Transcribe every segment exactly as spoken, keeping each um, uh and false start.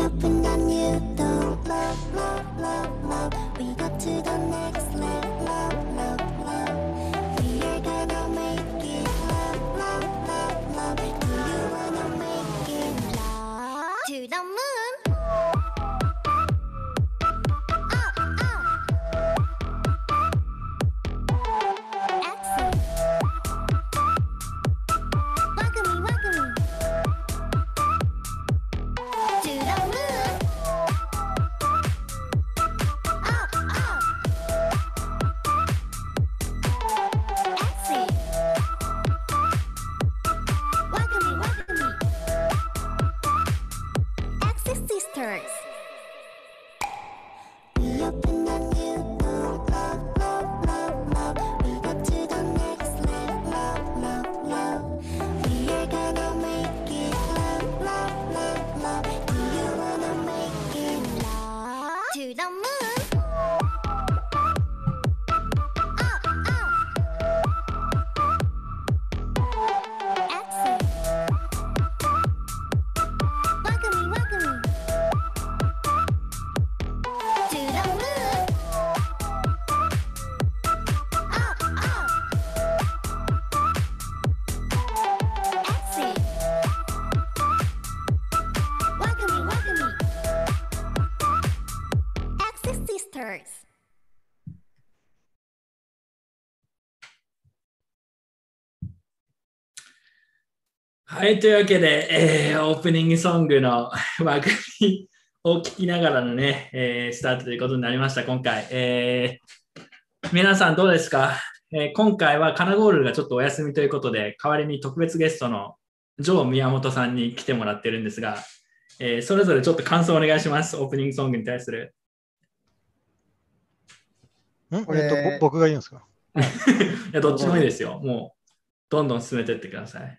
open a new door. Love, love, love, love. We go to the next level. Love, love, love. We are gonna make it. Love, love, love, love. Do you wanna make it love to the moon? Up, up. Exit. Welcome me, welcome me. To the moon. Up, up. Exit. Welcome me, welcome me. Exit sisters. We open a new door. Love, love, love, love. We go to the next level. Love, love, love. We are gonna make it. Love, love, love, love. Do you wanna make it love to the moon? Up, up. Exit. Welcome me, welcome me. To the moon. Up, up. Exit. Welcome me, welcome me. Exit sisters. はい、というわけで、えーオープニングソングの番組を聞きながらのね、えースタートということになりました、今回。えー皆さんどうですか？えー今回はカナゴールがちょっとお休みということで、代わりに特別ゲストのジョー宮本さんに来てもらってるんですが、えーそれぞれちょっと感想をお願いします、オープニングソングに対する。 んこれえっと、ぼ僕が言うんですか？ いや、どっちでもいいですよ。もう、どんどん進めていってください。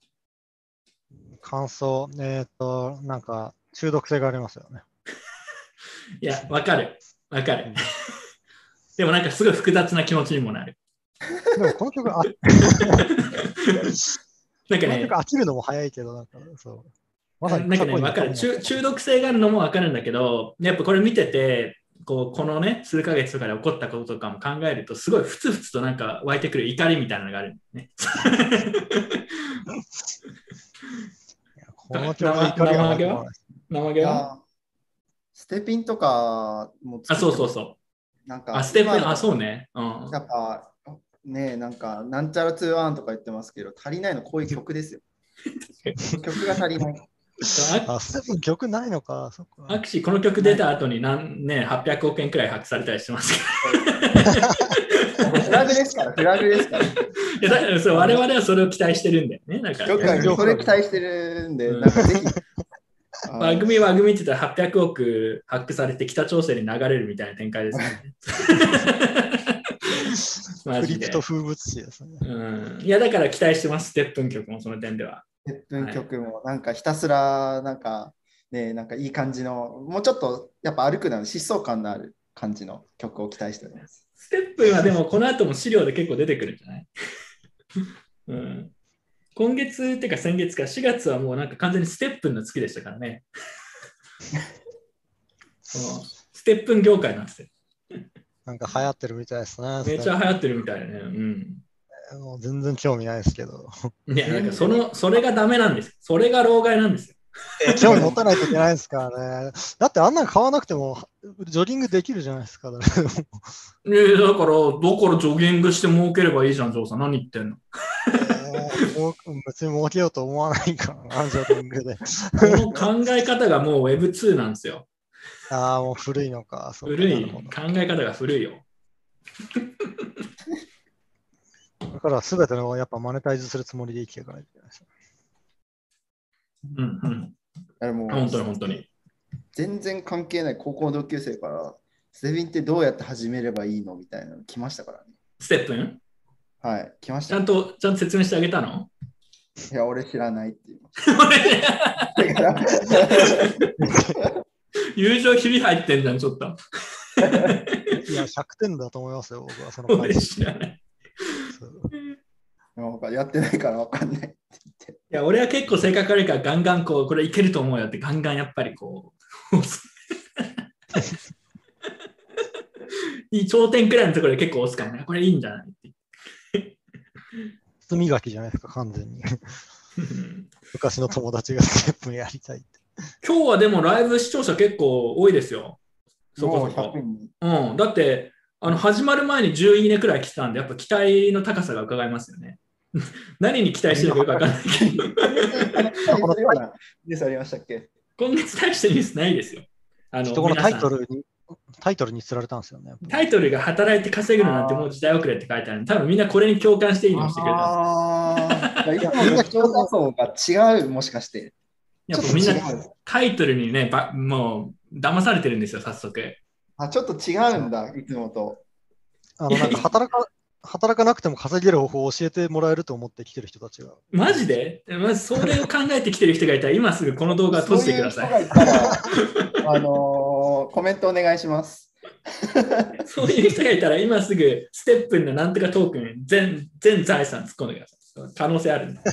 感想、えっと、なんか中毒性がありますよね。 いや、わかる。わかる。でもなんかすごい複雑な気持ちにもなる。 でもこの曲、あなんかねこの曲、飽きるのも早いけど、なんかそう。まさになんかね、 過去にわかる中。中毒性があるのもわかるんだけど、やっぱこれ見てて、こうこのね、数ヶ月とかで起こったこととかも考えると、すごいふつふつとなんか湧いてくる怒りみたいなのがあるんだよね。 この曲は怒りが湧いてこない。 生毛はいやステピンとかもあ、そうそうう。 そう。 なんかあ、ステップ、 今のあ、そうね。うん。 やっぱね、なんかなんちゃらツーワンとか言ってますけど、足りないのこういう曲ですよ。曲が足りない。 あ、ステップン曲ないのか。そっかアクシー、この曲出た後に何、ね、はっぴゃくおくえんくらい発されたりしてますけフラグですから、フラグですから。 ど。いやだからそう我々はそれを期待してるんだよね。なんかよくそれ期待してるんで、 うんなんかぜひ。 番組番組って言ったらはっぴゃくおくハックされて北朝鮮に流れるみたいな展開ですね。マジでクリプト風物詩ですね。 うん。いや、だから期待してます、ステップン曲もその点では。 いっぷん曲もなんかひたすらなんかね、なんかいい感じの、もうちょっとやっぱ歩くなの疾走感のある感じの曲を期待しております。 ステップンはでもこの後も資料で結構出てくるんじゃないうん、今月っていうか先月かしがつはもうなんか完全にステップンの月でしたからね。そのステップン業界なんですよ。 なんか流行ってるみたいですね。 めっちゃ流行ってるみたいだね。うん。 もう全然興味ないですけど。 いや、なんかその、それがダメなんです。それが老害なんですよ。 興味持たないといけないですからね。だってあんなの買わなくてもジョギングできるじゃないですか。だからねえ、だから、だからジョギングして儲ければいいじゃん、ジョーさん。何言ってんのえーもう別に儲けようと思わないからな、ジョギングで。 この考え方がもう ウェブツー なんですよ。 ああ、もう古いのか。そうか古い。 なるほ考え方が古いよ。 どだから全てのやっぱマネタイズするつもりで生きていかないといけないです。 うんうん。 あれもう本当に本当に。 全然関係ない高校の同級生から、ステビンってどうやって始めればいいのみたいなの来ましたからね。 ステップンはい、来ましちた。 ゃんと、ちゃんと説明してあげたのいや、俺知らないって言いました。だから友情ひび入ってんじゃん、ちょっと。 いや、ひゃくてんだと思いますよ、僕はその俺回知らない。 なんかやってないから分かんないって言って。 いや、俺は結構性格悪いからガンガンこう、これいけると思うよってガンガンやっぱりこう、 いい頂点くらいのところで結構押すからね、これいいんじゃないって靴磨きじゃないですか、完全に。昔の友達がステップンやりたいって。 今日はでもライブ視聴者結構多いですよ。そこそこ。うん、だってあの始まる前にじゅういいねくらい来てたんで、やっぱ期待の高さが伺えますよね。何に期待してるかよく分かんないけど。 このニュースありましたっけ？ 今月大したニュースないですよ。あのこのタイトルに、タイトルに釣られたんですよね。 タイトルが働いて稼ぐのなんてもう時代遅れって書いてあるんで、多分みんなこれに共感していいのをしてくれたんです。 ああ、いや、みんな視聴者層が違う、もしかして。 やっぱみんなタイトルにね、ばもう騙されてるんですよ、早速。 あ、ちょっと違うんだ、いつもと。 あのなんか働か働かなくても稼げる方法を教えてもらえると思って来てる人たちが。 マジで？まずそれを考えてきてる人がいたら、今すぐこの動画を閉じてください。 そういう人がいたら、あのー、コメントお願いします。 そういう人がいたら、今すぐステップンのなんとかトークン全、全財産突っ込んでください。可能性あるんで。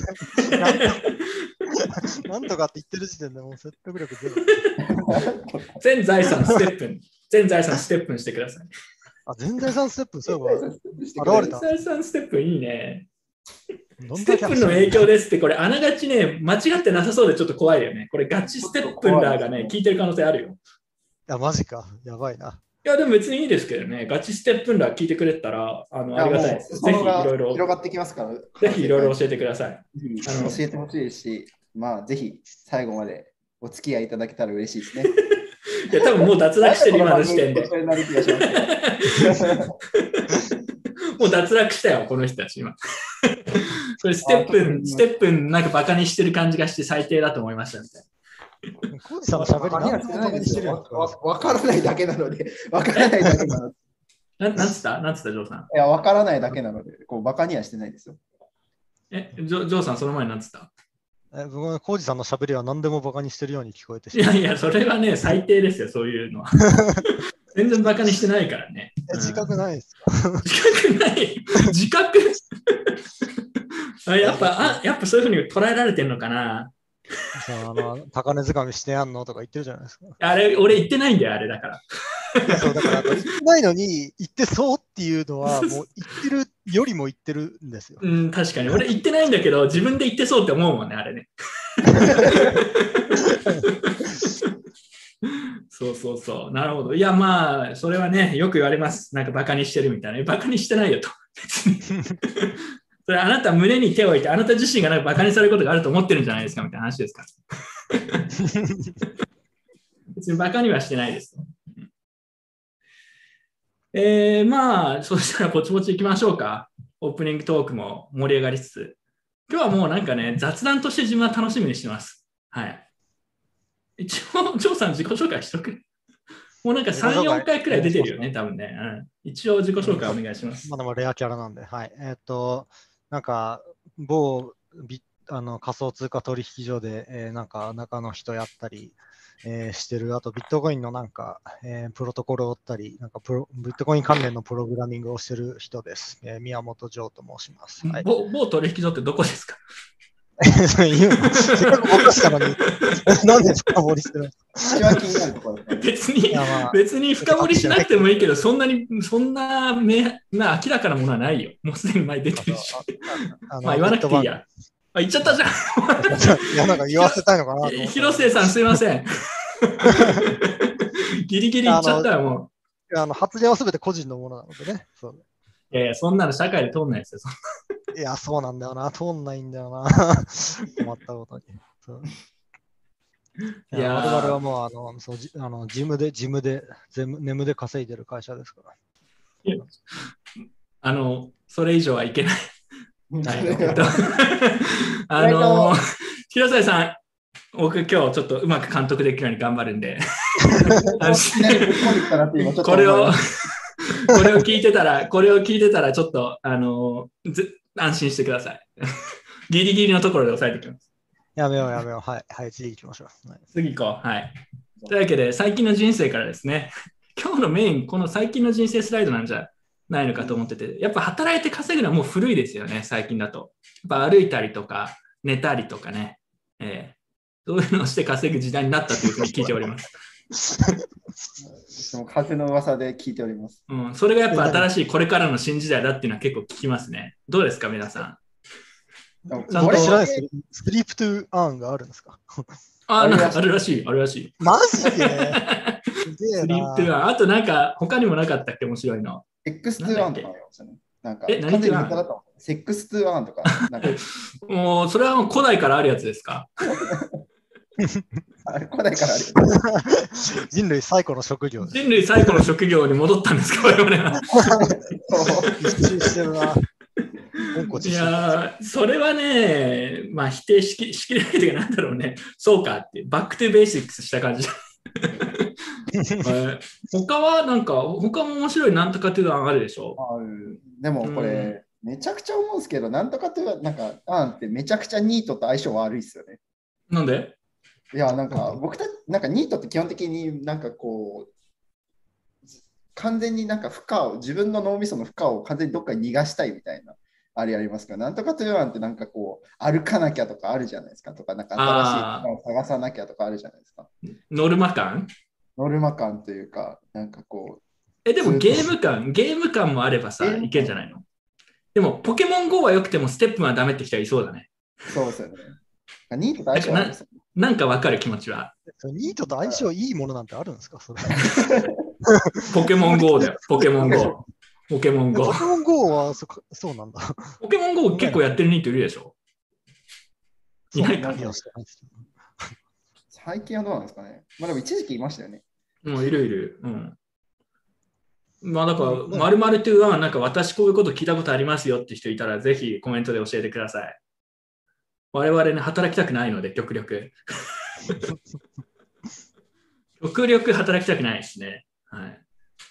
なんとかって言ってる時点でもう説得力ゼロ。 全財産ステップン、全財産ステップンしてください。 あ、全財産ステップン、そういえば現れた。 全財産ステップンいいね。 どんステップンの影響ですって、これあながちね、間違ってなさそうでちょっと怖いよね。これガチステップンラーがね、聞いてる可能性あるよ。 いや、マジか。やばいな。 いや、でも別にいいですけどね、ガチステップンラー聞いてくれたら、あのありがたいです。ぜひいろいろ。 広がってきますから。 ぜひいろいろ教えてください。 あの教えてほしいですし、まあ、ぜひ最後までお付き合いいただけたら嬉しいですね。 いや、多分もう脱落してる今の時点で。もう脱落したよ、この人たち今。それステップン、ステップンなんかバカにしてる感じがして最低だと思いましたみたいな。コージさんの喋り何でもバカにしてるよ。 わからないだけなので、わからないだけなので。 ななんつったなんつった、ジョーさん。 いや、わからないだけなので、こうバカにはしてないですよ。 え、ジョ、ジョーさん、その前になんつったえ僕はコージさんの喋りは何でもバカにしてるように聞こえてしまう。いやいや、それはね、最低ですよ、そういうのは。全然バカにしてないからね。 うん、自覚ないですか？ 自覚ない自覚あやっぱあ、やっぱそういうふうに捉えられてるのかな。 あの高値掴みしてやんのとか言ってるじゃないですか。 あれ、俺言ってないんだよ、あれだから。 いやそうだから言ってないのに言ってそうっていうのはもう言ってるよりも言ってるんですよ。 うん、確かに。俺言ってないんだけど、自分で言ってそうって思うもんね、あれね。そうそうそう。なるほど。いや、まあ、それはね、よく言われます。なんかバカにしてるみたいな。バカにしてないよと。別に。それあなた胸に手を置いて、あなた自身がなんかバカにされることがあると思ってるんじゃないですかみたいな話ですから。別にバカにはしてないです。えー、まあ、そしたらぼちぼち行きましょうか。オープニングトークも盛り上がりつつ。今日はもうなんかね、雑談として自分は楽しみにしてます。はい。一応、ジョーさん自己紹介しとく。もうなんかさん、よんかいくらい出てるよね、多分ね。うん、一応自己紹介お願いします。 まだまだレアキャラなんで。はい。えっと、なんか、某ビあの仮想通貨取引所で、えー、なんか中の人やったり、えー、してる、あとビットコインのなんか、えー、プロトコルを追ったり、なんかプロビットコイン関連のプログラミングをしてる人です。えー、宮本城と申します。はい、 某, 某取引所ってどこですか？ それ言うのせっかく僕したのに、なんで深掘りしてるんですか？別に、まあ、別に深掘りしなくてもいいけど、そんなに、そんな明な明らかなものはないよ。もうすでに前出てるし。あまあ言わなくていいや。あ、言っちゃったじゃん。 いや、なんか言わせたいのかなと。 広末さん、すいません。ギリギリ言っちゃったよ、もう。あの発言はすべて個人のものなのでね。そういやいや、そんなの社会で通んないですよ。 いや、そうなんだよな。通んないんだよな。困ったことに。そういや、我々はもう、あの、そうじあのジムで、ジムで、全部、眠で稼いでる会社ですから。 いやあの、それ以上はいけない。あの、広末さん、僕今日ちょっとうまく監督できるように頑張るんで。これを、これを聞いてたら、これを聞いてたら、ちょっと、あの、安心してください。ギリギリのところで抑えてきます。 やめようやめよう。はい、はい、次行きましょう。はい、 次行こう。はい。というわけで、最近の人生からですね、今日のメイン、この最近の人生スライドなんじゃないのかと思ってて、やっぱ働いて稼ぐのはもう古いですよね、最近だと。やっぱ歩いたりとか、寝たりとかね、えー、そういうのをして稼ぐ時代になったというふうに聞いております。 でも風の噂で聞いております。 うん、それがやっぱ新しいこれからの新時代だっていうのは結構聞きますね。どうですか、皆さん。 でもちゃんと俺知らないこれですけど、スリープトゥーアーンがあるんですか？ あ、 あるらしいなんかあるらしい、あるらしい。 マジで？すげえスリープトゥーな。 アン。あとなんか他にもなかったっけ、面白いの。 セックストゥーアンとかありましたね。なんか、 え何完全にネタだったもん。セックストゥーアンとか、なんか、 もうそれはもう古代からあるやつですか。 あれ古代からあるよ。 人類最古の職業です。 人類最古の職業に戻ったんですか、我々は。 一周してるな。温故知い新。 やー、それはね、まあ否定しきしきれないというか、なんだろうね、そうかって、バックトゥベーシックスした感じ。えー他はなんか、他も面白いなんとかっていうのはあるでしょ。 あるでもこれ、めちゃくちゃ思うんですけど、なんとかというなんか、アンってめちゃくちゃニートと相性悪いですよね。 なんで？ いや、なんか僕たち、なんかニートって基本的になんかこう、完全になんか負荷を、自分の脳みその負荷を完全にどっかに逃がしたいみたいな、あれやりますから、なんとかというのってなんかこう、歩かなきゃとかあるじゃないですか、とか、なんか新しいあー負荷を探さなきゃとかあるじゃないですか。 ノルマ感？ ノルマ感というか、なんかこえ、でもゲーム感、ゲーム感もあればさ、 ゲーム感いけんじゃないの？でも、ポケモン ゴー は良くても、ステップはダメって人はいそうだね。 う、そうですよね。ニートと相性悪いですよね。 なんかわかる気持ちは。 それニートと相性いいものなんてあるんですか？それ。 ポケモン ゴー だよ、ポケモン ゴー。ポケモン ゴー。 ポケモン ゴー はそそうなんだ。 ポケモン ゴー 結構やってるニートいるでしょ？いないかな。 何をしてないですけど最近はどうなんですかね。まあでも一時期いましたよね。 もういるいる。うん。まあだから、まるまるというのは、なんか私こういうこと聞いたことありますよって人いたら、ぜひコメントで教えてください。我々ね、働きたくないので、極力。極力働きたくないですね。はい。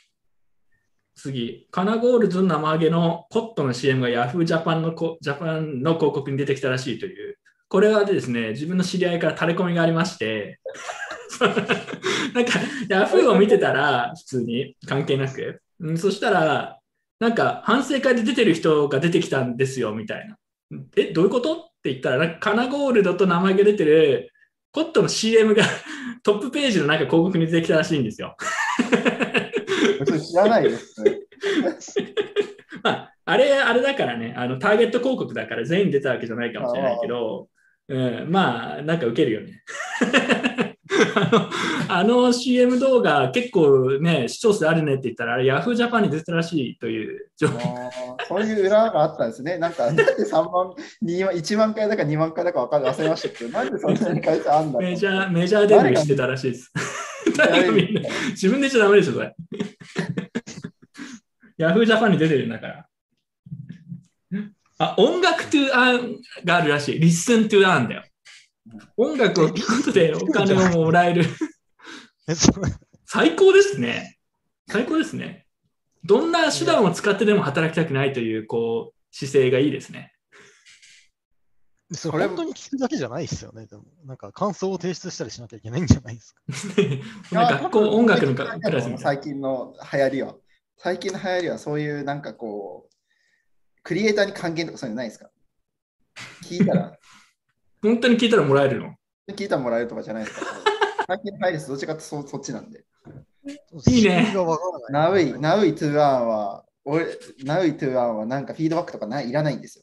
次、カナゴールズの生揚げのコットの シーエム が Yahoo! ジャパンのこジャパンの広告に出てきたらしいという。これはですね、自分の知り合いから垂れ込みがありまして、なんか Yahoo! を見てたら、普通に関係なく、うん、そしたら、なんか反省会で出てる人が出てきたんですよみたいな。え、どういうことって言ったら、なんかカナゴールドと名前が出てるコットの シーエム がトップページのなんか広告に出てきたらしいんですよ。 知らないですね。 まあ、あれ、あれだからね、あのターゲット広告だから全員出たわけじゃないかもしれないけど、うん、まあ、なんかウケるよね。あの、あの シーエム 動画結構ね、視聴数あるねって言ったら、あれ Yahoo! ジャパンに出てたらしいという情報。 あそういう裏があったんですね。なんか、なんでさんまん、にまんいちまん回だかにまん回だか分かる忘れましたけど、なんでそんなに回数あんだろうメジャー、メジャーデビューしてたらしいです。誰がみんな自分で言っちゃダメでしょ、それ。Yahoo! ジャパンに出てるんだから。あ、音楽 to earn があるらしい。Listen to earn だよ。音楽を聴くことでお金をもらえる。最高ですね。最高ですね。どんな手段を使ってでも働きたくないという、こう、姿勢がいいですね。 それ本当に聞くだけじゃないですよね。でもなんか感想を提出したりしなきゃいけないんじゃないですか。 学校音楽のクラスみたいな。 最近の流行りは、最近の流行りはそういうなんかこう、クリエイターに還元とかそういうのないですか？聞いたら。 本当に聞いたらもらえるの？ 聞いたらもらえるとかじゃないですか。最近の入りどっちかって そ, そっちなんで。 いいね。 ナウイ、ナウイトゥーアンは、俺、ナウイトゥーアンはなんかフィードバックとかないいらないんですよ。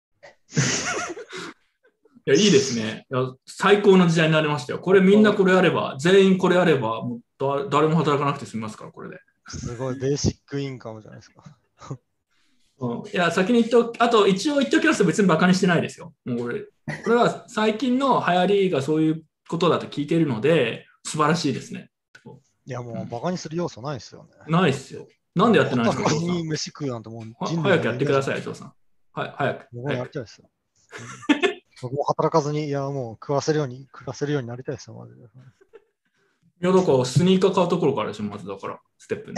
いや、いいですね。いや、最高の時代になりましたよ。これみんなこれやれば、全員これやれば、もうだ誰も働かなくて済みますから、これで。 すごいベーシックインカムじゃないですか。 うん、いや、先に言っておあと一応言っておきますと別にバカにしてないですよ。もうこれ、これは最近の流行りがそういうことだと聞いているので、素晴らしいですね。 いや、もうバカにする要素ないですよね。 ないっすよ。なんでやってないんですか、 働かに飯食うなんてもうは人類早くやってください、ジョーさん。はい、早く。 僕もや早くりたいですよ。僕も働かずに、いや、もう食わせるように、暮らせるようになりたいですよ、マジで。 いや、だからスニーカー買うところからでしょ、まずだから、ステップに。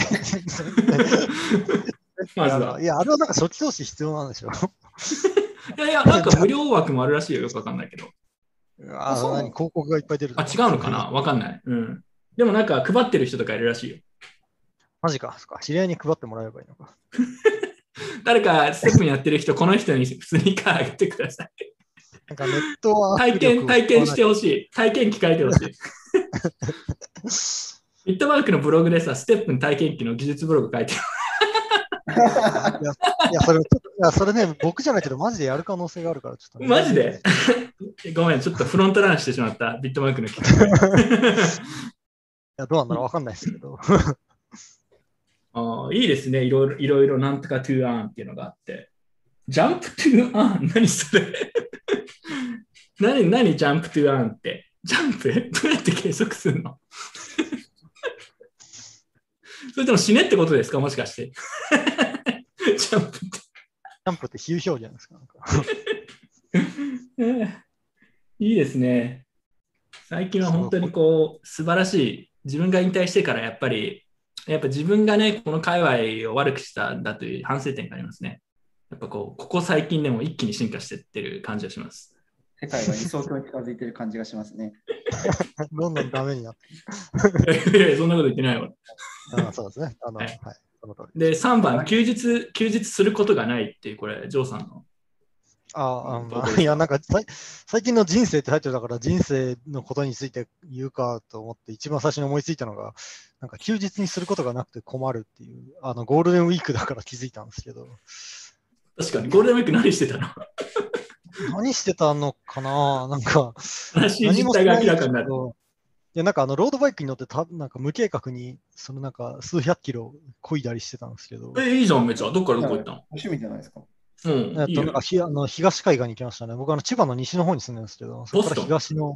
まずは。 いや、あれはなんか初期投資必要なんでしょ。 いやいや、なんか無料枠もあるらしいよ、よくわかんないけど。 ああ、何広告がいっぱい出る。 あ、違うのかなわかんない。うん。でもなんか配ってる人とかいるらしいよ。 マジか、そっか。知り合いに配ってもらえばいいのか。 誰かステップにやってる人、この人にスニーカーあげてください。 なんかネットは体験、体験してほしい。体験聞かれてほしい。 ビットマークのブログでさ、ステップン体験記の技術ブログ書いてる。 いや、いやそれちょっといやそれね、僕じゃないけど、マジでやる可能性があるから、ちょっとね、 マジでごめん、ちょっとフロントランしてしまった、ビットマークの記事。 いや、どうなんだろう、わかんないですけど。 あーいいですね。いろいろ、いろいろなんとか to earn っていうのがあって。ジャンプ to earn? 何それ何、何ジャンプ to earn って。ジャンプどうやって計測するのそれとも死ねってことですかもしかして。ジャンプって。 ジャンプって比喩表現ですかなんかいいですね。最近は本当にこう、素晴らしい。自分が引退してからやっぱり、やっぱ自分がね、この界隈を悪くしたんだという反省点がありますね。やっぱこう、ここ最近でも一気に進化していってる感じがします。 世界は理想郷に近づいてる感じがしますね。 どんどんダメになっていやいやそんなこと言ってないわ。 あそうですね。あの、 ははいい、その通りで、さんばん、休日、休日することがないっていう、これ、ジョーさんの。 ああ、 どうですかまあ、いや、なんかさい最近の人生ってタイトルだから人生のことについて言うかと思って一番最初に思いついたのが、なんか休日にすることがなくて困るっていう、あのゴールデンウィークだから気づいたんですけど、 確かに、ゴールデンウィーク何してたの何してたのかななんか、 悲しい実態が明らかになる。 いや、なんかあの、ロードバイクに乗ってた、なんか無計画に、そのなんか数百キロ漕いだりしてたんですけど、 え、いいじゃん、めっちゃ。どっからどこ行ったの趣味じゃないですか。 うん、 えっと、 いいよなんかひあの東海岸に行きましたね。僕あの千葉の西の方に住んでるんですけど、そこから東の、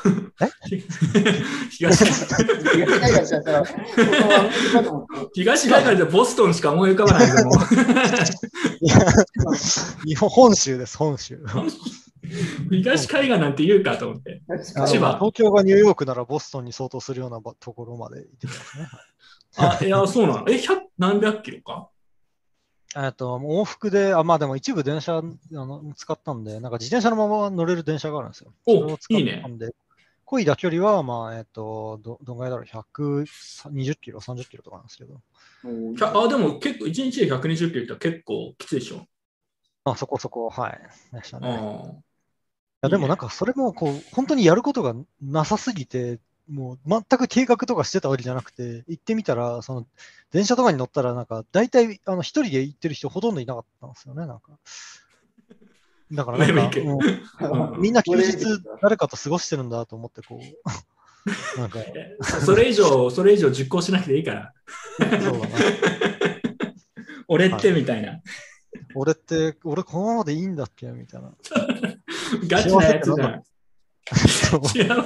東東海岸だったら、ここはアメリカでも東海岸でボストンしか思い浮かばないけども。 いや日本本州です、本州。 東海岸なんて言うかと思って。 あの千葉東京がニューヨークならボストンに相当するようなばところまで行ってきますね。 あ、いや、そうなの。え、百何百キロかえっと、往復で、あ、まあでも一部電車あの使ったんで、なんか自転車のまま乗れる電車があるんですよ。 おそれを使いいねったんで、漕いだ距離は、まあ、えっと、ど、どんぐらいだろう、ひゃくにじゅっキロ、さんじゅっキロとかなんですけど、 ひゃあ、でも結構、いちにちでひゃくにじゅっキロって結構きついでしょ。 まあそこそこ、はい、でしたね。いあやでもなんかそれもこう、本当にやることがなさすぎて、もう全く計画とかしてたわけじゃなくて、行ってみたら、その電車とかに乗ったら、なんか大体あの一人で行ってる人ほとんどいなかったんですよね、なんか。だからなんか、 上も行けもううんみんな休日誰かと過ごしてるんだと思って、こう、なんか、 えそそれ以上、それ以上実行しなくていいから。 そうだな。 俺ってみたいな。 俺って、俺このままでいいんだっけみたいな。 ガチなやつじゃん。 そう幸せ。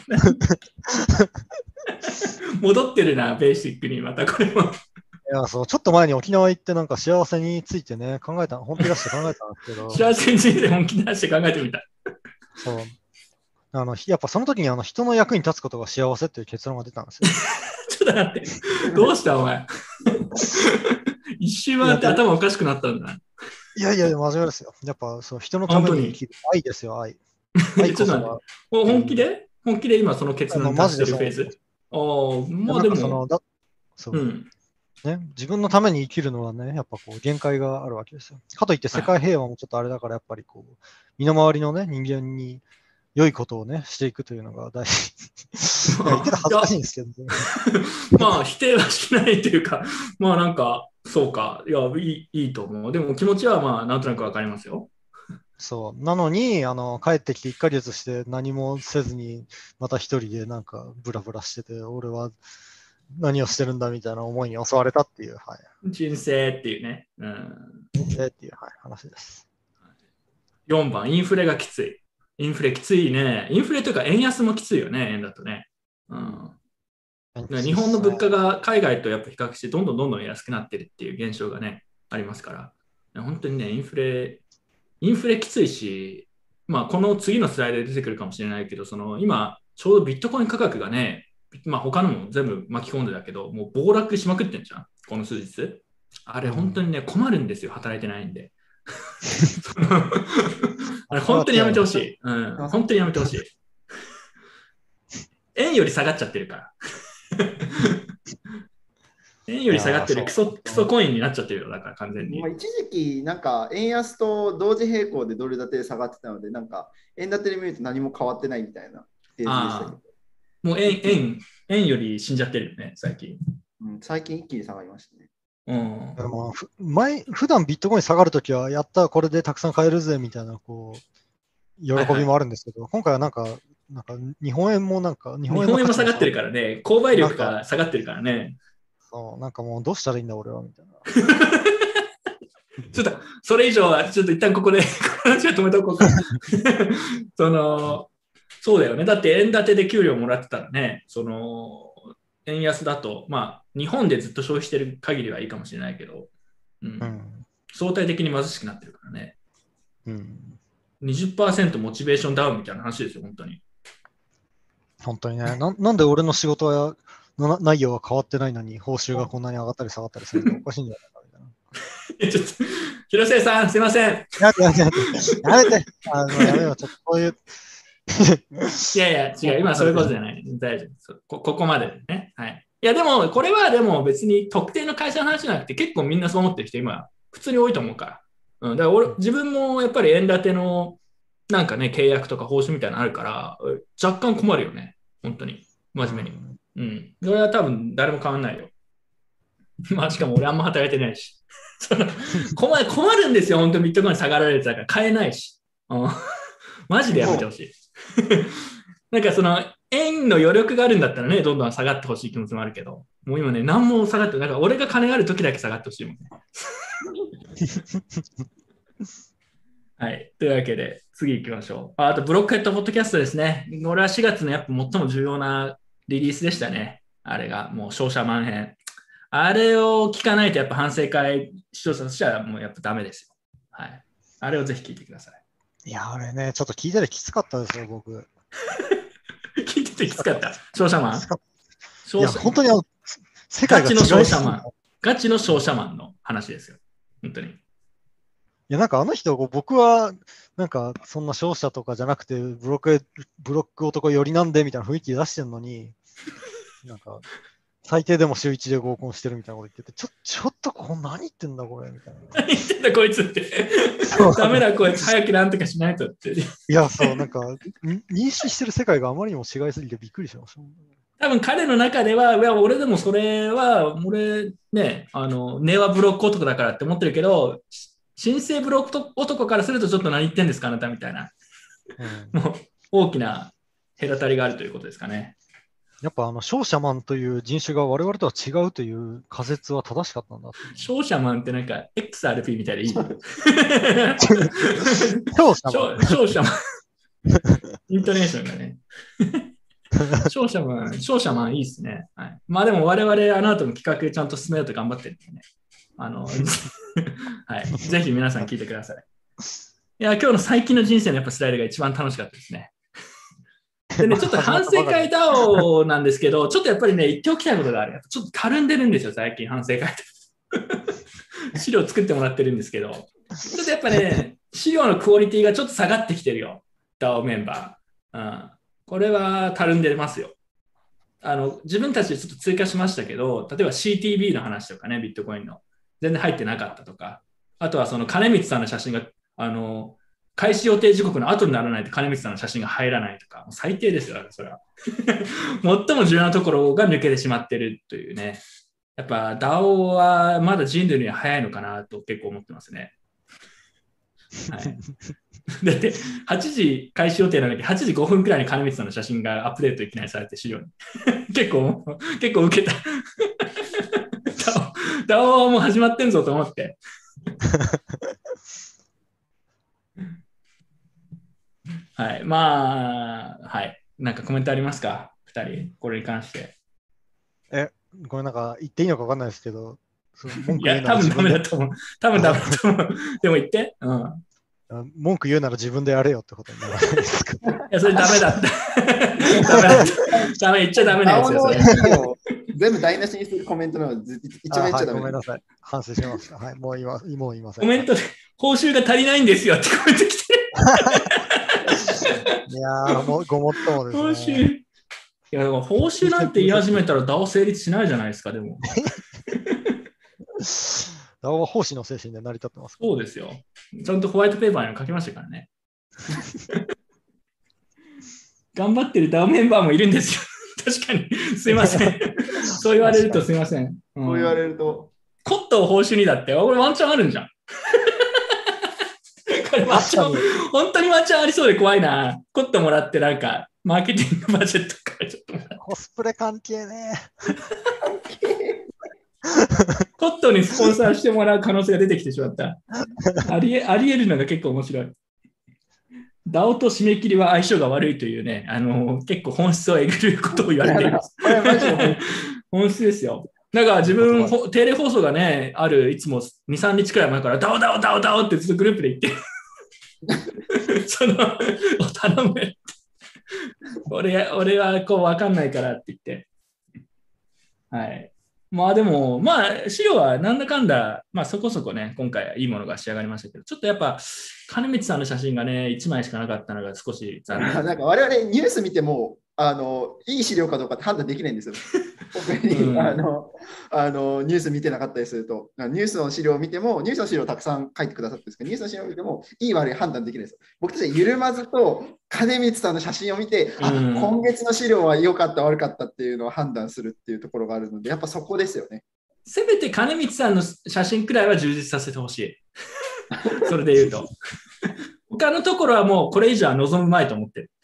戻ってるな、ベーシックに、またこれも。 いや、そう、ちょっと前に沖縄行ってなんか幸せについてね、考えた、本気出して考えたんですけど、 幸せについて本気出して考えてみた。 そう。あの、やっぱその時にあの人の役に立つことが幸せっていう結論が出たんですよ。 ちょっと待って。どうしたお前。一周回って頭おかしくなったんだ。 いやいや、真面目ですよ。やっぱそう人のために生きる愛ですよ、愛。愛ちょっと待ってこそが。 お本気で本気で今その結論に達してるフェーズああ、まあでなんかそのも、 だそう、 うん。 ね、自分のために生きるのはね、やっぱこう限界があるわけですよ。かといって世界平和もちょっとあれだから、やっぱりこう、身の回りのね、人間に良いことをね、していくというのが大事。いや言ってたら恥ずかしいんですけど、ね、 まあ否定はしないというか、まあなんか、そうか、いや、いいいいと思う。でも気持ちはまあなんとなくわかりますよ。 そう。なのに、あの、帰ってきていっかげつして何もせずに、また一人でなんかブラブラしてて、俺は何をしてるんだみたいな思いに襲われたっていう、はい。 人生っていうね。うん、 でっていう、はい、話です。 よんばん、インフレがきつい。インフレきついね。インフレというか円安もきついよね、円だとね。うん日本の物価が海外とやっぱ比較してどんどんどんどん安くなってるっていう現象がね、ありますから。本当にね、インフレ、インフレきついし、まあこの次のスライドで出てくるかもしれないけど、その今ちょうどビットコイン価格がね、まあ他のも全部巻き込んでだけど、もう暴落しまくってんじゃん、この数日。あれ本当にね、困るんですよ、働いてないんで。あれ本当にやめてほしい。うん、本当にやめてほしい。円より下がっちゃってるから。円より下がってるクソ、クソコインになっちゃってるよ、だから完全に。 まあ、一時期、なんか円安と同時並行でドル建てで下がってたので、なんか円建てで見ると何も変わってないみたいなフェーズでしたけど。 もう円、円、円より死んじゃってるよね、最近。 うん、最近一気に下がりましたね。 うん。 でもふ前、普段ビットコイン下がるときは、やった、これでたくさん買えるぜみたいな、こう、喜びもあるんですけど、今回はなんか、なんか日本円もなんか、日日本円の本円も下がってるら。 からね、購買力が下がってるからね。 そうなんかもうどうしたらいいんだ俺はみたいな。 ちょっと、それ以上は、ちょっと一旦ここで、話は止めとこうか。その、そうだよね。だって円建てで給料もらってたらね、その、円安だと、まあ、日本でずっと消費してる限りはいいかもしれないけど、うんうん。 相対的に貧しくなってるからね。 うん。 にじゅっパーセントモチベーションダウンみたいな話ですよ、本当に。 本当にね。ななんで俺の仕事はの内容は変わってないのに、報酬がこんなに上がったり下がったりするのおかしいんじゃないかみたいな。 えちょっと、広末さん、すいません。 やめてやめてやめて。やめて。あのやめよう。ちょっとこういう。 いやいや、違う、今そういうことじゃない。大丈夫ですこ。ここまでね。はい。いや、でも、これはでも別に特定の会社の話じゃなくて、結構みんなそう思ってる人、今、普通に多いと思うから。うん、だから俺、自分もやっぱり円建ての、なんかね、契約とか報酬みたいなのあるから、若干困るよね。本当に。真面目に。うん。それは多分誰も変わんないよ。まあ、しかも俺あんま働いてないし。その困る困るんですよ、本当にビットコイン下がられてたから買えないし。うん、マジでやめてほしい。なんかその円の余力があるんだったらね、どんどん下がってほしい気持ちもあるけど、もう今ね、何も下がって、なんか俺が金がある時だけ下がってほしいもんね。はい。というわけで、次行きましょう。あ、あと、ブロックヘッドポッドキャストですね。これはしがつのやっぱ最も重要なリリースでしたね。あれが、もう商社マン編。あれを聞かないと、やっぱ反省会視聴者としてはもうやっぱダメですよ。はい。あれをぜひ聞いてください。 いや、あれね、ちょっと聞いててきつかったですよ、僕。 聞いててきつかった。商社マン。 いや、本当にあの、世界が違いガチの商社マン。ガチの商社マンの話ですよ。本当に。 いや、なんかあの人、僕は、なんかそんな商社とかじゃなくて、ブロック、ブロック男寄りなんでみたいな雰囲気出してるのに、なんか、最低でも週一で合コンしてるみたいなこと言ってて、ちょちょっとこう何言ってんだこれみたいな。 何言ってんだこいつって。ダメだこいつ、早くなんとかしないとって。いや、そう、なんか、認識してる世界があまりにも違いすぎてびっくりしました。 多分彼の中では、いや俺でもそれは、俺ね、あの、根はブロック男だからって思ってるけど、新生ブロック男からするとちょっと何言ってんですかあなたみたいな、うん、もう大きな隔たりがあるということですかね。 やっぱあの商社マンという人種が我々とは違うという仮説は正しかったんだ。 商社マンってなんか エックスアールピー みたいでいい。 商社マン。 商社マン。イントネーションがね。商社マン、商社マンいいですね。はい、まあでも我々あの後も企画ちゃんと進めようと頑張ってるんでね。あのはい、ぜひ皆さん聞いてください。いや、今日の最近の人生のやっぱスライドが一番楽しかったですね。でね、ちょっと反省会ダオなんですけど、ちょっとやっぱりね、言っておきたいことがある。ちょっとたるんでるんですよ、最近反省会で。資料作ってもらってるんですけど、ちょっとやっぱね、資料のクオリティがちょっと下がってきてるよ、ダオメンバー。うん、これはたるんでますよ。あの自分たちでちょっと追加しましたけど、例えば シーティービー の話とかね、ビットコインの。全然入ってなかったとか、あとはその金光さんの写真が、あの、開始予定時刻の後にならないと金光さんの写真が入らないとか、もう最低ですよ、それは。最も重要なところが抜けてしまってるというね。やっぱ ダオ はまだ人類には早いのかなと結構思ってますね。はい、だってはちじ開始予定なのにはちじごふんくらいに金光さんの写真がアップデートいきなりされて資料に。結構、結構受けた。ダオ はもう始まってんぞと思って。はい。まあ、はい。なんかコメントありますかふたり、これに関して。 え、ごめん、なんか言っていいのか分かんないですけど、 文句言うなら自分で。いや、多分ダメだと思う。多分ダメだと思う。でも言って。うん。 文句言うなら自分でやれよってことにならないですか。 いや、それダメだった。ダメだった。ダメ、言っちゃダメなやつよ、それ。 全部台無しにするコメントなので、一応言っちゃダメ、はい。 ごめんなさい。反省しました。はい、もう言わもう言いません。 コメントで、報酬が足りないんですよってコメント来てる。 いやー、もうごもっともですね。 報酬。いや、でも報酬なんて言い始めたら ダオ 成立しないじゃないですか、でも。 ダオ は奉仕の精神で成り立ってます。 そうですよ。ちゃんとホワイトペーパーにも書きましたからね。頑張ってる ダオ メンバーもいるんですよ。 確かに。すいません。そう言われるとすいません。うん、 そう言われると。 コットを報酬にだって、これワンチャンあるんじゃん。これワンチャン、本当にワンチャンありそうで怖いな。コットもらってなんか、マーケティングバジェットからちょっともらって。 コスプレ関係ね。 コットにスポンサーしてもらう可能性が出てきてしまった。ありえ、ありえるのが結構面白い。ダオ と締め切りは相性が悪いというね、あの結構本質をえぐることを言われています。本質ですよ。だから自分、定例放送がね、あるいつもに、さんにちくらい前からダオダオダオダオってずっとグループで言ってる。その、頼む。俺俺はこう分かんないからって言って。はい。まあでも、まあ資料はなんだかんだ、まあそこそこね、今回はいいものが仕上がりましたけど、ちょっとやっぱ、金光さんの写真がね、いちまいしかなかったのが少し残念。 なんか我々ニュース見ても、あのいい資料かどうかって判断できないんですよ。特に、うん、あのあのニュース見てなかったりすると、ニュースの資料を見ても、ニュースの資料をたくさん書いてくださってるんですけど、ニュースの資料を見ても、いい悪い判断できないですよ。僕たちはゆるまずと金光さんの写真を見て、うん、あ、今月の資料は良かった、悪かったっていうのを判断するっていうところがあるので、やっぱそこですよね。 せめて金光さんの写真くらいは充実させてほしい。それで言うと。他のところはもうこれ以上は望むまいと思ってる。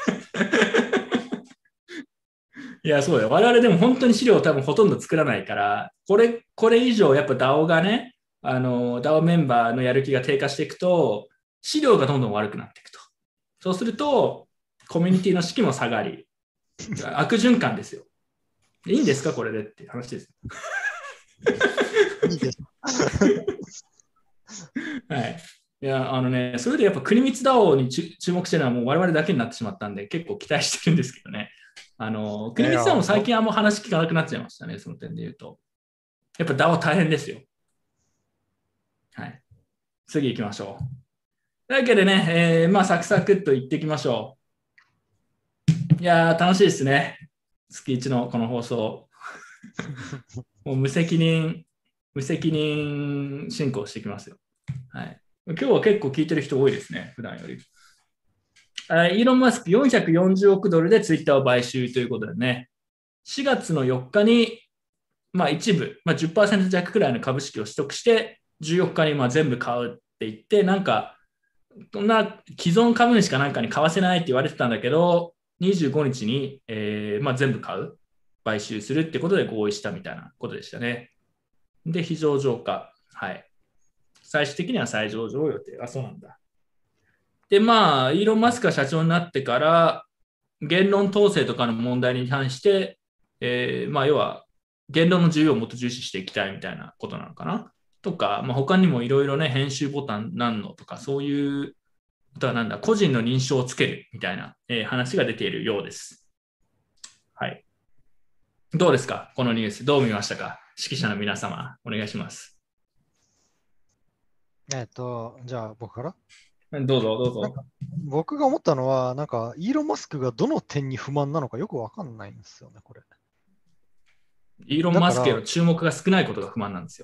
いや、そうだよ。我々でも本当に資料を多分ほとんど作らないから、これ、これ以上やっぱ ダオ がね、あの、ダオ メンバーのやる気が低下していくと、資料がどんどん悪くなっていくと。そうすると、コミュニティの士気も下がり、悪循環ですよ。いいんですかこれでっていう話です。 いいです。 はい。いや、あのね、それでやっぱ国光 ダオ に注目してるのはもう我々だけになってしまったんで、結構期待してるんですけどね。あの、国光 ダオ も最近あんま話聞かなくなっちゃいましたね、その点で言うと。やっぱ ダオ 大変ですよ。はい。次行きましょう。というわけでね、えー、まあサクサクっと言っていきましょう。いやー、楽しいですね。月いちのこの放送。もう無責任、無責任進行していきますよ。はい。今日は結構聞いてる人多いですね、普段より。イーロン・マスクよんひゃくよんじゅうおくドルでツイッターを買収ということでね、しがつのよっかに、まあ、一部、まあ、じゅっパーセント 弱くらいの株式を取得して、じゅうよっかにまあ全部買うって言って、なんか、そんな既存株主かなんかに買わせないって言われてたんだけど、にじゅうごにちに、えーまあ、全部買う、買収するってことで合意したみたいなことでしたね。で、非上場化。はい。最終的には再上場予定。あ、そうなんだ。で、まあ、イーロン・マスクが社長になってから、言論統制とかの問題に関して、えー、まあ、要は、言論の自由をもっと重視していきたいみたいなことなのかな。とか、まあ、他にもいろいろね、編集ボタンなんのとか、そういう、あとはなんだ、個人の認証をつけるみたいな、えー、話が出ているようです。はい。どうですかこのニュース。どう見ましたか指揮者の皆様、お願いします。 えっと、じゃあ僕からどうぞ、どうぞ。 僕が思ったのは、なんか、イーロン・マスクがどの点に不満なのかよくわかんないんですよね、これ。 イーロン・マスクへの注目が少ないことが不満なんですよ。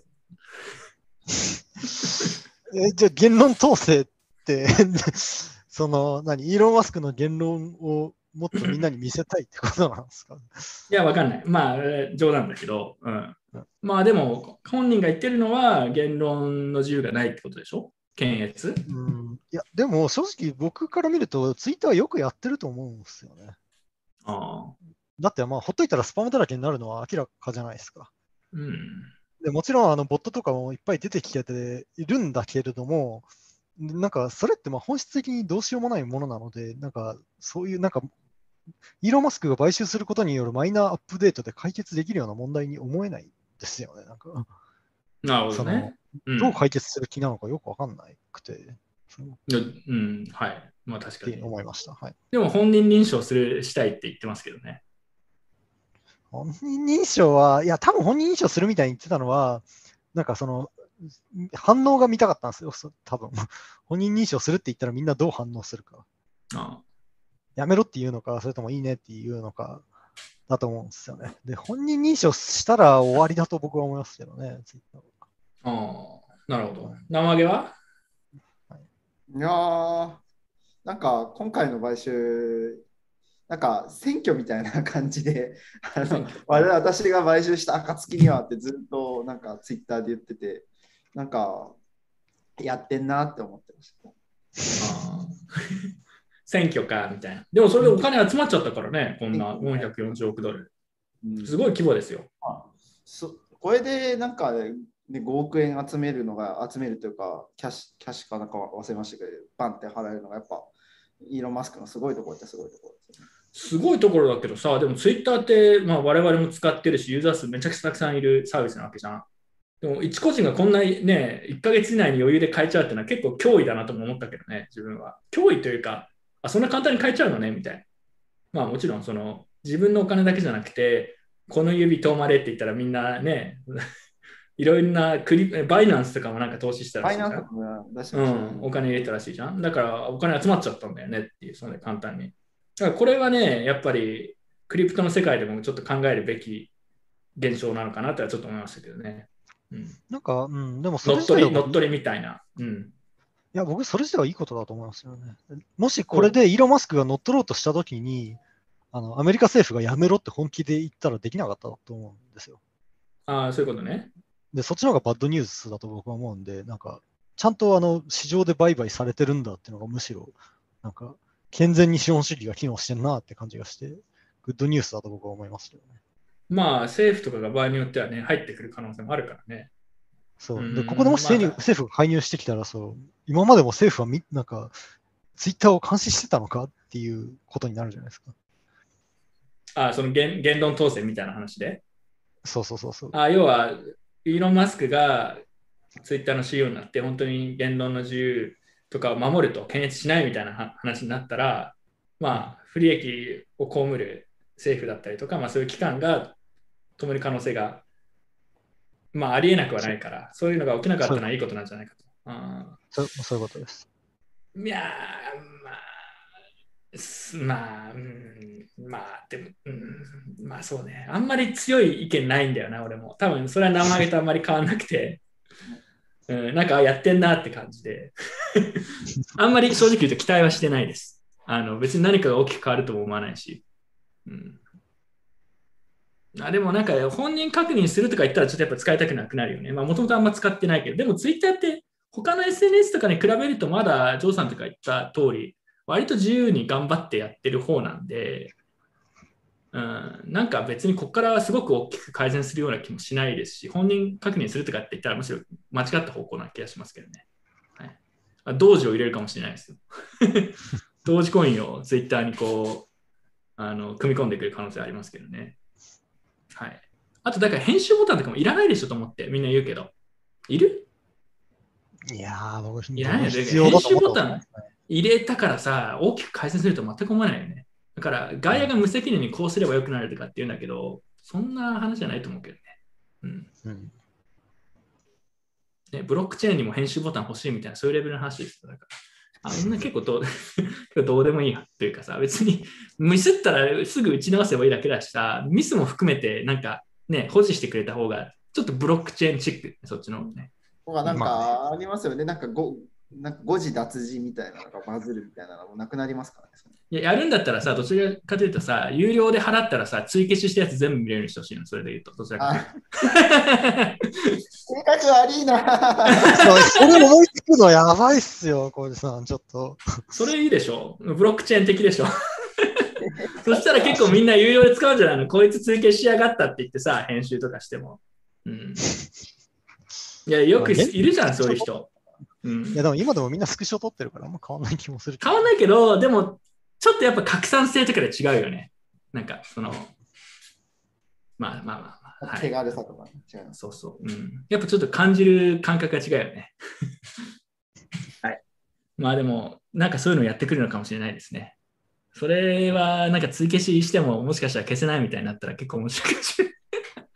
えじゃあ、言論統制ってその、何、イーロン・マスクの言論をもっとみんなに見せたいってことなんですかいや、わかんない。まあ、冗談だけど、うん。まあでも、本人が言ってるのは言論の自由がないってことでしょ検閲、 うん、いや、でも正直僕から見ると、ツイッターはよくやってると思うんですよね。 あだって、まあ、ほっといたらスパムだらけになるのは明らかじゃないですか。 うん、 でもちろん、あのボットとかもいっぱい出てきているんだけれども、なんか、それってまあ本質的にどうしようもないものなので、なんか、そういう、なんか、イーロン・マスクが買収することによるマイナーアップデートで解決できるような問題に思えないですよね。なんかなるほどね。 うん、どう解決する気なのかよくわかんなくて。 うん、はい。まあ確かに。 思いました。はい。 でも本人認証するしたいって言ってますけどね。 本人認証は、いや、多分本人認証するみたいに言ってたのは、なんかその、反応が見たかったんですよ、多分。本人認証するって言ったらみんなどう反応するか。 ああやめろっていうのか、それともいいねっていうのか、だと思うんですよね。で、本人認証したら終わりだと僕は思いますけどね、ツイッターは。 ああ、なるほど。生揚げは、 はい、いやー、なんか今回の買収、 なんか選挙みたいな感じで、あの我々私が買収した暁にはってずっとなんかツイッターで言ってて、なんかやってんなって思ってました。 あ選挙かみたいな。でもそれでお金集まっちゃったからね、こんなよんひゃくよんじゅうおくドル。すごい規模ですよ。 あそこれでなんか、ね、ごおくえん集めるのが、集めるというか、キャッシュキャッシュかなんか忘れましたけど、バンって払えるのがやっぱ、イーロン・マスクのすごいところってすごいところですよね。 すごいところだけどさ、でもツイッターって、まあ、我々も使ってるし、ユーザー数めちゃくちゃたくさんいるサービスなわけじゃん。でも一個人がこんなね、いっかげつ以内に余裕で変えちゃうっていうのは結構脅威だなとも思ったけどね、自分は。脅威というか、あ、そんな簡単に変えちゃうのねみたいな。まあもちろんその自分のお金だけじゃなくて、この指遠まれって言ったらみんなね、いろいろなクリバイナンスとかもなんか投資したらしいじゃん。 バイナンスも出してうましたね。 ん、お金入れたらしいじゃん。だからお金集まっちゃったんだよねっていう、それで簡単に。だからこれはね、やっぱりクリプトの世界でもちょっと考えるべき現象なのかなとはちょっと思いましたけどね。うん、 なんか、うん、でもそれ乗っ取り、 自体は僕乗っ取りみたいな。うん、 いや、僕、それ自体はいいことだと思いますよね。もしこれでイーロン・マスクが乗っ取ろうとしたときに、あの、アメリカ政府がやめろって本気で言ったらできなかったと思うんですよ。 ああ、そういうことね。 で、そっちの方がバッドニュースだと僕は思うんで、なんか、ちゃんとあの、市場で売買されてるんだっていうのがむしろ、なんか、健全に資本主義が機能してるなって感じがして、グッドニュースだと僕は思いますよね。 まあ、政府とかが場合によってはね、入ってくる可能性もあるからね。 そう。 うんで、ここでもし政府,、 まあ政府が介入してきたら、そう、今までも政府はみ、なんか、ツイッターを監視してたのかっていうことになるじゃないですか。 ああ、その言言論統制みたいな話で。 そうそうそうそう。 ああ、要は、イーロン・マスクがツイッターの シーイーオー になって、本当に言論の自由とかを守ると、検閲しないみたいな話になったら、まあ、不利益を被る政府だったりとか、まあ、そういう機関が止める可能性が、まあ、ありえなくはないから、そういうのが起きなかったのはいいことなんじゃないかと。あそうそういうことです。 いやー、まあ、すまあ、うん、まあ、でも、うん、まあそうね。あんまり強い意見ないんだよな、俺も。多分、それは名前とあんまり変わんなくて、うん、なんかやってんなって感じで。あんまり正直言うと期待はしてないです。あの別に何かが大きく変わるとも思わないし。うん、あでもなんか本人確認するとか言ったらちょっとやっぱ使いたくなくなるよね。まあもともとあんま使ってないけど、でもツイッターって他の エスエヌエス とかに比べるとまだジョーさんとか言った通り、割と自由に頑張ってやってる方なんで、うん、なんか別にここからすごく大きく改善するような気もしないですし、本人確認するとかって言ったらむしろ間違った方向な気がしますけどね。はい、同時を入れるかもしれないですよ。同時コインをツイッターにこう、あの組み込んでくる可能性ありますけどね。はい。あと、だから編集ボタンとかもいらないでしょと思ってみんな言うけど。いる？ いやー、僕、 いらないよ。 必要だと思ったことない編集ボタン入れたからさ、大きく改善すると全く思わないよね。だから、外野が無責任にこうすればよくなるとかって言うんだけど、そんな話じゃないと思うけどね。うん。 うんね、ブロックチェーンにも編集ボタン欲しいみたいな、そういうレベルの話ですよ。だから、あみんな結構どうどうでもいいというかさ、別にミスったらすぐ打ち直せばいいだけだしさ、ミスも含めてなんかね、保持してくれた方が、ちょっとブロックチェーンチック、そっちの方がね。 なんかありますよね。なんかごなんか誤字脱字みたいなのがバズるみたいなのもなくなりますからね。 いや、やるんだったらさ、どちらかというとさ、有料で払ったらさ、追消ししたやつ全部見れるようにしてほしいの、それで言うと。どちらかというと。 性格悪いなそれ思いつくのやばいっすよ、小路さん、ちょっと。 それいいでしょ？ブロックチェーン的でしょ？そしたら結構みんな有料で使うんじゃないの？こいつ追消しやがったって言ってさ、編集とかしても。うん、いや、よくいるじゃん、そういう人。うん、 いや、でも今でもみんなスクショ撮ってるから、あんま変わんない気もする。 変わんないけど、でも、ちょっとやっぱ拡散性とかで違うよね。なんか、その、まあまあまあまあ。 手軽さとか違う。 そうそう、うん。やっぱちょっと感じる感覚が違うよね。はい。まあでも、なんかそういうのやってくるのかもしれないですね。それは、なんか追消ししても、もしかしたら消せないみたいになったら結構面白いかもしれない。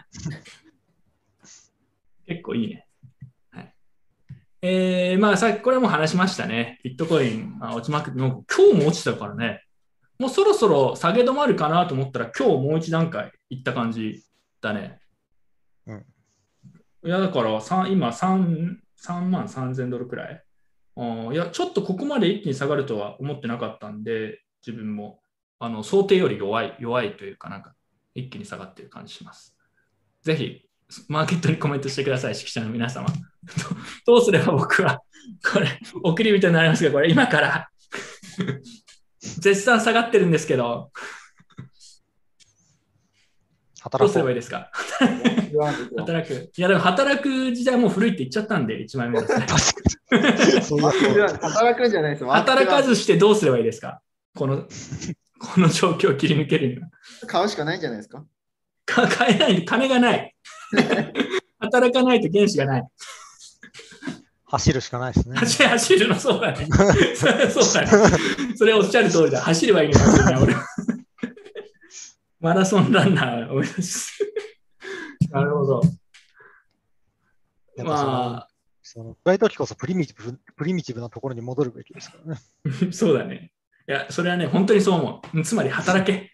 結構いいね。はい。えー、まあさっきこれも話しましたね。ビットコイン、まあ、落ちまくって、今日も落ちたからね。もうそろそろ下げ止まるかなと思ったら、今日もう一段階いった感じだね。 うん。 いや、だから今さんまんさんぜんドルくらい。あいや、ちょっとここまで一気に下がるとは思ってなかったんで、自分も。 あの想定より弱い、弱いというか、なんか一気に下がっている感じします。ぜひ、マーケットにコメントしてください、指揮者の皆様。どうすれば僕は、これ、送り人になりますが、これ今から絶賛下がってるんですけど、どうすればいいですか働く。いや、でも働く時代もう古いって言っちゃったんで、いちまいめですね。 働くんじゃないですよ。 働かずしてどうすればいいですかこの、この状況を切り抜けるには。 買うしかないんじゃないですか。 か買えない、金がない。働かないと原資がない。 走るしかないですね。 走走るの、そうだね。そうだね。それおっしゃる通りだ。走ればいいのかな、俺。マラソンランナーを目指す。なるほど。まあ、 その暗い時こそプリミティブ、プリミティブなところに戻るべきですからね。 そうだね。いや、それはね、本当にそう思う。つまり働け。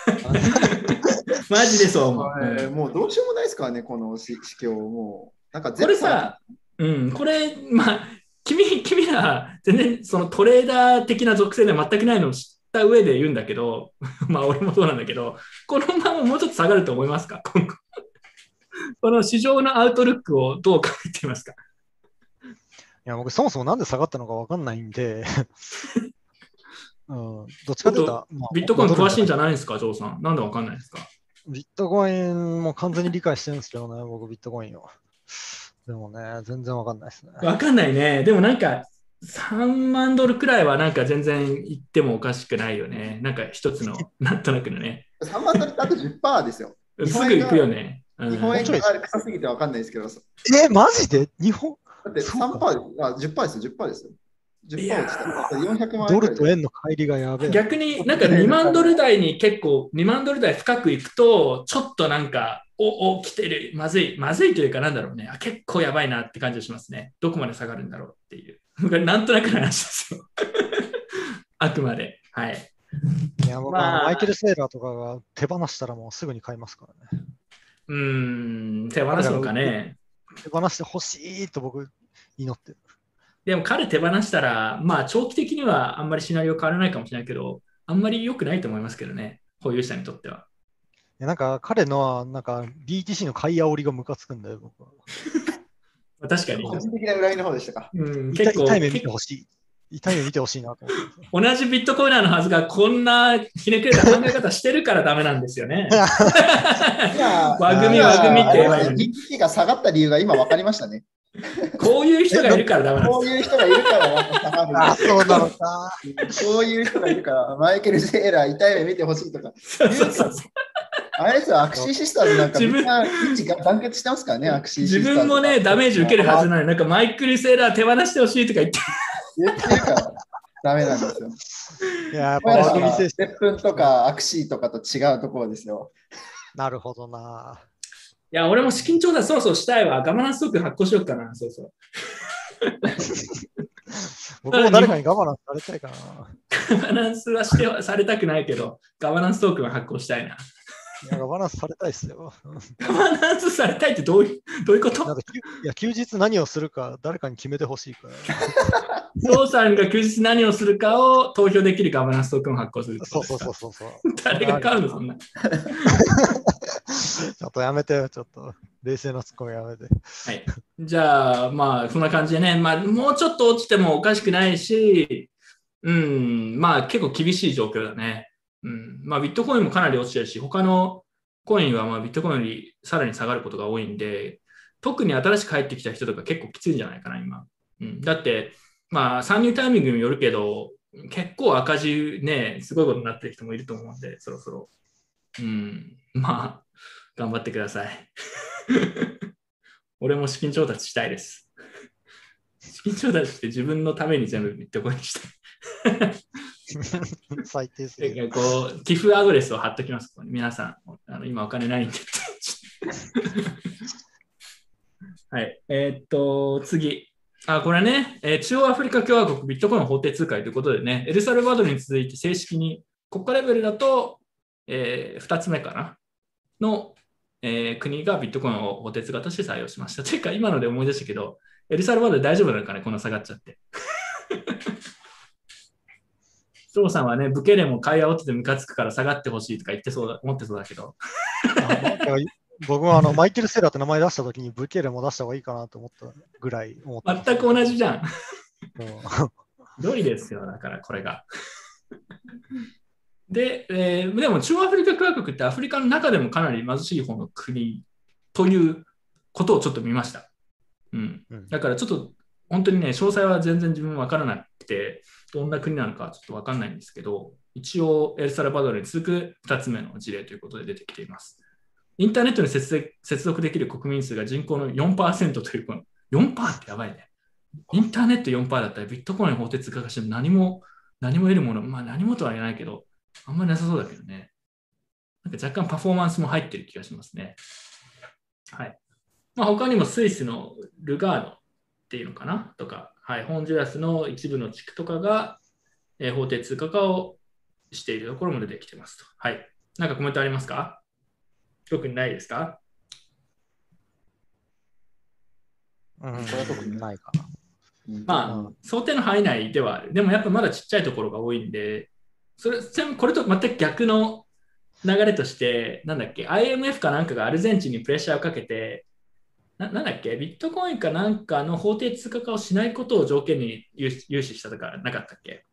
マジでそう思う。 えー、もうどうしようもないですからね、この指標。もう、なんかこれさ、うん、これ、まあ、君、君ら、全然そのトレーダー的な属性では全くないのを知った上で言うんだけど、まあ、俺もそうなんだけど、このままもうちょっと下がると思いますか今後。この市場のアウトルックをどう考えていますか。 いや、僕、そもそもなんで下がったのか分かんないんで、うん、どっちかというと、まあ、 ビットコイン詳しいんじゃないですか、ジョーさん。なんで分かんないですか。 ビットコインも完全に理解してるんですけどね、僕、ビットコインを。でもね、全然分かんないですね。 分かんないね。でもなんか、さんまんドルくらいはなんか全然いってもおかしくないよね。なんか一つの、なんとなくのね。 さんまんドルだと じゅっパーセント ですよ。 すぐ行くよね。 日本円が臭すぎて分かんないですけど。 え、マジで日本だって さんパーセント あ、じゅっパーセント ですよ、じゅっパーセント ですよ。じゅっパーセント 落ちたらよんひゃくまんドルと円の乖離がやべえ。 逆になんかにまんドル台に結構にまんドル台深くいくとちょっとなんかおお来てるまずいまずいというかなんだろうね結構やばいなって感じがしますね。どこまで下がるんだろうっていうなんとなくの話ですよ。あくまではい。 いや僕、まあ、マイケル・セーラーとかが手放したらもうすぐに買いますからね。 うーん手放すのかね。 手放してほしいと僕祈ってる。 でも彼手放したら、まあ長期的にはあんまりシナリオ変わらないかもしれないけど、あんまり良くないと思いますけどね、保有者にとっては。 いやなんか彼のなんか ビーティーシー の買い煽りがムカつくんだよ、僕は。 確かに。 個人的な裏切りの方でしたか。 うん、結構痛い目見てほしい。痛い目見てほしいなと思って。 同じビットコイナーのはずがこんなひねくれた考え方してるからダメなんですよね。輪組み輪組みって言われる。 ビーティーシー が下がった理由が今分かりましたね。 こういう人がいるからダメなんです。 こういう人がいるからやっぱ下がる。 あ、そうなのか。 こういう人がいるから、マイケル・セーラー痛い目見てほしいとか。 そうそうそうあれですよ、アクシーシスターズなんかみんな一致が団結してますからね、アクシーシスターズ。 自分もね、ダメージ受けるはずなのに、なんかマイケル・セーラー手放してほしいとか言って。 言ってるからダメなんですよ。 いや、やっぱ番組接吻とかアクシーとかと違うところですよ。 なるほどな。 いや、俺も資金調達そろそろしたいわ。ガバナンストークン発行しようかな、そうそう。 僕も誰かにガバナンスされたいかな。ガバナンスはしてされたくないけど、ガバナンストークンは発行したいな。 いやガバナンスされたいっすよ。 ガバナンスされたいってどういうどういうことなんかいや休日何をするか誰かに決めてほしいから。 ゾウさんが休日何をするかを投票できるガバナンストークンを発行する。 そうそうそうそうそう。 誰が買うのそんな。 ちょっとやめてよ、ちょっと。冷静なツッコミやめて。 はい。じゃあ、まあ、そんな感じでね、まあ、もうちょっと落ちてもおかしくないし、うん、まあ、結構厳しい状況だね。うん、まあ、ビットコインもかなり落ちてるし、他のコインはまあビットコインよりさらに下がることが多いんで、特に新しく入ってきた人とか結構きついんじゃないかな、今。うん、だって、まあ、参入タイミングによるけど、結構赤字ね、すごいことになってる人もいると思うんで、そろそろ。うん、まあ、頑張ってください。俺も資金調達したいです。資金調達して自分のために全部ビットコインしたい。 最低すぎる。 こう寄付アドレスを貼っておきます。皆さん、あの今お金ないんで。はい。えー、っと、次。あ、これね、えー、中央アフリカ共和国ビットコイン法定通貨ということでね、エルサルバドルに続いて正式に国家レベルだと、えー、ふたつめかなの、えー、国がビットコインを法定通貨として採用しました。というか、今ので思い出したけど、エルサルバドル大丈夫なのかね、こんな下がっちゃって。 翔さんはね、ブケレも会話をっててムカつくから下がってほしいとか言ってそうだ、思ってそうだけど。 僕はあのマイケル・セラーって名前出したときにブケレも出した方がいいかなと思ったぐらい思ってます。 全く同じじゃん。 うんひどいですよ、だからこれが。で、えーでも中央アフリカ共和国ってアフリカの中でもかなり貧しい方の国ということをちょっと見ました。うん、 うんだからちょっと本当にね、詳細は全然自分分からなくて、どんな国なのかちょっと分かんないんですけど、一応エルサルバドルに続くふたつめの事例ということで出てきています。インターネットに接続接続できる国民数が人口の よんパーセント という、よんパーセント ってやばいね。インターネット よんパーセント だったらビットコイン法定通貨化しても何も、何も得るもの、まあ何もとは言えないけど、あんまりなさそうだけどね。なんか若干パフォーマンスも入ってる気がしますね。はい。まあ、他にもスイスのルガーノっていうのかなとか、はい、ホンジュラスの一部の地区とかが、えー法定通貨化をしているところも出てきてますと。はい。なんかコメントありますか？特にないですか？ うん、これは特にないかな。 まあ、 うん想定の範囲内ではある。でもやっぱまだちっちゃいところが多いんで、それ、これと全く逆の流れとして、なんだっけ、アイエムエフ かなんかがアルゼンチンにプレッシャーをかけて、ななんだっけ、ビットコインかなんかの法定通貨化をしないことを条件に融資融資したとかなかったっけ？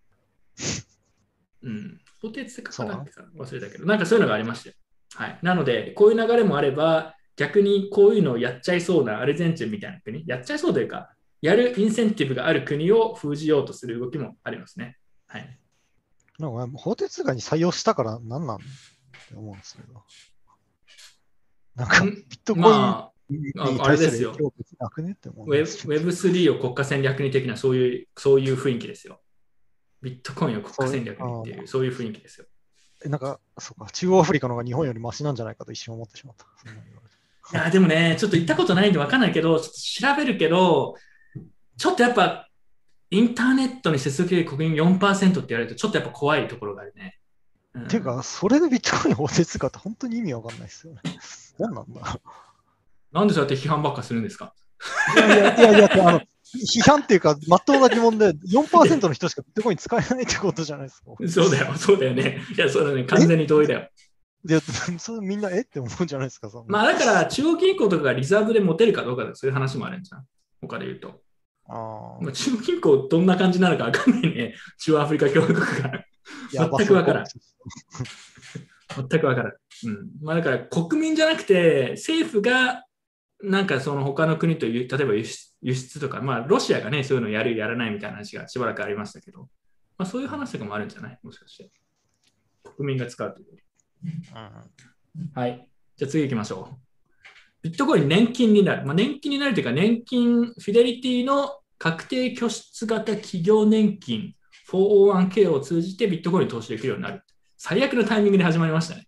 うん、法定通貨化だっけか忘れたけど、なんかそういうのがありましたよ。はい。なので、こういう流れもあれば、逆にこういうのをやっちゃいそうなアルゼンチンみたいな国、やっちゃいそうというか、やるインセンティブがある国を封じようとする動きもありますね。はい。 なんか法定通貨に採用したから何なんって思うんですけど。なんか、ビットコインまあ、 にああれ対すですよる影響別になくねって思うんウェですけど。 ブ ウェブスリー を国家戦略に的なそういう、そういう雰囲気ですよ。ビットコインを国家戦略にっていう、そういう雰囲気ですよ。 えなんか、そうか、中央アフリカの方が日本よりマシなんじゃないかと一瞬思ってしまった。そんなに言われていや、でもね、ちょっと行ったことないんで分かんないけど、ちょっと調べるけど、ちょっとやっぱ、インターネットに接続できる国民 よんパーセント って言われると、ちょっとやっぱ怖いところがあるね。うん、 ていうか、それでビットコイン法定通貨って本当に意味わかんないですよね。何なんだなんでそうやって批判ばっかするんですか？ いやいやいやいや、あの、批判っていうか、まっとうな疑問で、よんパーセント の人しかビットコイン使えないってことじゃないですか。 そうだよ、そうだよね。いや、そうだね、完全に同意だよ。 で、それみんな、えって思うんじゃないですか。そのまあ、だから、中央銀行とかがリザーブで持てるかどうかで、そういう話もあるんじゃん。他で言うと。 あまあ、中央銀行どんな感じなのか分かんないね。中央アフリカ共和国が。 やば全く分からん。 そう全く分からん。うん。まあ、だから、国民じゃなくて、政府が、なんかその他の国という、例えば輸出輸出とか、まあ、ロシアがね、そういうのやる、やらないみたいな話がしばらくありましたけど、まあ、そういう話とかもあるんじゃない？もしかして。国民が使うという。 うんはい。じゃあ次行きましょう。ビットコイン年金になる。まあ、年金になるというか、年金、フィデリティの確定拠出型企業年金 フォーオーワンケー を通じてビットコインに投資できるようになる。最悪のタイミングで始まりましたね。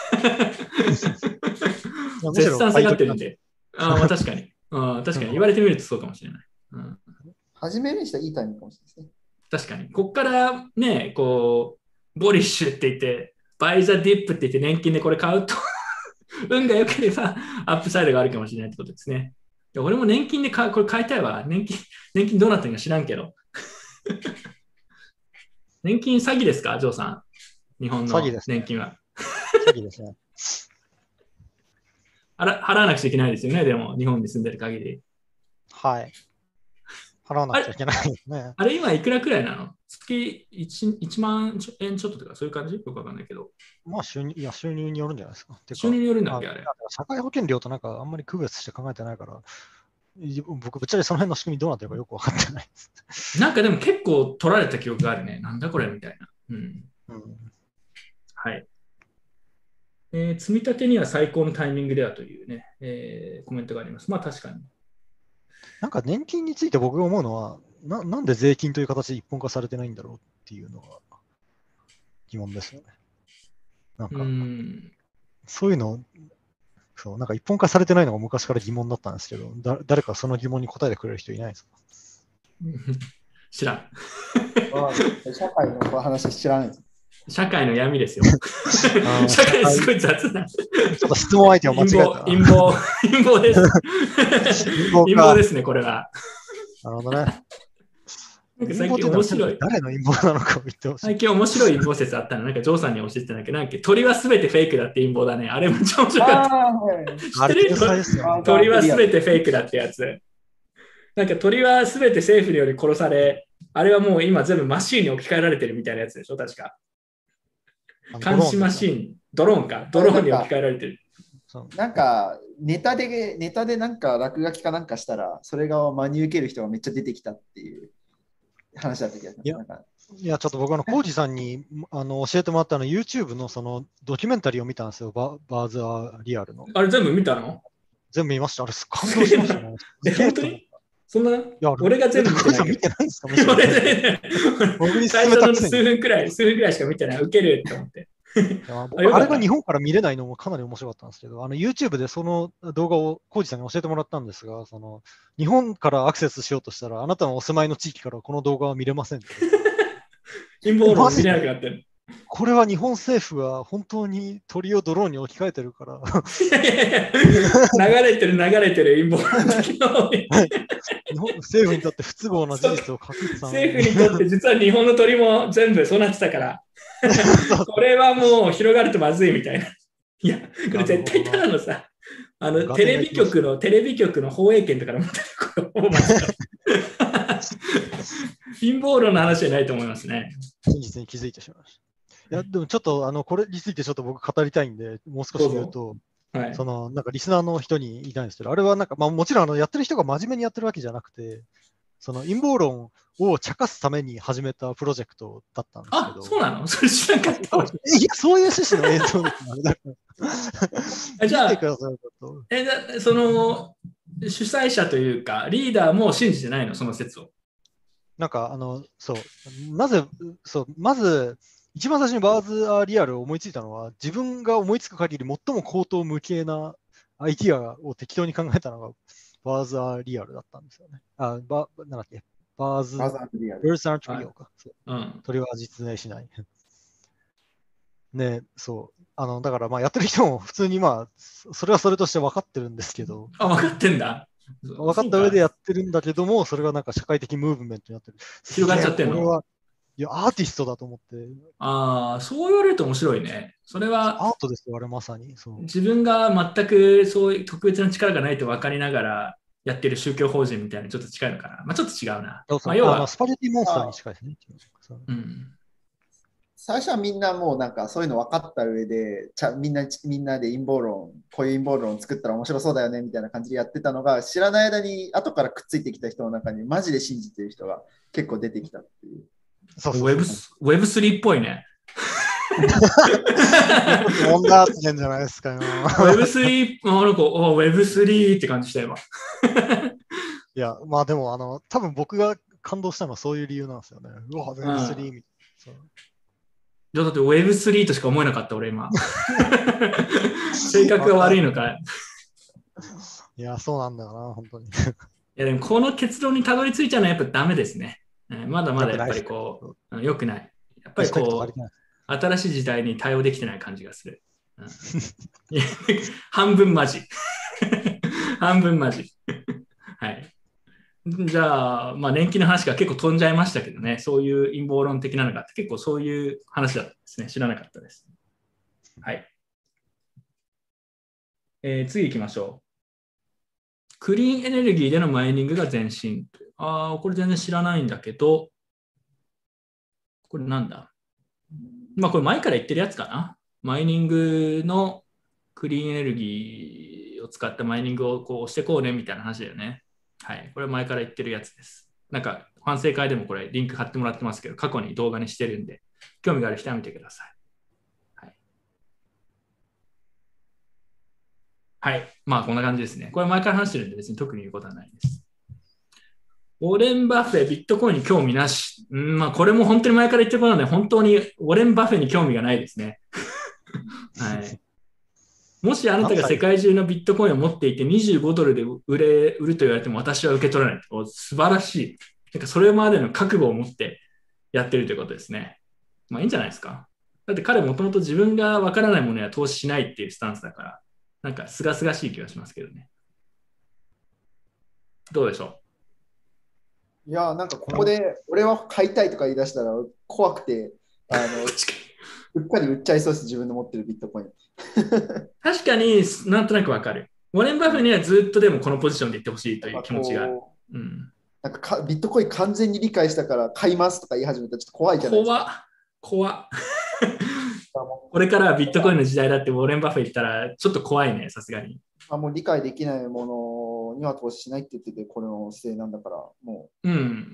絶賛下がってるんで。あまあ確かに。あ確かに言われてみるとそうかもしれない。うん、 始めるにしたらいいタイミングかもしれないですね。 確かに。こっからね、こう、ボリッシュって言って、バイザディップって言って年金でこれ買うと運が良ければアップサイドがあるかもしれないってことですね。で俺も年金で買これ買いたいわ。年金、年金どうなってるか知らんけど。年金詐欺ですか、ジョーさん。日本の年金は。 詐欺ですね。 あら払わなくちゃいけないですよね、でも、日本に住んでる限り。 はい。払わなくちゃいけないですね。 あれ、今いくらくらいなの？月 1, いちまん円ちょっととか、そういう感じよくわかんないけど。 まあ収入、いや、収入によるんじゃないですか。てか収入によるんだっけ、あれ。 社会保険料となんかあんまり区別して考えてないから、僕、ぶっちゃけその辺の仕組みどうなってるかよくわかってないです。 なんかでも結構取られた記憶があるね。なんだこれみたいな。うん。 うん、 はい。えー、積み立てには最高のタイミングではというね、えー、コメントがあります。まあ確かに。 なんか年金について僕が思うのはな、なんで税金という形で一本化されてないんだろうっていうのが疑問ですよね。なんか、 うんそういうの、そう、なんか一本化されてないのが昔から疑問だったんですけど、だ誰かその疑問に答えてくれる人いないですか？ 知らん。 社会の話知らないです。 社会の闇ですよ。社会すごい雑な。 ちょっと質問相手を間違えた。 陰謀、陰謀です。陰謀ですね、これは。 なるほどね。 なんか最近面白い。 誰の陰謀なのかを言ってほしい。 最近面白い陰謀説あったの。なんかジョーさんに教えてたんだけど、なんか鳥はすべてフェイクだって陰謀だね。あれめっちゃ面白かった。 ああ、はい。 あれ知ってる天才ですよね。 鳥はすべてフェイクだってやつ。なんか鳥はすべて政府により殺され、あれはもう今全部マシーンに置き換えられてるみたいなやつでしょ、確か。監視マシン。 ーン、ドローンか、ドローンに置き換えられてる。 そうなんか、ネタで、ネタでなんか落書きかなんかしたら、それが真に受ける人がめっちゃ出てきたっていう話だった気がします。 いやなんかいや、ちょっと僕、あの、コージさんにあの教えてもらったの YouTube のそのドキュメンタリーを見たんですよ、ババーズ・アー・リアルの。 あれ全部見たの？ 全部見ました。あれ、感動しましたね。 え、本当にそんな、 いや俺が全部見てないけど。 見てないんですか、むしろ俺ね僕に最勧め初の数たくせに。 分くらい、数分くらいしか見てない。ウケるって思って。 いや僕あよかったあれが日本から見れないのもかなり面白かったんですけど、あの YouTube でその動画をコージさんに教えてもらったんですが、その日本からアクセスしようとしたら、あなたのお住まいの地域からこの動画は見れませんって。 陰謀論見れなくなってる。 これは日本政府が本当に鳥をドローンに置き換えてるから、 いやいやいや流れてる流れてる陰謀論的な方に日本政府にとって不都合な事実を隠すため政府にとって実は日本の鳥も全部そうなってたからこれはもう広がるとまずいみたいな。いや、これ絶対ただのさ、あのテレビ局のテレビ局の放映権とかで持ってるこれほぼ間違い陰謀論の話じゃないと思いますね。 真実に気づいてしまいました。いや、でもちょっと、あの、これについてちょっと僕語りたいんで、もう少し言うと、 はい、 その、なんかリスナーの人に言いたいんですけど、あれはなんか、まあもちろんあの、やってる人が真面目にやってるわけじゃなくて、その陰謀論を茶化すために始めたプロジェクトだったんですけあ、 ど。 そうなの？それ知らなかった。 いや、そういう趣旨の映像ですね。だからじゃあ見てくださいと。 えだその主催者というか、リーダーも信じてないの、その説を。 なんか、あの、そう、なぜ、そう、まず、一番最初にバーズ・アー・リアルを思いついたのは、自分が思いつく限り最も口頭無形なアイディアを適当に考えたのが、バーズ・アー・リアルだったんですよね。あ、バなんだっけ、バーズ・バーザーリアルブルース・アントリオか。そううん、 鳥は実在しない。ね、そう。あの、だから、まあ、やってる人も普通に、まあ、それはそれとして分かってるんですけど、 あ、分かってんだ。 分かった上でやってるんだけども、それがなんか社会的ムーブメントになってる。 広がっちゃってんの？ これはいや、アーティストだと思って。 ああ、そう言われると面白いね。それはアートですよ、あれまさに。そう自分が全くそういう特別な力がないと分かりながらやってる宗教法人みたいなちょっと近いのかな。まあ、ちょっと違うな。 そうそうまあ、要はあのスパゲティモンスターに近いですね。そううん最初はみんなもうなんかそういうの分かった上で、ちゃみんなみんなで陰謀論、こういう陰謀論を作ったら面白そうだよねみたいな感じでやってたのが、知らない間に後からくっついてきた人の中にマジで信じてる人が結構出てきたっていう。 そうそうそうウェブス、ウェブスリーっぽいね。 問題発言じゃないですか、今。 ウェブスリー、あなんかおウェブスリーって感じした今。 いや、まあでも、あの、多分僕が感動したのはそういう理由なんですよね。うわ、ウェブスリーみたいな。そうじゃあだって ウェブスリー としか思えなかった俺今。性格が悪いのか。 いや、そうなんだよな、本当に。 いやでもこの結論にたどり着いちゃうのはやっぱダメですね。まだまだやっぱりこう、良くない。やっぱりこう、新しい時代に対応できてない感じがする。うん、半分マジ。半分マジ。はい。じゃあ、まあ、年金の話が結構飛んじゃいましたけどね、そういう陰謀論的なのがあって、結構そういう話だったんですね。知らなかったです。はい。えー、次行きましょう。クリーンエネルギーでのマイニングが前進。ああ、これ全然知らないんだけど、これなんだまあ、これ前から言ってるやつかな。マイニングのクリーンエネルギーを使ったマイニングをこうしてこうねみたいな話だよね。はい。これ前から言ってるやつです。なんか、反省会でもこれリンク貼ってもらってますけど、過去に動画にしてるんで、興味がある人は見てください。はい。はい。まあ、こんな感じですね。これ前から話してるんで別に特に言うことはないです。ウォレン・バフェ、ビットコインに興味なし。うん、まあ、これも本当に前から言ってることなので、本当にウォレン・バフェに興味がないですね。はい。もしあなたが世界中のビットコインを持っていてにじゅうごドルで売れ売ると言われても私は受け取らない。素晴らしい。なんかそれまでの覚悟を持ってやってるということですね。まあいいんじゃないですか。だって彼もともと自分がわからないものには投資しないっていうスタンスだから、なんか清々しい気がしますけどね。どうでしょいや、なんかここで俺は買いたいとか言い出したら怖くて、あの、うっかり売っちゃいそうです、自分の持ってるビットコイン。 確かになんとなくわかる。ウォレン・バフェにはずっとでもこのポジションでいってほしいという気持ちがある。うん、 なんかかビットコイン完全に理解したから買いますとか言い始めたらちょっと怖いじゃないですか。 怖っ。怖っ。これからビットコインの時代だってウォーレン・バフェ言ったらちょっと怖いね、さすがに。 あもう理解できないものには投資しないって言ってて、これの姿勢なんだから、もう。うん、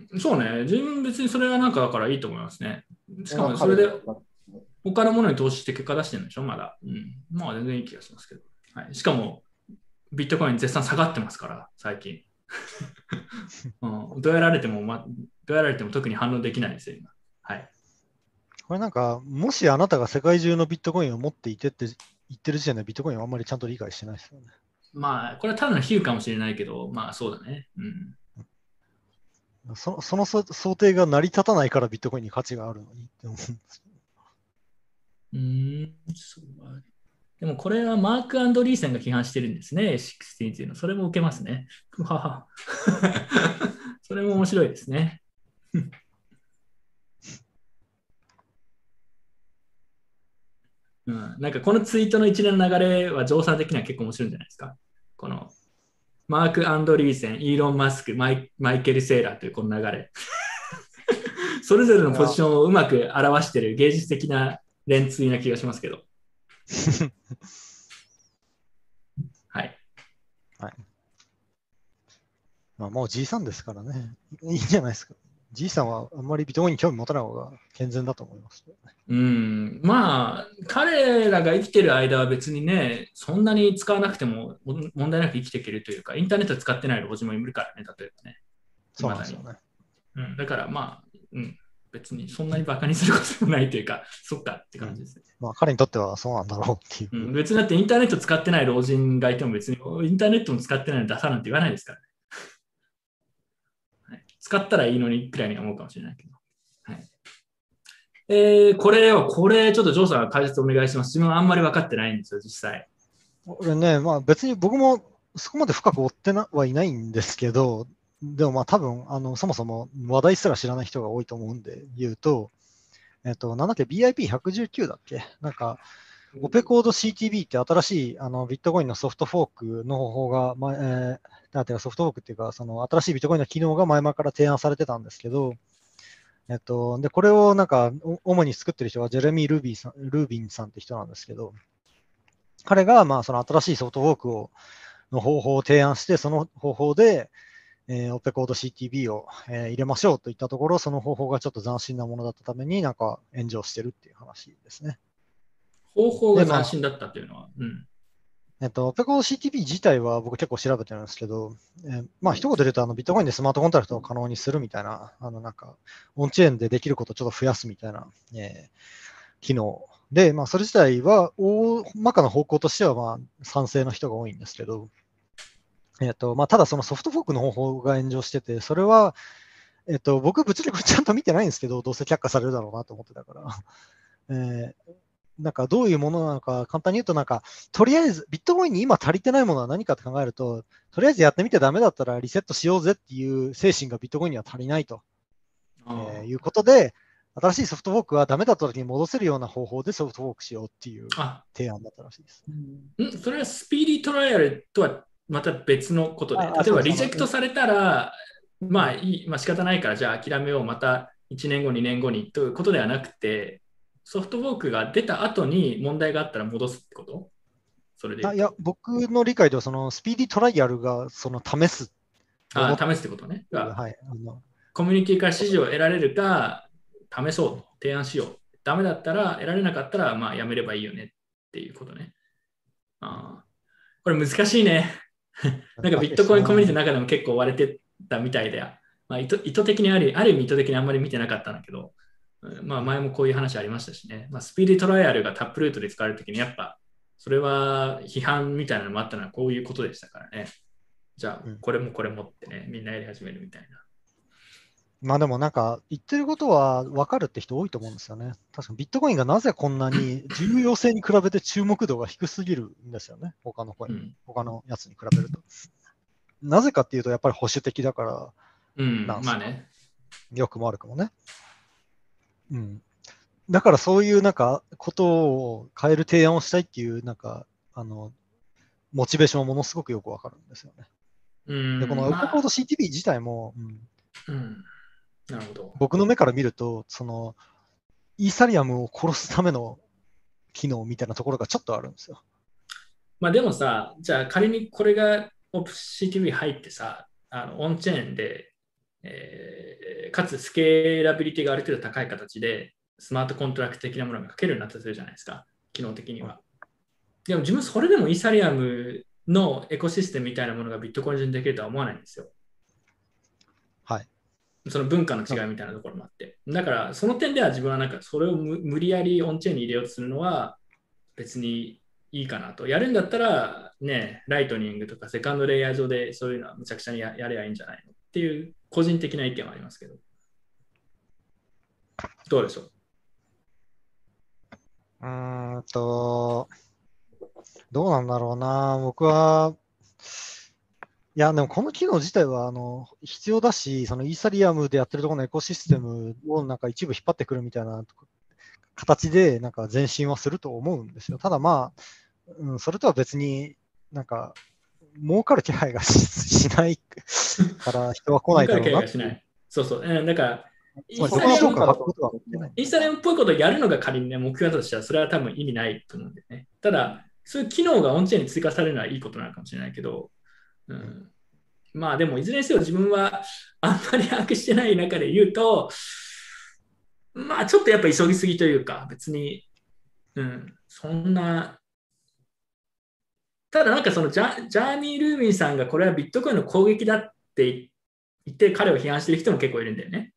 そうね。自分別にそれがなんかだからいいと思いますね。しかもそれで他のものに投資して結果出してるんでしょ、まだ。うん。まあ全然いい気がしますけど。はい、しかも、ビットコイン絶賛下がってますから、最近。うん、どうやられても、ま、どうやられても特に反応できないですよ、今。はい。 これなんか、もしあなたが世界中のビットコインを持っていてって言ってる時点でビットコインはあんまりちゃんと理解してないですよね。 まあ、これはただの比喩かもしれないけど、まあそうだね。 うん、そ, その想定が成り立たないからビットコインに価値があるのにって思うんです。 うーん、そうでもこれはマーク・アンドリーセンが批判してるんですね、エーシックスティーンっていうの。それも受けますね。それも面白いですね。うん、なんかこのツイートの一連の流れは乗算的には結構面白いんじゃないですか。このマーク・アンドリーセン、イーロン・マスク、マイマイケル・セーラーというこの流れ。それぞれのポジションをうまく表している芸術的な連追な気がしますけど。はい。 はい。まあ、もうじいさんですからね。いいんじゃないですか。じいさんはあんまりビットコインに興味持たない方が健全だと思います、ね。 うん。まあ、彼らが生きてる間は別にね、そんなに使わなくても問題なく生きていけるというか、インターネット使ってない老人もいるからね、例えばね。 そうなんですよね。 うん、だからまあ、うん、別にそんなにバカにすることもないというか、そっかって感じですね。 うん、まあ、彼にとってはそうなんだろうっていう。 うん、別にだってインターネット使ってない老人がいても別にインターネットも使ってないの出さなんて言わないですからね。はい、使ったらいいのにくらいに思うかもしれないけど。はいえー、これを、これちょっとジョーさん解説お願いします。自分はあんまり分かってないんですよ、実際。 これね、まあ別に僕もそこまで深く追ってなはいないんですけど、でもまあ多分あのそもそも話題すら知らない人が多いと思うんで言うと、えっと、なんだっけ、ビーアイピーひゃくじゅうきゅう だっけなんか、オペコード シーティービー って新しいあのビットコインのソフトフォークの方法が、まあえー、なんていうかソフトフォークっていうか、その新しいビットコインの機能が前々から提案されてたんですけど、えっと、で、これをなんか、主に作ってる人がジェレミー・ルービーさん、ルービンさんって人なんですけど、彼が、まあ、その新しいソフトフォークを、の方法を提案して、その方法で、えー、オペコード シーティービー を、えー、入れましょうといったところ、その方法がちょっと斬新なものだったために、なんか炎上してるっていう話ですね。 方法が斬新だったっていうのは。まあうんえっと、オペコード シーティービー 自体は僕結構調べてるんですけど、えー、まあ一言で言うとあのビットコインでスマートコントラクトを可能にするみたいな、あのなんかオンチェーンでできることをちょっと増やすみたいな、えー、機能で、まあそれ自体は大まかな方向としてはまあ賛成の人が多いんですけど、えっとまあ、ただそのソフトフォークの方法が炎上してて、それは、えっと、僕物理学ちゃんと見てないんですけど、どうせ却下されるだろうなと思ってたから。えーなんかどういうものなのか、簡単に言うと、なんか、とりあえず、ビットコインに今足りてないものは何かって考えると、とりあえずやってみてダメだったらリセットしようぜっていう精神がビットコインには足りないと、えー、いうことで、新しいソフトフォークはダメだった時に戻せるような方法でソフトフォークしようっていう提案だったらしいです。 んそれはスピーディートライアルとはまた別のことで、例えばリジェクトされたら、まあいい、まあ仕方ないからじゃあ諦めよう、またいちねんご、にねんごにということではなくて、ソフトフォークが出た後に問題があったら戻すってことそれでいや、僕の理解では、そのスピーディートライアルがその試す。 あ試すってことね。 はい、あのコミュニティから指示を得られるか、試そう、提案しよう。ダメだったら、得られなかったら、まあやめればいいよねっていうことね。あこれ難しいね。なんかビットコインコミュニティの中でも結構割れてたみたいで、まあ、意図意図的にある、ある意味意図的にあんまり見てなかったんだけど、まあ、前もこういう話ありましたしね、まあ、スピーディートライアルがタップルートで使われるときに、やっぱそれは批判みたいなのもあったのはこういうことでしたからね。じゃあ、これもこれもってね、みんなやり始めるみたいな。 まあでもなんか言ってることは分かるって人多いと思うんですよね。確かにビットコインがなぜこんなに重要性に比べて注目度が低すぎるんですよね。他のコイン、うん、他のやつに比べると。なぜかっていうとやっぱり保守的だからうん、 なんすまあね。 良くも悪くもね。うん。だからそういうなんかことを変える提案をしたいっていうなんかあのモチベーションはものすごくよくわかるんですよね。 うで、このん、 エココードまあ、 シーティービー 自体も、うん、 うん、なるほど。 僕の目から見ると、そのイーサリアムを殺すための機能みたいなところがちょっとあるんですよ。 まあでもさ、じゃあ仮にこれが オープンシーティービー 入ってさ、あのオンチェーンで、えーかつスケーラビリティがある程度高い形で、スマートコントラクト的なものが書けるようになったとするじゃないですか、機能的には。でも自分それでもイーサリアムのエコシステムみたいなものがビットコイン上にできるとは思わないんですよ。 はい。 その文化の違いみたいなところもあって。だからその点では自分はなんかそれを無無理やりオンチェーンに入れようとするのは別にいいかなと。やるんだったらね、ライトニングとかセカンドレイヤー上でそういうのはむちゃくちゃに や, やればいいんじゃないのっていう個人的な意見はありますけど。どうでしょう。 うーんと、どうなんだろうな。僕は、いや、でもこの機能自体はあの必要だし、そのイーサリアムでやってるところのエコシステムをなんか一部引っ張ってくるみたいな形でなんか前進はすると思うんですよ。ただまあ、うん、それとは別になんか儲かる気配がししないから人は来ないだ儲かる気ろうなっていう。 配がしない。そうそう。うん、だから、イつまりどーサリアムこの評価が発表とは言ってない。 インスタグラムっぽいことをやるのが仮にね、目標だとしたら、それは多分意味ないと思うんでね。ただ、そういう機能がオンチェーンに追加されるのはいいことなのかもしれないけど、うん、まあでも、いずれにせよ自分はあんまり把握してない中で言うと、まあちょっとやっぱ急ぎすぎというか、別に、うん、そんな、ただなんかそのジャジャーニー・ルーミンさんがこれはビットコインの攻撃だって言って彼を批判してる人も結構いるんだよね。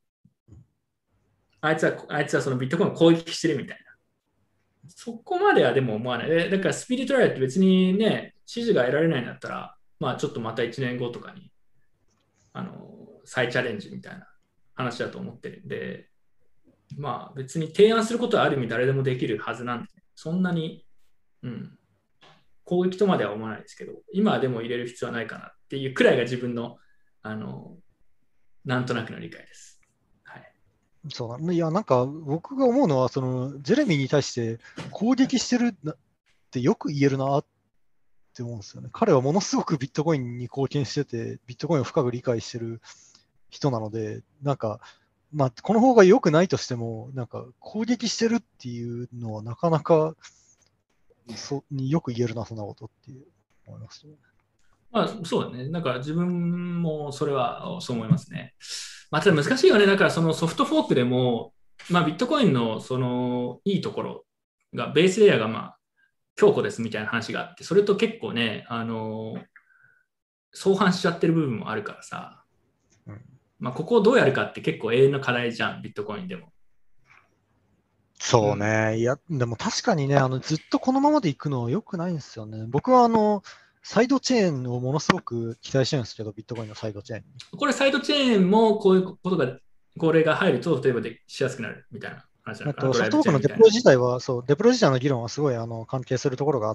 あいつは、あいつはそのビットコインを攻撃してるみたいな。そこまではでも思わない。だからスピリットライトって別にね、支持が得られないんだったら、まあちょっとまたいちねんごとかに、あの、再チャレンジみたいな話だと思ってるんで、まあ別に提案することはある意味誰でもできるはずなんで、そんなに、うん、攻撃とまでは思わないですけど、今はでも入れる必要はないかなっていうくらいが自分の、あの、なんとなくの理解です。はい。 そうだ。いや、なんか僕が思うのは、そのジェレミーに対して攻撃してるなってよく言えるなって思うんですよね。彼はものすごくビットコインに貢献してて、ビットコインを深く理解してる人なので、なんか、まあ、この方が良くないとしても、なんか攻撃してるっていうのはなかなかそによく言えるな、そんなことっていう思いますよね。 まあそうだね。なんか自分もそれはそう思いますね。まあ、ただ難しいよね。だからそのソフトフォークでも、まあ、ビットコインのそのいいところが、ベースレイヤーがまあ強固ですみたいな話があって、それと結構ね、あの相反しちゃってる部分もあるからさ、 うん、 まあ、ここをどうやるかって結構永遠の課題じゃん、ビットコインでも。 そうね。いや、でも確かにね、あのずっとこのままでいくのは良くないんですよね。僕はあの、サイドチェーンをものすごく期待してるんですけど、ビットコインのサイドチェーンに。 これサイドチェーンもこういうことが、これが入ると、例えばでしやすくなるみたいな話なのかな、 とドライソフトバンクのデブチェーンみたいな。 プロイ自体は、そう、デプロイ自体の議論はすごいあの関係するところがあって、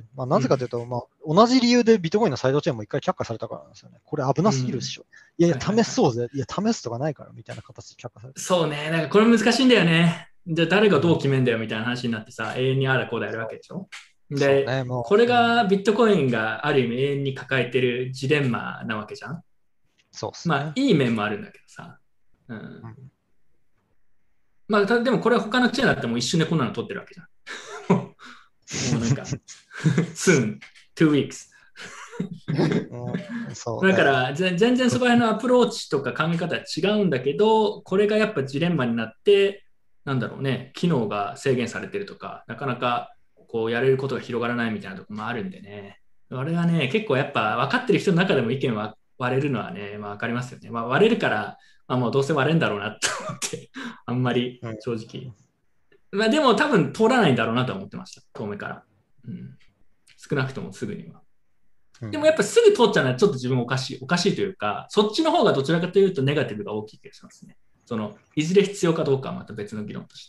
まあ、なぜかというと、まあ、同じ理由でビットコインのサイドチェーンも一回却下されたからなんですよね。これ危なすぎるでしょ。いやいや、 はいはいはい試そうぜ。いや、試すとかないからみたいな形で却下された。 そうね、なんかこれ難しいんだよね。じゃあ誰がどう決めんだよみたいな話になってさ、永遠にああだこうだやるわけでしょ。で、 ね、もうこれがビットコインがある意味永遠に抱えてるジレンマなわけじゃん。 そうっすね。 まあ、いい面もあるんだけどさ。うん。 うんまあ、たでもこれは他のチェーンだってもう一瞬でこんなの取ってるわけじゃん。もうもうなんか、soon, two weeks。 うんそうねだから、ぜ全然そこら辺のアプローチとか考え方は違うんだけど、これがやっぱジレンマになって、なんだろうね、機能が制限されてるとか、なかなかこうやれることが広がらないみたいなところもあるんでね。あれはね、結構やっぱ分かってる人の中でも意見は割れるのはね、まあ、分かりますよね。まあ、割れるから、まあ、もうどうせ割れるんだろうなと思って、あんまり正直。まあ、でも多分通らないんだろうなとは思ってました、遠目から。うん、少なくともすぐには。でもやっぱすぐ通っちゃうのはちょっと自分おかしい、おかしいというか、そっちの方がどちらかというとネガティブが大きい気がしますね。その、いずれ必要かどうかはまた別の議論として。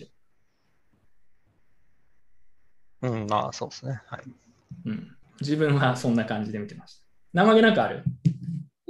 うん、まあそうですね。はい。 うん。自分はそんな感じで見てました。生毛なんかある？ い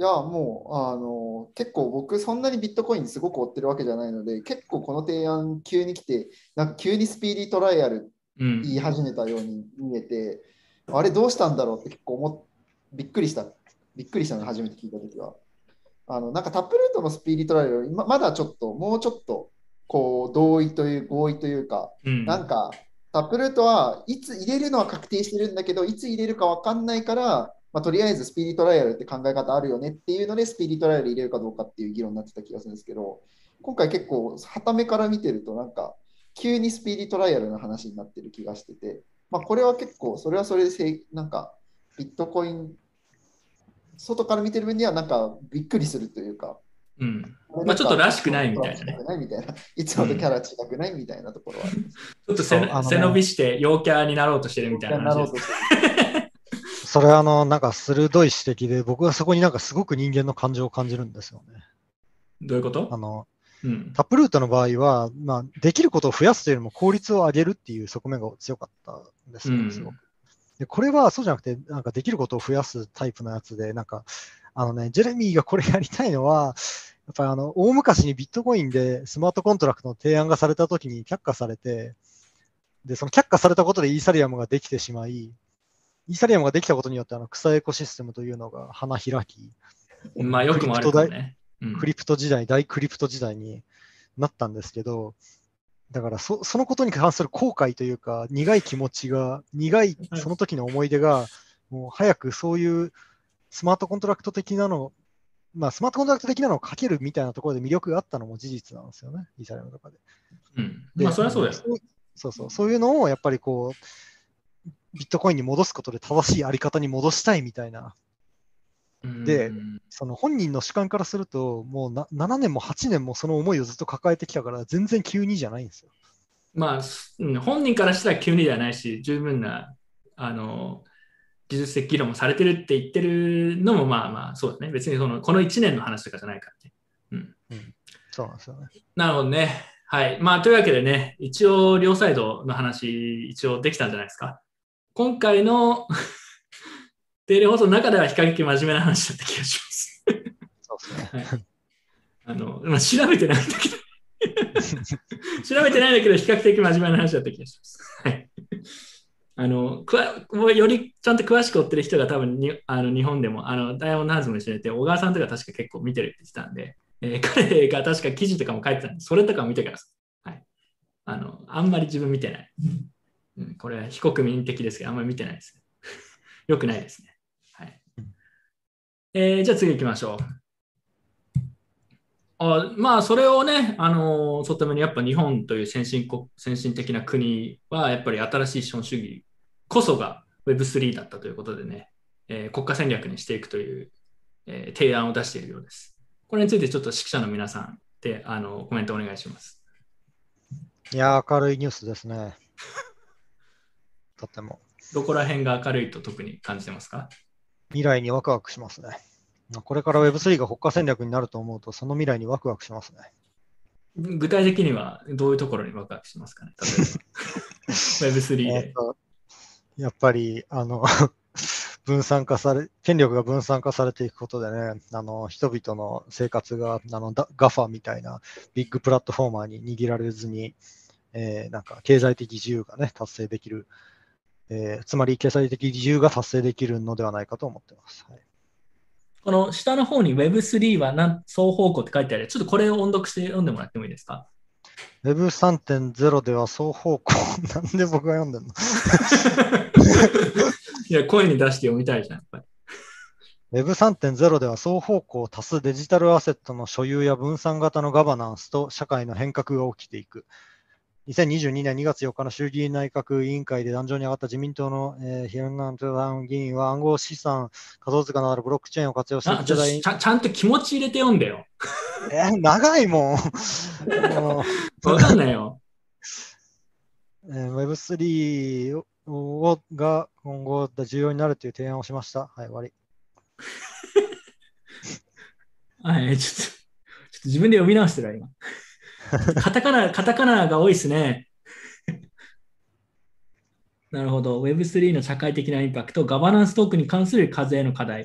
いや、もう、あの、結構僕、そんなにビットコインすごく追ってるわけじゃないので、結構この提案、急に来て、なんか急にスピーディートライアルうん言い始めたように見えて、あれどうしたんだろうって結構思っびっくりした。びっくりしたの初めて聞いたときは。あの、なんかタップルートのスピーディートライアル、ままだちょっと、もうちょっと、こう、同意という、合意というか、 うんなんか、タップルートはいつ入れるのは確定してるんだけど、いつ入れるか分かんないから、まあ、とりあえずスピーディートライアルって考え方あるよねっていうので、スピーディートライアル入れるかどうかっていう議論になってた気がするんですけど、今回結構、はためから見てると、なんか、急にスピーディートライアルの話になってる気がしてて、まあ、これは結構、それはそれでせい、なんか、ビットコイン、外から見てる分には、なんか、びっくりするというか、 うんまあ、ちょっとらしくないみたいなね。 いつもとキャラ違くないみたいなところはあります。 ちょっと背,、 そうあのね背伸びして陽キャになろうとしてるみたいななろうと話です。 してるそれはあの、なんか鋭い指摘で、僕はそこになんかすごく人間の感情を感じるんですよね。 どういうことあの、 うんタップルートの場合は、まあ、できることを増やすというよりも効率を上げるっていう側面が強かったんですよ、 うんすごく。で、これはそうじゃなくて、なんかできることを増やすタイプのやつで、なんか、あのね、ジェレミーがこれやりたいのは、やっぱりあの、大昔にビットコインでスマートコントラクトの提案がされたときに却下されて、で、その却下されたことでイーサリアムができてしまい、イーサリアムができたことによってあの草エコシステムというのが花開き、 まあ、よくも悪くもね。うんクリプト時代、大クリプト時代になったんですけど、だからそそのことに関する後悔というか、苦い気持ちが、苦いその時の思い出が、もう早くそういうスマートコントラクト的なの、まあ、スマートコントラクト的なのをかけるみたいなところで魅力があったのも事実なんですよね、イーサリアムとかで。 うんでまあ、そりゃそうだよ。 そうそうそう、そういうのをやっぱりこう、ビットコインに戻すことで正しいあり方に戻したいみたいな。でうんその本人の主観からすると、もうなななねんもはちねんもその思いをずっと抱えてきたから、全然急にじゃないんですよ。 まあ、すうん本人からしたら急にではないし、十分な、あの、技術的議論もされてるって言ってるのも、まあまあ、そうだね。別にその、このいちねんの話とかじゃないからね。うん。 そうなんですよね。 なるほどね。はい。まあ、というわけでね、一応、両サイドの話、一応できたんじゃないですか。今回の定例放送の中では比較的真面目な話だった気がします。 そうですね。 はいあのまあ、調べてないんだけど調べてないんだけど、比較的真面目な話だった気がします。はいあのくわもうよりちゃんと詳しく追ってる人が多分にあの日本でもあのダイヤモンドハンズも一緒にいて、小川さんとか確か結構見てるって言ってたんで、えー彼が確か記事とかも書いてたんで、それとかも見てください。はい、あのあんまり自分見てない。うん、これは非国民的ですけど、あんまり見てないですね。よくないですね。はいえー、じゃあ次行きましょう。あまあ、それをね、あのそのためにやっぱ日本という先進国先進的な国は、やっぱり新しい資本主義こそが ウェブスリー だったということでね、えー国家戦略にしていくという、えー提案を出しているようです。これについてちょっと指揮者の皆さんであのコメントお願いします。 いやー、明るいニュースですね。とっても。 どこら辺が明るいと特に感じてますか？ 未来にワクワクしますね。これから ウェブスリー が国家戦略になると思うと、その未来にワクワクしますね。 具体的にはどういうところにワクワクしますかね？例えば ウェブスリー で。 えーとやっぱり、あの、分散化され、権力が分散化されていくことでね、あの、人々の生活が、あの、ダガファみたいなビッグプラットフォーマーに握られずに、えーなんか経済的自由がね、達成できる、えーつまり経済的自由が達成できるのではないかと思っています。はい、 この下の方に ウェブスリー は何双方向って書いてある。ちょっとこれを音読して読んでもらってもいいですか？ ウェブさんてんゼロ では双方向、なんで僕が読んでんのいや、声に出して読みたいじゃん、やっぱり。 ウェブさんてんゼロ では双方向多数デジタルアセットの所有や分散型のガバナンスと社会の変革が起きていく。にせんにじゅうにねんにがつよっかの衆議院内閣委員会で壇上に上がった自民党の、えー、ヒルナントダウン議員は暗号資産、仮想通貨などブロックチェーンを活用してあちょちゃちゃんと気持ち入れて読んでよ。 えー長いもん。もうわかんないよ。 えー、ウェブスリー ををが今後重要になるという提案をしました。はい、終わり。 はい、ちょっと、ちょっと自分で読み直してるわ、今。カタカナ、カタカナが多いですね。なるほど。ウェブスリー の社会的なインパクト、ガバナンストークンに関する課税の課題。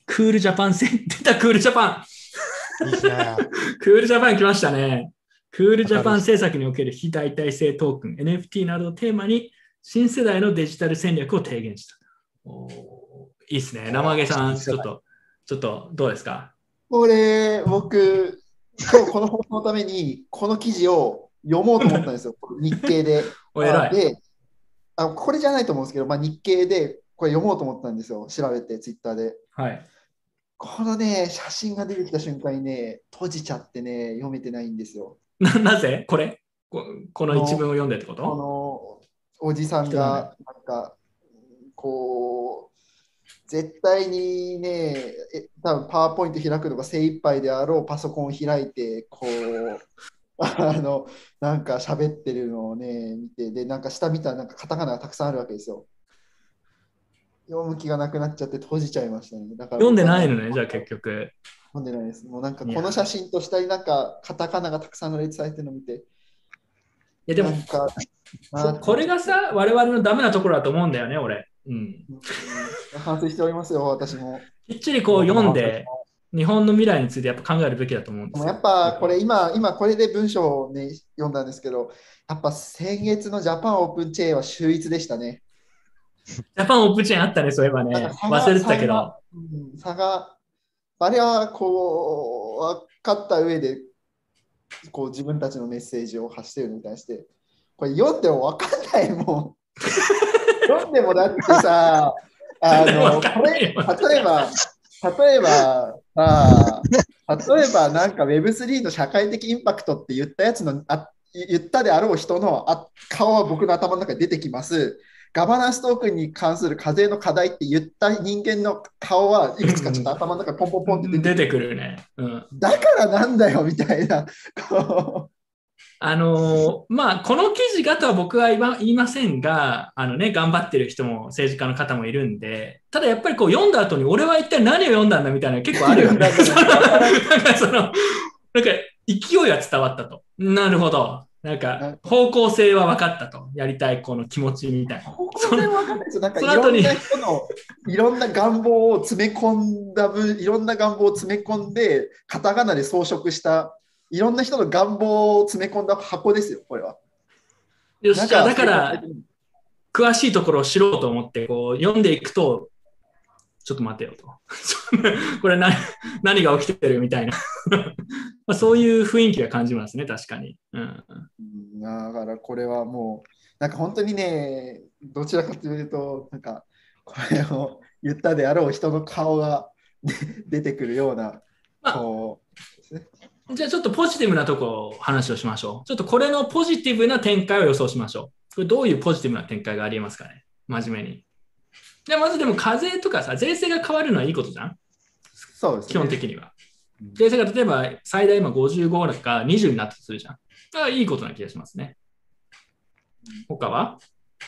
クールジャパン戦、出たクールジャパンいいですね。 クールジャパン来ましたね。クールジャパン制作における非代替性トークン、エヌエフティー などをテーマに新世代のデジタル戦略を提言した。おーいいですね。生揚げさん、ちょっと、ちょっとどうですか？ これ、僕、今日この放送のために、この記事を読もうと思ったんですよ。日経で。 お偉い。 で、あ、これじゃないと思うんですけど、まあ、日経でこれ読もうと思ったんですよ。調べて、ツイッターで。 はい。 このね、写真が出てきた瞬間にね、閉じちゃってね、読めてないんですよ。 な、なぜこれここの一文を読んでってこことのおじさんが、なんか、こう、絶対にね、え多分パワーポイント開くのが精一杯であろうパソコンを開いて、こう、あの、なんか喋ってるのをね、見て、で、なんか下見たらなんかカタカナがたくさんあるわけですよ。読む気がなくなっちゃって閉じちゃいましたね。だから読んでないのね、じゃあ結局。 読んでないです。もうなんかこの写真と下になんかカタカナがたくさん羅列されてるのを見て、 いやでもなんか、 ここれがさ、我々のダメなところだと思うんだよね、俺。うん。 うん反省しておりますよ、私も。 きっちりこう読んで、日本の未来についてやっぱ考えるべきだと思うんでよ。 ですもやっぱこれ今、今これで文章をね、読んだんですけど、やっぱ先月のジャパンオープンチェーンは秀逸でしたね。 ジャパンオープンチェーンあったね、そういえばね。忘れてたけど。 差が、うん、差があれはこう、分かった上で、こう自分たちのメッセージを発しているのに対して、これ読んでも分かんないもん。読んでもだってさ、あの、これ、例えば、例えば、あ例えばなんか ウェブスリー の社会的インパクトって言ったやつの、あ言ったであろう人のあ顔は僕の頭の中に出てきます。ガバナンストークンに関する課税の課題って言った人間の顔はいくつかちょっと頭の中にポンポンポンって出てくるね。うん、 だからなんだよみたいな。 あのー、まあ、この記事がとは僕は言いませんが、あのね、頑張ってる人も政治家の方もいるんで、ただやっぱりこう読んだ後に俺は一体何を読んだんだみたいなの結構あるよね。なんかその、なんか勢いは伝わったと。なるほど。なんか方向性は分かったと。やりたいこの気持ちみたいな。 方向性は分かんないですよ。なんかいろんな人のいろんな願望を詰め込んだ分、いろんな願望を詰め込んで、カタカナで装飾したいろんな人の願望を詰め込んだ箱ですよ、これは。 よし、じゃあだから、詳しいところを知ろうと思ってこう読んでいくと、ちょっと待てよと。これ何何が起きてるみたいな。まあそういう雰囲気が感じますね、確かに。うん、 だからこれはもう、なんか本当にね、どちらかというと、なんかこれを言ったであろう人の顔が出てくるような、こう、 まあ、じゃあちょっとポジティブなところを話をしましょう。ちょっとこれのポジティブな展開を予想しましょう。これどういうポジティブな展開がありますかね、真面目に。でまずでも課税とかさ、税制が変わるのはいいことじゃん。 そうですね、 基本的には。税制が例えば最大今ごじゅうごとかにじゅうになったとするじゃん。だからいいことな気がしますね。他は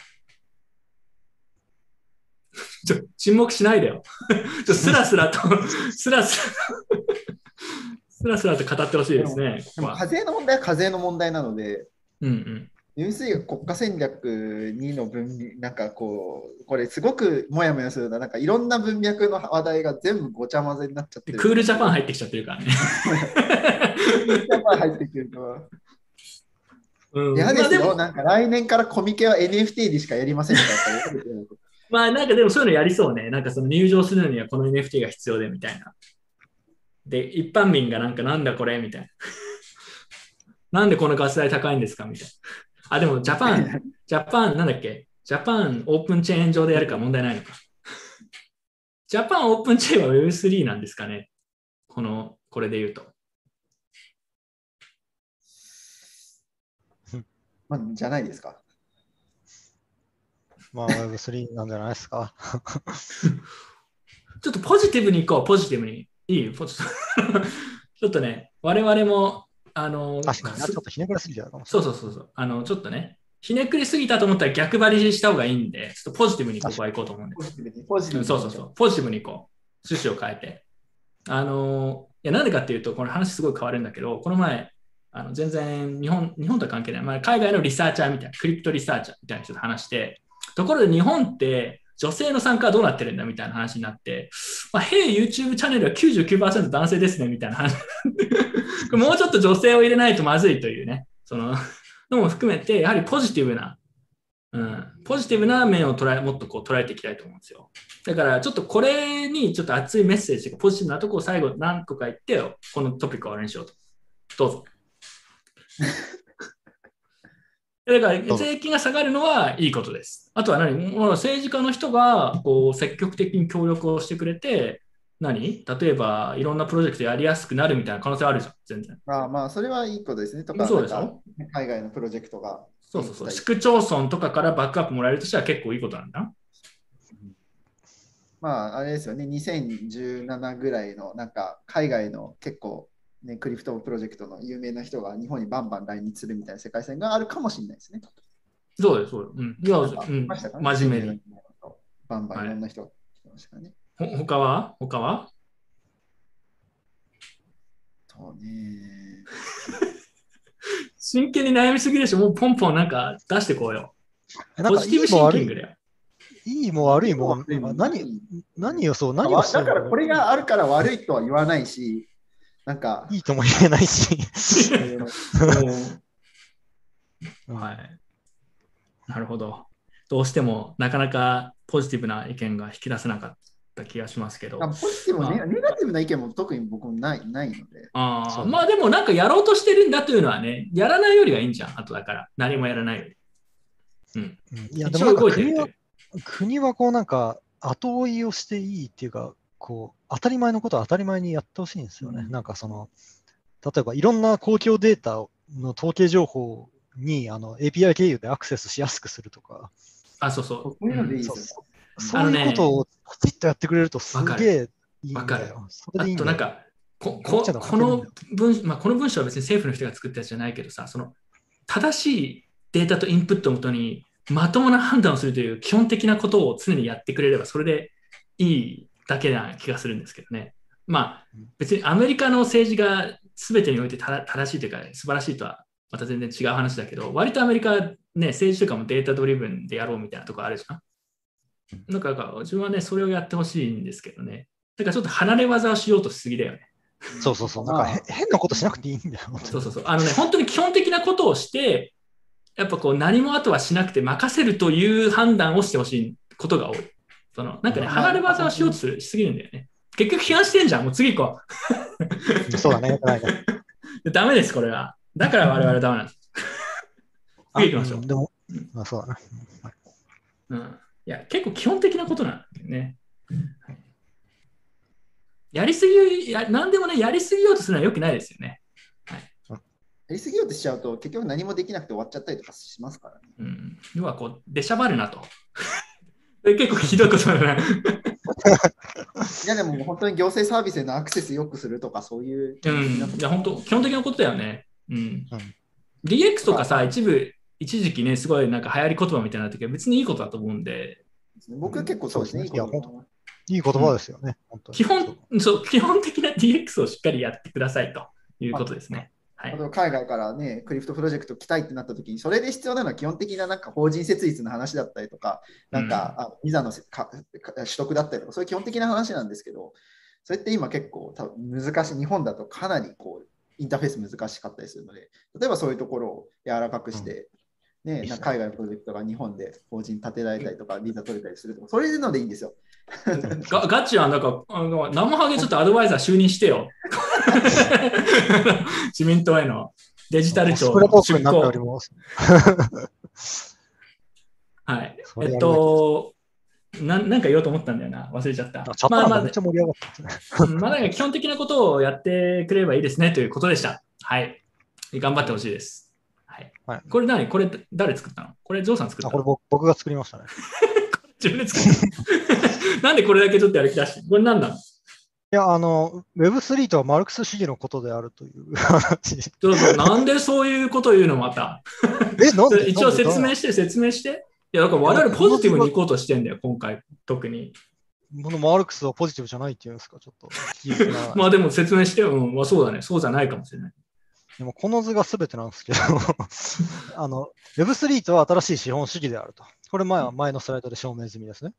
ちょ沈黙しないでよ。ちょスラスラと、スラスラと、スラスラと語ってほしいですね。 でも、でも課税の問題は課税の問題なので、 うんうん。 ユーエスディー が国家戦略にの分、なんかこう、これすごくもやもやするな、なんかいろんな文脈の話題が全部ごちゃ混ぜになっちゃってる。 クールジャパン入ってきちゃってるからね。 クールジャパン入ってくると。 うん、 嫌ですよ、 まあ、 なんか来年からコミケは エヌエフティー でしかやりませんとか言ってまあなんかでもそういうのやりそうね。なんかその入場するのにはこの エヌエフティー が必要でみたいな。で、一般民がなんかなんだこれみたいな。なんでこのガス代高いんですかみたいな。あ、でもジャパン、ジャパンなんだっけジャパンオープンチェーン上でやるから問題ないのか。ジャパンオープンチェーンは ウェブスリー なんですかねこの、これで言うと。 まあ、じゃないですか。 まあ ウェブスリー なんじゃないですか。 ちょっとポジティブにいこう、ポジティブに。いいポジティブちょっとね、我々も、あの、 確かに、ちょっとひねくれすぎちゃうかもしそれない。 うそうそうそう。あの、ちょっとね、ひねくりすぎたと思ったら逆張りした方がいいんで、ちょっとポジティブにここは行こうと思うんで。 ポジティブに、ポジティブに。 そうそうそう。ポジティブに行こう。趣旨を変えて。あの、いや、なんでかっていうと、この話すごい変わるんだけど、この前、あの全然日本、日本とは関係ない、まあ、海外のリサーチャーみたいな、クリプトリサーチャーみたいな人と話して、ところで日本って、 女性の参加はどうなってるんだみたいな話になって、まあ、Hey YouTube チャンネルは きゅうじゅうきゅうパーセント 男性ですねみたいな話。もうちょっと女性を入れないとまずいというね、そののも含めて、やはりポジティブな、うん、ポジティブな面を捉え、もっとこう捉えていきたいと思うんですよ。だからちょっとこれにちょっと熱いメッセージ、ポジティブなところを最後何個か言ってよ、このトピックを終わりにしようと。どうぞ。だから税金が下がるのはいいことです。あとは何もう政治家の人がこう積極的に協力をしてくれて、何例えばいろんなプロジェクトやりやすくなるみたいな可能性あるじゃん、全然。 まあまあ、それはいいことですね。とか、 そうでしょなんか海外のプロジェクトが。 そうそうそう。市区町村とかからバックアップもらえるとしては結構いいことなんだ。 まあ、あれですよね、にせんじゅうななぐらいの、なんか、海外の結構、ね、クリプトプロジェクトの有名な人が日本にバンバン来日するみたいな世界線があるかもしれないですね。 そうです、そうです。うん。いや、 なんかうん、 ましたかね真面目に。 バンバンいろんな人が来てましたからね。 ほ他は他はそうね。 真剣に悩みすぎでしょ。もうポンポンなんか出してこうよ。 なんかポジティブシンキングだよ。 いいも悪いも、何、何をそう、何をだからこれがあるから悪いとは言わないし、なんか。 いいとも言えないし。 はい。なるほど。どうしてもなかなかポジティブな意見が引き出せなかった気がしますけど。 ポジティブ、まあ、ネガティブな意見も特に僕もない、ないので。 あまあでもなんかやろうとしてるんだというのはね、やらないよりはいいんじゃん。あとだから。何もやらないより。うん。 いや、でもなんか国は、国はこうなんか後追いをしていいっていうか、こう当たり前のことは当たり前にやってほしいんですよね。うん、なんかその、例えばいろんな公共データの統計情報にあの エーピーアイ 経由でアクセスしやすくするとか。 あ、そうそう。 そういうのでいいですよ。 そういうことをきちっとやってくれるとすげえいいんだよ。 わかる。 それでいいんだよ。 あとなんか、こ, こ, この文、まあ、この文章は別に政府の人が作ったやつじゃないけどさ、その正しいデータとインプットをもとにまともな判断をするという基本的なことを常にやってくれればそれでいいだけな気がするんですけどね。まあ別にアメリカの政治が全てにおいて正しいというか素晴らしいとはまた全然違う話だけど、割とアメリカはね、政治とかもデータドリブンでやろうみたいなところあるじゃん。だから自分はね、それをやってほしいんですけどね。だからちょっと離れ技をしようとしすぎだよね。 そうそうそう。なんか変なことしなくていいんだよ。 そうそうそう。あのね、本当に基本的なことをして、やっぱこう何もあとはしなくて任せるという判断をしてほしいことが多い。そのなんかね、離れ技をしようとするしすぎるんだよね。結局批判してんじゃん。もう次行こう。そうだね。 ダメです、これは。だから我々ダメなんです。次行きましょう。 でも、あ、そうだね。 うん。いや、結構基本的なことなんだよね。やりすぎ、や何でもね、やりすぎようとするのは良くないですよね。はい、 やりすぎようとしちゃうと、結局何もできなくて終わっちゃったりとかしますからね。 うん。要はこう、出しゃばるなと。結構ひどいことだな。いや、でも本当に行政サービスへのアクセス良くするとか、そういう。 うん。いや、本当、基本的なことだよね。うん。うん、ディーエックス とかさ、一部、一時期ね、すごいなんか流行り言葉みたいな時は別にいいことだと思うんで。 僕は結構そうですね。いい言葉いい言葉ですよね。 うん、本当に基本そう、基本的な ディーエックス をしっかりやってくださいということですね。はい、 海外からね、クリプトプロジェクト来たいってなった時に、それで必要なのは基本的ななんか法人設立の話だったりとか、なんか、うん、あビザのか取得だったりとか、そういう基本的な話なんですけど、それって今結構多分難しい、日本だとかなりこうインターフェース難しかったりするので、例えばそういうところを柔らかくして、うんね、なんか海外のプロジェクトが日本で法人立てられたりとか、ビザ取れたりするとか、そういうのでいいんですよ。 ガ, ガチはなんか、あの生ハゲちょっとアドバイザー就任してよ。自民党へのデジタル庁の出向。はい。えっとな、なんか言おうと思ったんだよな。忘れちゃった。 まあまあ、めっちゃ盛り上がった。 まあなんか基本的なことをやってくれればいいですねということでした。はい。頑張ってほしいです。はい。はい、これ何これ誰作ったの？これジョーさん作ったの？ これ 僕, 僕が作りましたね。 自分で作ったなんでこれだけちょっとやる気出してこれ何なの？いや、あの、ウェブスリー とはマルクス主義のことであるという話。 そうそうなんでそういうことを言うのまた。 え、なんで一応説明して、説明して。いや、だから我々ポジティブに行こうとしてんだよ、今回、特に。 このマルクスはポジティブじゃないっていうんですか、ちょっと。 まあでも説明して、うん、まあ、そうだね、そうじゃないかもしれない。 でもこの図が全てなんですけどあの、ウェブスリー とは新しい資本主義であると。これ前は前のスライドで証明済みですね。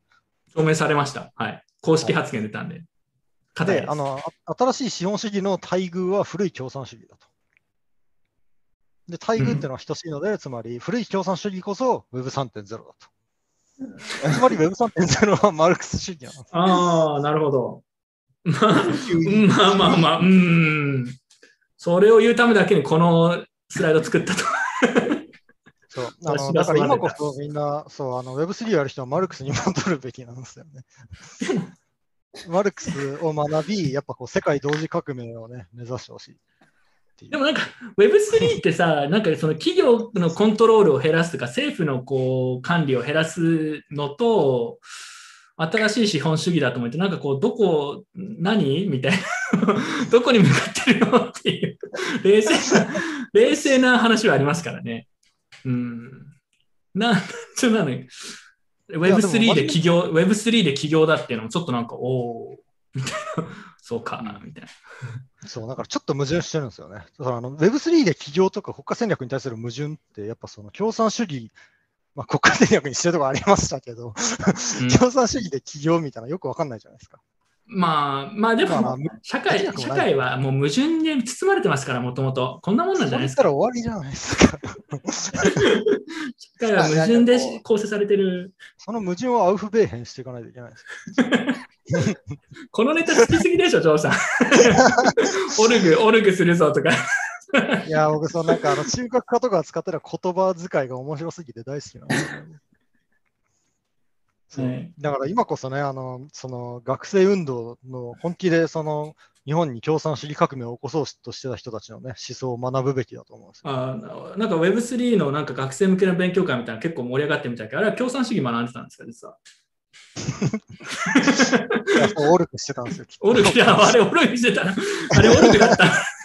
証明されました。はい。公式発言出たんで。硬いで、 です。 あの、あ新しい資本主義の待遇は古い共産主義だと。で、待遇っていうのは等しいので、つまり古い共産主義こそ ウェブさんてんゼロ だと。つまり ウェブさんてんゼロ はマルクス主義なんです。 ああ、なるほど。まあ、 急にまあまあまあ、うーん。それを言うためだけにこのスライド作ったと。 そうあのだから今こそみんなそうあの ウェブスリー やる人はマルクスに戻るべきなんですよね。マルクスを学び、やっぱこう世界同時革命をね、目指してほしい。 でもなんか ウェブスリー ってさ、なんかその企業のコントロールを減らすとか、政府のこう管理を減らすのと、新しい資本主義だと思って、なんかこう、どこ、何みたいな、どこに向かってるのっていう、冷静な、冷静な話はありますからね。うん。なんちょなの ウェブスリー で起業、ウェブスリー で起業だっていうのもちょっとなんか、おー、みたいな、そうか、みたいな。 そう、だからちょっと矛盾してるんですよね。だからあの ウェブスリー で起業とか国家戦略に対する矛盾って、やっぱその共産主義、まあ、国家戦略にしてるところありましたけど、うん、共産主義で起業みたいなよくわかんないじゃないですか。 まあ、まあでも、まあ、社会、社会はもう矛盾で包まれてますから、もともと。こんなもんなんじゃないですか。 それ終わりじゃないですか。 社会は矛盾で構成されてる。 その矛盾をアウフベーヘンしていかないといけないです。 このネタ好きすぎでしょ、ジョーさん。オルグ、オルグするぞとか。 いや、僕、そのなんかあの中核化とか使ってる言葉遣いが面白すぎて大好きなんですよね。そうだから今こそね、あのその学生運動の本気でその日本に共産主義革命を起こそうとしてた人たちの、ね、思想を学ぶべきだと思うんですよ。 あなんか ウェブスリー のなんか学生向けの勉強会みたいな結構盛り上がってみたけど、あれは共産主義学んでたんですか、実は。 オルクしてたんですよ。 オルク、あれオルクしてたな。あれオルクだった。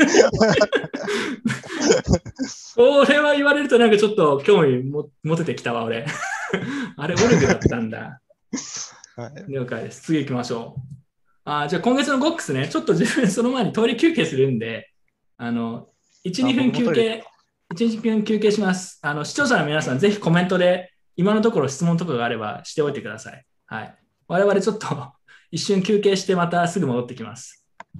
これは言われるとなんかちょっと興味も持ててきたわ、俺。あれオルクだったんだ。はい、了解です。次行きましょう。あじゃあ今月のゴックスね、ちょっと自分その前にトイレ休憩するんで、あの、いち、にふん休憩、いち、にふん休憩します。あの視聴者の皆さん、ぜひコメントで今のところ質問とかがあればしておいてください。はい。我々ちょっと一瞬休憩してまたすぐ戻ってきます。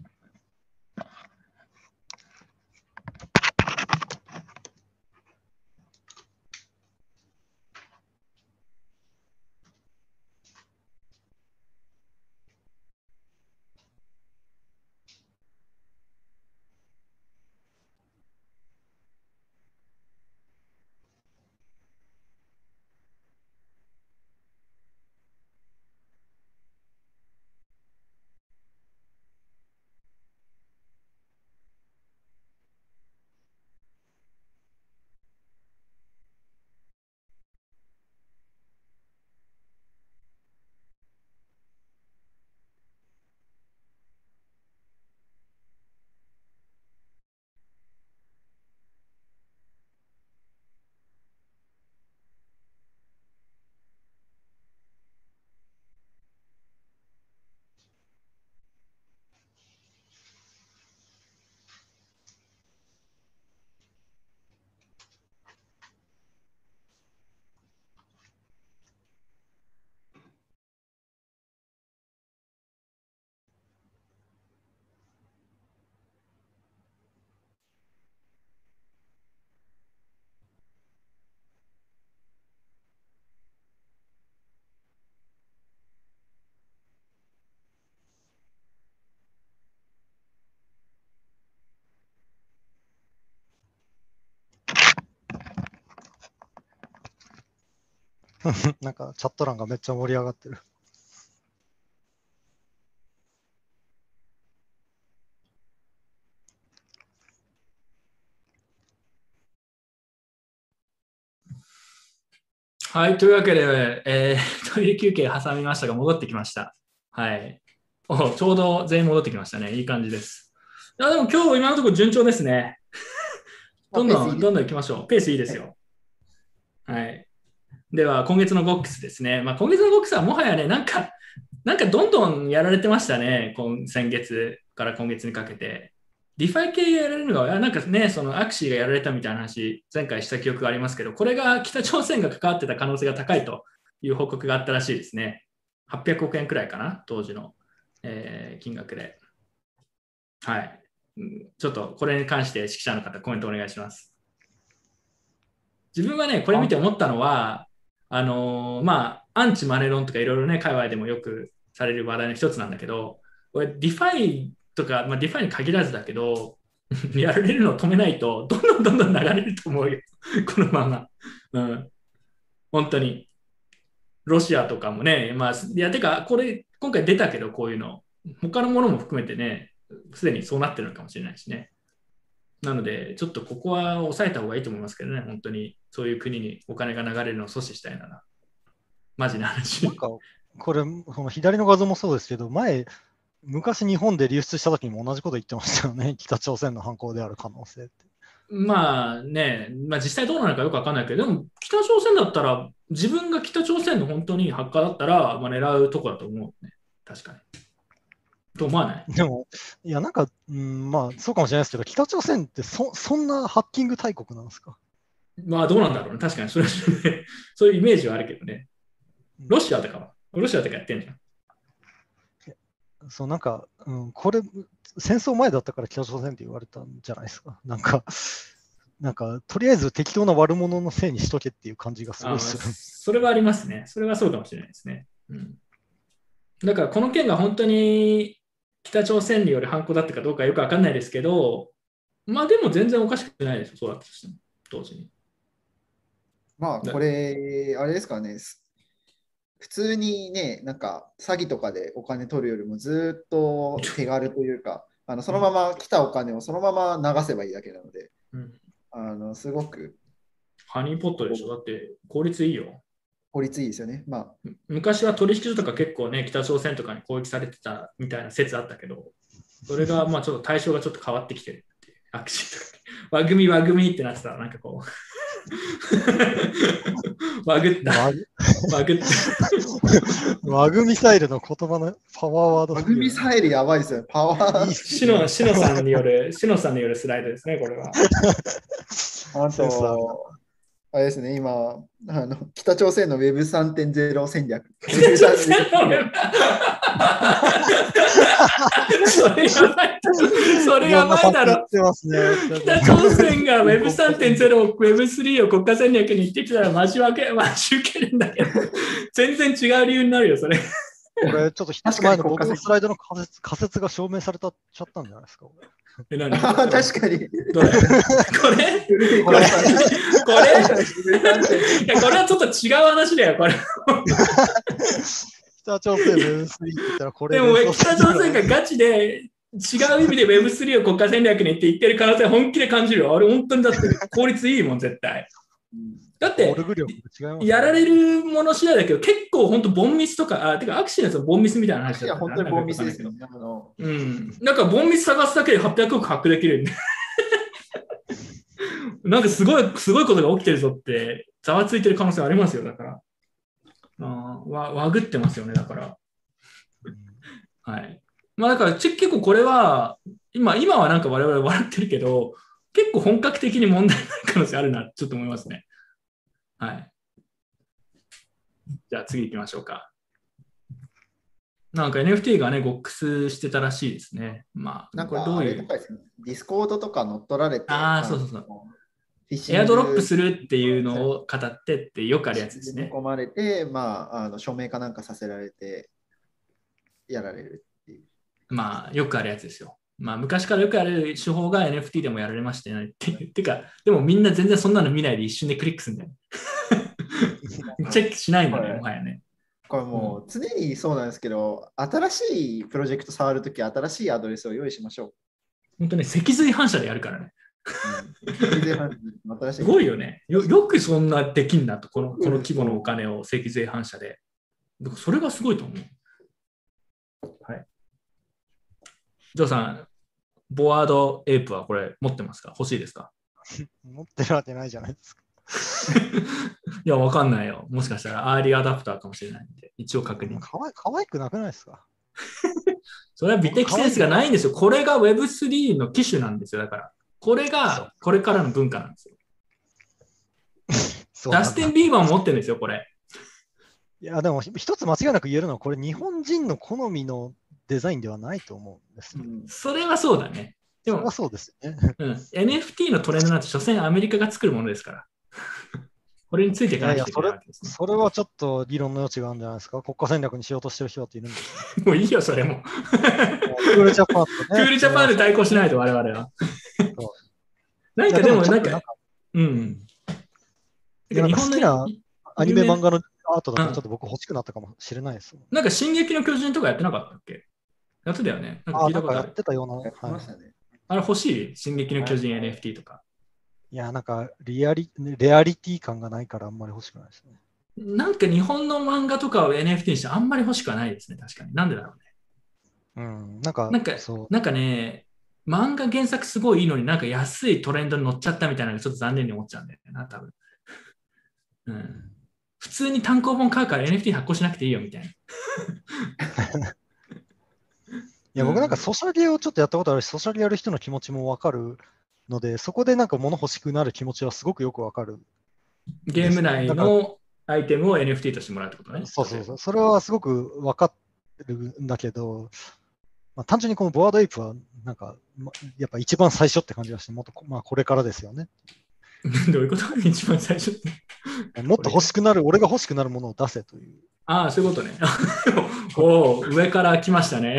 なんかチャット欄がめっちゃ盛り上がってる。 はい、というわけで、えー、トイレ休憩挟みましたが、戻ってきました。はい。おちょうど全員戻ってきましたね。いい感じです。いやでも今日今のところ順調ですね。どんどんどんどん行きましょう。ペースいいですよ。はい。では、今月のゴックスですね。まあ、今月のゴックスはもはやね、なんか、なんかどんどんやられてましたね。今先月から今月にかけて。ディファイ系やられるのが、なんかね、そのアクシーがやられたみたいな話、前回した記憶がありますけど、これが北朝鮮が関わってた可能性が高いという報告があったらしいですね。 はっぴゃくおくえんくらいかな、当時の、えー金額で。はい。ちょっとこれに関して指揮者の方、コメントお願いします。自分はね、これ見て思ったのは、あのー、まあ、アンチマネロンとかいろいろね、界隈でもよくされる話題の一つなんだけど、これ、ディファイとか、まあ、ディファイに限らずだけど、やられるのを止めないと、どんどんどんどん流れると思うよ、このまま。うん、本当に。ロシアとかもね、まあ、いや、てか、これ、今回出たけど、こういうの、他のものも含めてね、すでにそうなってるのかもしれないしね。なので、ちょっとここは抑えた方がいいと思いますけどね、本当に、そういう国にお金が流れるのを阻止したいなら。マジな話。 なんか、これ、この左の画像もそうですけど、前、昔日本で流出した時にも同じこと言ってましたよね。北朝鮮の犯行である可能性って。 まあね、まあ、実際どうなのかよくわかんないけど、でも北朝鮮だったら、自分が北朝鮮の本当にハッカーだったら、まあ、狙うとこだと思うね。確かに。と思わない？ でも、いや、なんか、うん、まあ、そうかもしれないですけど、北朝鮮ってそそんなハッキング大国なんですか？ まあどうなんだろうね。確かにそれはそれでそういうイメージはあるけどね。ロシアとかはロシアとかやってんじゃん。 そう、なんか、うん、これ、戦争前だったから北朝鮮って言われたんじゃないですか。なんか、なんか、とりあえず適当な悪者のせいにしとけっていう感じがすごいする。 それはありますね。それはそうかもしれないですね。うん、だからこの件が本当に北朝鮮による犯行だったかどうかよくわかんないですけど、まあでも全然おかしくないですよ、そうだったとしても、当時に。 まあ、これ、あれですかね。普通にね、なんか詐欺とかでお金取るよりもずっと手軽というか、あのそのまま来たお金をそのまま流せばいいだけなので、うん、あのすごく。 ハニーポットでしょ？だって効率いいよ。 効率いいですよね。まあ、 昔は取引所とか結構ね、北朝鮮とかに攻撃されてたみたいな説あったけど、それがまあちょっと対象がちょっと変わってきてるっていう。アクシとか、輪組み輪組みってなってたらなんかこう。ワグった。ワグった。 ワグミサイルの言葉のパワーワード。 ワグミサイルやばいですよね。パワー。 シノ、シノさんによる、シノさんによるスライドですね、これは。 あと、あれですね、今、あの北朝鮮の ウェブさんてんゼロ 戦略。それやばい。それやばいだろ。北朝鮮が ウェブさんてんゼロ、ウェブスリー を国家戦略に言ってきたらマジ分け、マジ受けるんだけど、全然違う理由になるよ、それ。 これちょっと一つ前の僕のスライドの仮説、仮説が証明されたちゃったんじゃないですか。 え、何？ 確かに。 どれ？これ？これ？これ？いや、これはちょっと違う話だよ、これ。 北朝鮮 ウェブスリー って言ったらこれ。 でも、北朝鮮がガチで違う意味で ウェブスリー を国家戦略にって言ってる可能性本気で感じるよ。あれ、本当にだって効率いいもん、絶対。だって、やられるもの次第だけど、結構本当、ボンミスとか、あ、てか、アクシデントのボンミスみたいな話だった。 いや、本当にボンミスですけど。 うん。なんか、ボンミス探すだけではっぴゃくおく発掘できるんで。なんか、すごい、すごいことが起きてるぞって、ざわついてる可能性ありますよ、だから。あわ、わぐってますよね、だから。はい。まあ、だから、結構これは、今、今はなんか我々笑ってるけど、結構本格的に問題になる可能性あるな、ちょっと思いますね。はい。じゃあ次行きましょうか。なんか エヌエフティー がね、ゴックスしてたらしいですね。まあ、 なんかどういう。ディスコードとか乗っ取られて。 ああ、そうそうそう。エアドロップするっていうのを語ってってよくあるやつですね。 込まれて、まあ、あの署名かなんかさせられて、やられるっていう。 まあ、よくあるやつですよ。まあ、昔からよくある手法が エヌエフティー でもやられましてね。っていうか、でもみんな全然そんなの見ないで一瞬でクリックするんだよ。チェックしないんだね、もはやね。 これもう常にそうなんですけど、うん、新しいプロジェクト触るとき、新しいアドレスを用意しましょう。 本当に脊髄反射でやるからね。うん、すごいよねよ。よくそんなできんなと、この、この規模のお金を脊髄反射で。それがすごいと思う。はい。ジョーさん、ボワードエープはこれ持ってますか？欲しいですか？ 持ってるわけないじゃないですか。 いや、わかんないよ。もしかしたらアーリーアダプターかもしれないんで、一応確認。 かわい、かわいくなくないですか？ それは美的センスがないんですよ。これが ウェブスリー の機種なんですよ。だから、これがこれからの文化なんですよ。ダスティン・ビーバーも持ってるんですよ、これ。 いや、でも一つ間違いなく言えるのは、これ日本人の好みのデザインではないと思うんですよ。 うんそれはそうだね。でもそれは、そうですよね。 うん、エヌエフティー のトレンドなんて、所詮アメリカが作るものですから。これについていかなきゃいけないわけですね。 それはちょっと議論の余地があるんじゃないですか。国家戦略にしようとしてる人っているんですよ。 もういいよ、それも。 クールジャパンとね。 クールジャパンで対抗しないと、我々は。なんかでも、なんか、うん。 いや、 日本好きなのアニメ漫画のアートだったらちょっと僕欲しくなったかもしれないです。 なんか、進撃の巨人とかやってなかったっけ？やってたよね。なんかあ、 聞いたことある。 なんかやってたような。 やってましたね。 あれ欲しい？進撃の巨人 エヌエフティー とか。 いや、なんかリアリ、レアリティ感がないからあんまり欲しくないですね。 なんか日本の漫画とかを エヌエフティー にしてあんまり欲しくはないですね、確かに。なんでだろうね。 うん、なんか、 なんか、 そう。 なんかね、漫画原作すごいいいのになんか安いトレンドに乗っちゃったみたいなのがちょっと残念に思っちゃうんだよな、多分。うん、普通に単行本買うから エヌエフティー 発行しなくていいよみたいな。 いや、僕なんかソシャゲをちょっとやったことあるし、ソシャゲやる人の気持ちもわかるので、そこでなんか物欲しくなる気持ちはすごくよくわかる。 ゲーム内のアイテムを エヌエフティー としてもらうってことね。 そうそうそう。それはすごくわかるんだけど、まあ、単純にこのボワードエイプは、なんか、まやっぱ一番最初って感じがして、もっと、まあ、これからですよね。 どういうこと？一番最初って。 もっと欲しくなる、俺が欲しくなるものを出せという。 ああ、そういうことね。おお、上から来ましたね。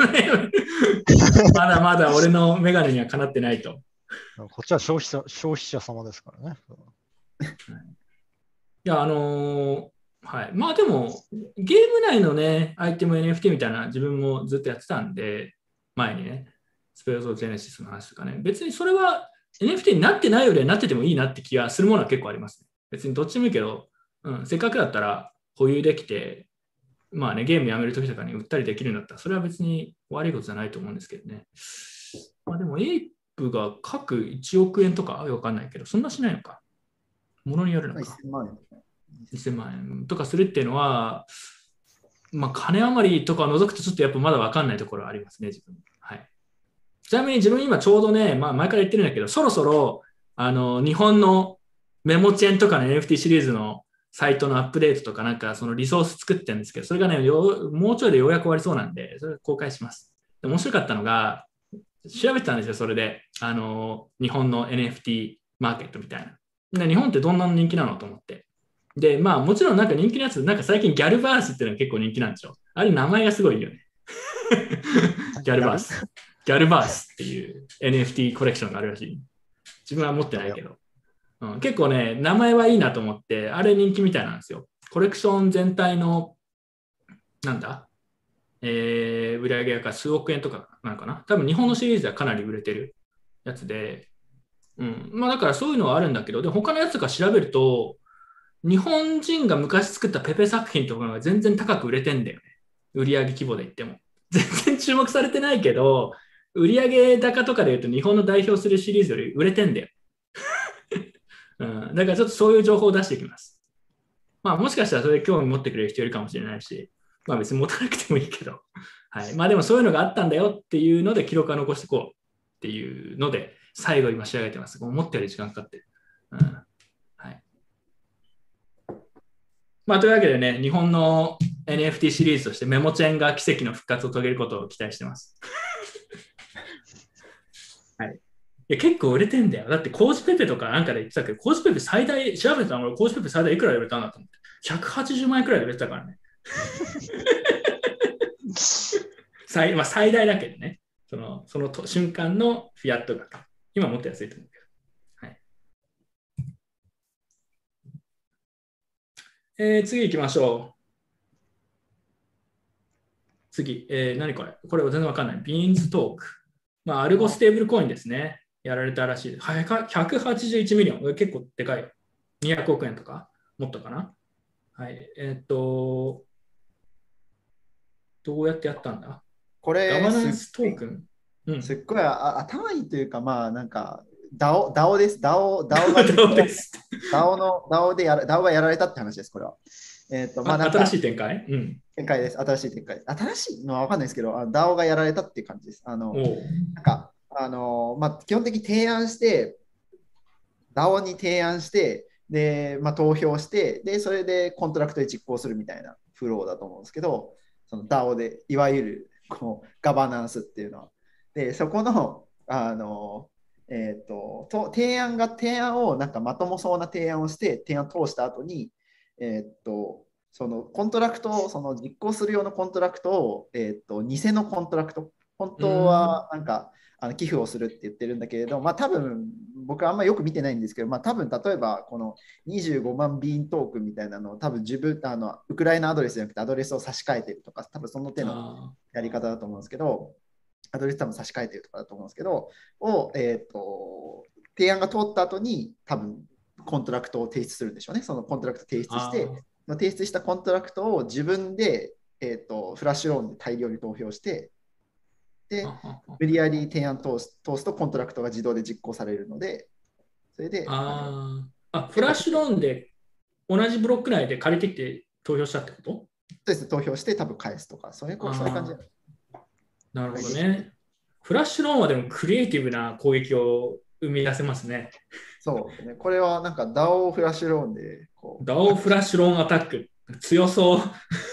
まだまだ俺のメガネにはかなってないと。 こっちは消費者消費者様ですからね。 いや、あのーはい。まあでも、ゲーム内のね、アイテム エヌエフティー みたいな自分もずっとやってたんで、前にね、スペースオブジェネシスの話とかね、別にそれは エヌエフティー になってないよりはなっててもいいなって気がするものは結構ありますね。別にどっちでもいいけど、うん、せっかくだったら保有できて、まあね、ゲームやめるときとかに売ったりできるんだったら、それは別に悪いことじゃないと思うんですけどね。まあでも、エイプが各いちおくえんとかわかんないけど、そんなしないのか。ものによるのか。 せんまんえんとかせんまんえんとかするっていうのは、まあ、金余りとかを除くとちょっとやっぱまだ分かんないところはありますね、自分。はい。ちなみに自分今ちょうどね、まあ、前から言ってるんだけど、そろそろあの日本のメモチェンとかの エヌエフティー シリーズのサイトのアップデートとかなんかそのリソース作ってるんですけど、それがね、よもうちょいでようやく終わりそうなんで、それ公開します。で面白かったのが、調べてたんですよ、それで。あの日本の エヌエフティー マーケットみたいな。で日本ってどんなの人気なのと思って。で、まあもちろんなんか人気のやつ、なんか最近ギャルバースっていうのが結構人気なんでしょ。あれ名前がすごいいいよね。ギャルバース。ギャルバースっていう エヌエフティー コレクションがあるらしい。自分は持ってないけど。うん、結構ね、名前はいいなと思って、あれ人気みたいなんですよ。コレクション全体の、なんだえー、売上が数億円とかなのかな。多分日本のシリーズはかなり売れてるやつで。うん。まあだからそういうのはあるんだけど、で他のやつとか調べると、日本人が昔作ったペペ作品とかが全然高く売れてんだよね。売上規模で言っても。全然注目されてないけど、売上高とかで言うと日本の代表するシリーズより売れてんだよ。うん、だからちょっとそういう情報を出していきます。まあもしかしたらそれで興味持ってくれる人いるかもしれないし、まあ別に持たなくてもいいけど。はい。まあでもそういうのがあったんだよっていうので記録は残していこうっていうので、最後今仕上げてます。思ったより時間かかってる。うんはい。まあ、というわけでね、日本の エヌエフティー シリーズとしてメモチェンが奇跡の復活を遂げることを期待してます。はい。いや結構売れてんだよ。だってコージペペとかなんかで言ってたけど、コージペペ最大、調べたら俺コージペペ最大いくらで売れたんだと思って。ひゃくはちじゅうまん円くらいで売れてたからね。最, まあ、最大だけどね。そのその瞬間のフィアット額。今もっと安いと思うけど。えー、次行きましょう。次、えー、何これこれは全然わかんない。ビーンズトーク。まあ、アルゴステーブルコインですね。やられたらしいです。ひゃくはちじゅういちミリオン。結構でかいよ。にひゃくおくえんとかもっとかな。はい。えー、っと、どうやってやったんだこれ、 ガバナンストークン。 うん、すっごいあ頭いいというか、まあなんか、ダオ、ダオです。ダオ、ダオがダオです。ダオの、ダオでやら、ダオがやられたって話です、これは。えっ、ー、と、まあなんか、 新しい展開、うん、 展開です。新しい展開。新しいのは分かんないですけど、ダオがやられたっていう感じです。あの、なんか、あの、まあ基本的に提案して、ダオに提案して、 で、まあ、投票して、で、それでコントラクトで実行するみたいなフローだと思うんですけど、その ダオ で、いわゆるこうガバナンスっていうのは。で、そこの、あの、えっと、と提案が、提案を、なんかまともそうな提案をして、提案を通した後に、えっと、そのコントラクトを、その実行する用のコントラクトを、えっと、偽のコントラクト、本当はなんか、あの寄付をするって言ってるんだけれど、まあ多分、僕はあんまりよく見てないんですけど、まあ多分、例えば、このにじゅうごまんビーントークンみたいなのを、多分自分、あの、ウクライナアドレスじゃなくてアドレスを差し替えてるとか、多分その手のやり方だと思うんですけど、アドレス多分差し替えてるとかだと思うんですけど、を、えっと、提案が通った後に、多分、コントラクトを提出するんでしょうね。そのコントラクト提出して、提出したコントラクトを自分で、えっと、フラッシュローンで大量に投票して、で、無理やり提案通す通すとコントラクトが自動で実行されるので、それで。 ああ、フラッシュローンで同じブロック内で借りてきて投票したってこと？ そうですね、投票して多分返すとか、そういうそういう感じ。 なるほどね。フラッシュローンはでもクリエイティブな攻撃を生み出せますね。 そうですね。これはなんか ダオ フラッシュローンでこう。 ダオ フラッシュローンアタック。強そう。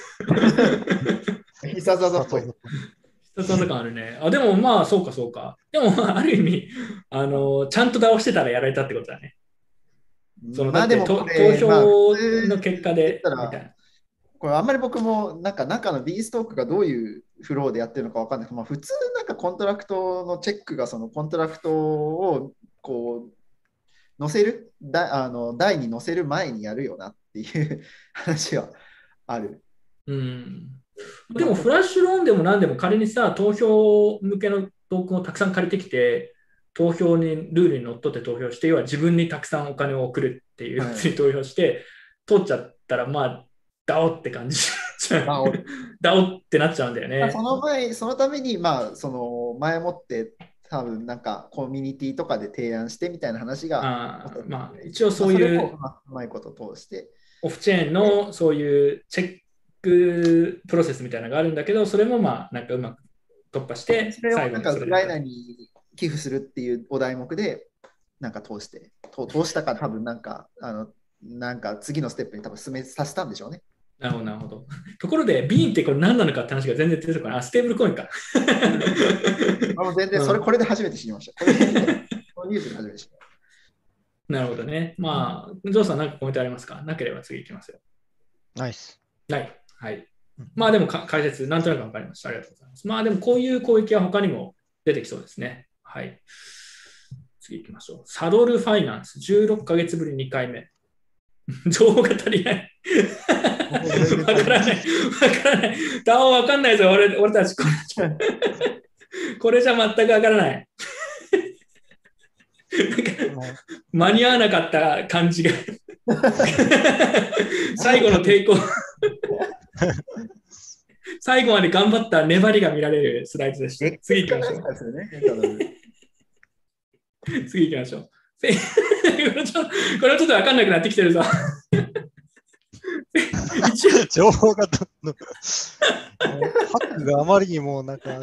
必殺技っぽい。 必殺技感あるね。あ、でもまあそうかそうか。でもある意味、あのちゃんとダオしてたらやられたってことだね。そのだって、まあ、投票の結果でみたいな。 これあんまり僕もなんか中の ビーストークがどういうフローでやってるのかわかんないけど、まあ、普通なんかコントラクトのチェックがそのコントラクトをこう載せるだあの台に載せる前にやるよなっていう話はある。 うん。でもフラッシュローンでも何でも仮にさ、投票向けのトークンをたくさん借りてきて、投票にルールにのっとって投票して、要は自分にたくさんお金を送るっていうふうに投票して、はい、通っちゃったらまあダオって感じダオダオってなっちゃうんだよね。 その前そのためにまあその前もって多分なんかコミュニティとかで提案してみたいな話が、 あまあ一応そういううまいこと通してオフチェーンのそういうチェックプロセスみたいなのがあるんだけど、それもまあなんかうまく突破して最後にウクライナに寄付するっていうお題目でなんか通して通したか多分なんかあのなんか次のステップに多分進めさせたんでしょうね。 なるほどなるほど。ところでビーンってこれ何なのかって話が全然出てるかな。あ、ステーブルコインか。 あの全然それこれで初めて知りました。これで、ね、このニュースで初めて知りました。 なるほどね。まあ、ジョーさん何かコメントありますか？なければ次いきますよ。 ナイス。 ない。はい。まあでも解説、なんとなく分かりました。ありがとうございます。まあでもこういう攻撃は他にも出てきそうですね。はい。次行きましょう。サドルファイナンス、じゅうろっかげつぶりにかいめ。情報が足りない。わからない。わからない。ダオわかんないぞ、俺, 俺たち。これじゃ全くわからない。間に合わなかった感じが。最後の抵抗。最後まで頑張った粘りが見られるスライドでした。次行きましょう。次行きましょう。これちょっと分かんなくなってきてるぞ。 情報がどんどんハックがあまりにもなんか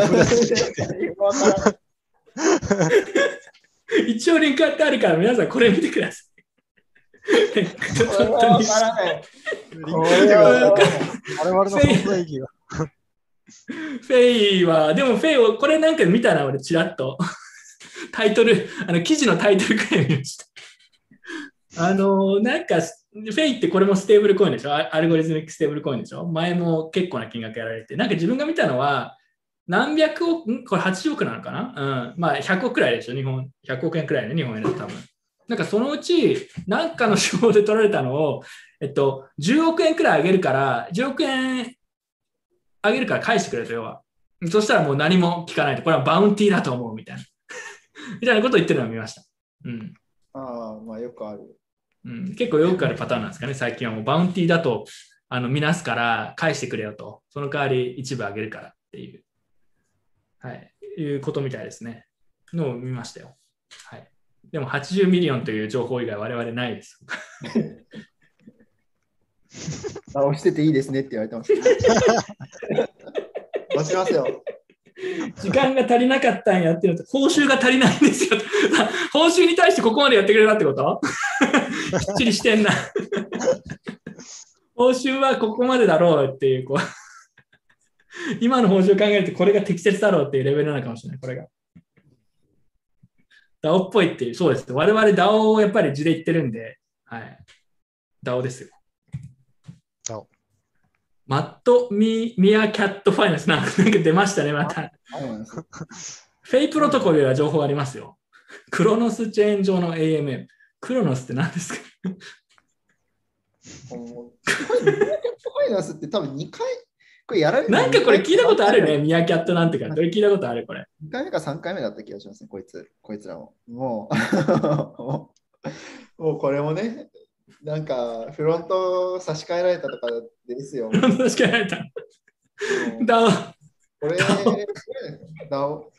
一応リンク貼ってあるから皆さんこれ見てください。ちょっと本当に我々の存在意義がフェイはでもフェイをこれなんか見たな俺ちらっとタイトルあの記事のタイトルくらい見ました。あのなんかフェイってこれもステーブルコインでしょ。アルゴリズミックステーブルコインでしょ。前も結構な金額やられて、なんか自分が見たのは何百億、これはちじゅうおくなのかな、うん、まあひゃくおくくらいでしょ。日本ひゃくおくえんくらいね、日本円で多分。なんかそのうち何かの手法で取られたのを、えっと、じゅうおくえんくらい上げるから、じゅうおくえん上げるから返してくれと、要は。そしたらもう何も聞かないと、これはバウンティーだと思うみたいな。みたいなことを言ってるのを見ました。うん。 ああ、まあよくある。 うん、結構よくあるパターンなんですかね、最近はもうバウンティーだとあの見なすから返してくれよと、その代わり一部あげるからっていう、はい、いうことみたいですね。のを見ましたよ。はい、でもはちじゅうミリオンという情報以外我々ないです。 あ、押してていいですねって言われてます。押しますよ。 時間が足りなかったんやっていうのと、報酬が足りないんですよ。報酬に対してここまでやってくれたってこときっちりしてんな。報酬はここまでだろうっていう、こう今の報酬を考えるとこれが適切だろうっていうレベルなのかもしれない、これが。ダオ っぽいっていう、そうです。我々 ダオ をやっぱり字で言ってるんで、はい。ダオ ですよ。 ダオ。 マットミミアキャットファイナンスなんか出ましたね、また。フェイプロトコルでは情報ありますよ。クロノスチェーン上の エーエムエム。クロノスって何ですか？ これ、ミアキャットファイナンスって多分にかい、これやられるなんかこれ聞いたことあるね、ミアキャットなんてか。これ聞いたことある、これ。 にかいめかさんかいめだった気がしますね、こいつ、こいつらも。もう、もうこれもね、なんかフロント差し替えられたとかですよ。 フロント差し替えられた。ダオ。 これ、ダオ。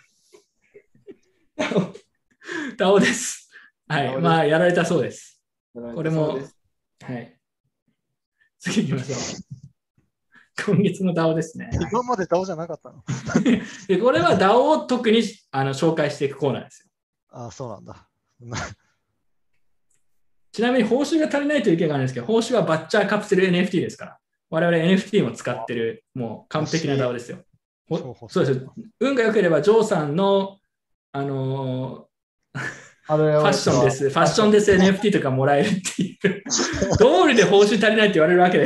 ダオです。はい。まあ、やられたそうです。これも、はい。次行きましょう。今月の ダオ ですね。 今まで ダオ じゃなかったのでこれは ダオ を特にあの紹介していくコーナーですよ。 ああ、そうなんだ。 ちなみに報酬が足りないという意見があるんですけど、報酬はバッチャーカプセル エヌエフティー ですから、我々 エヌエフティー も使ってる、もう完璧な ダオ ですよ。そうです。運が良ければ、ジョーさんの、あのー、ファッションです。ファッションです エヌエフティー とかもらえるっていう。どうりで報酬足りないって言われるわけです。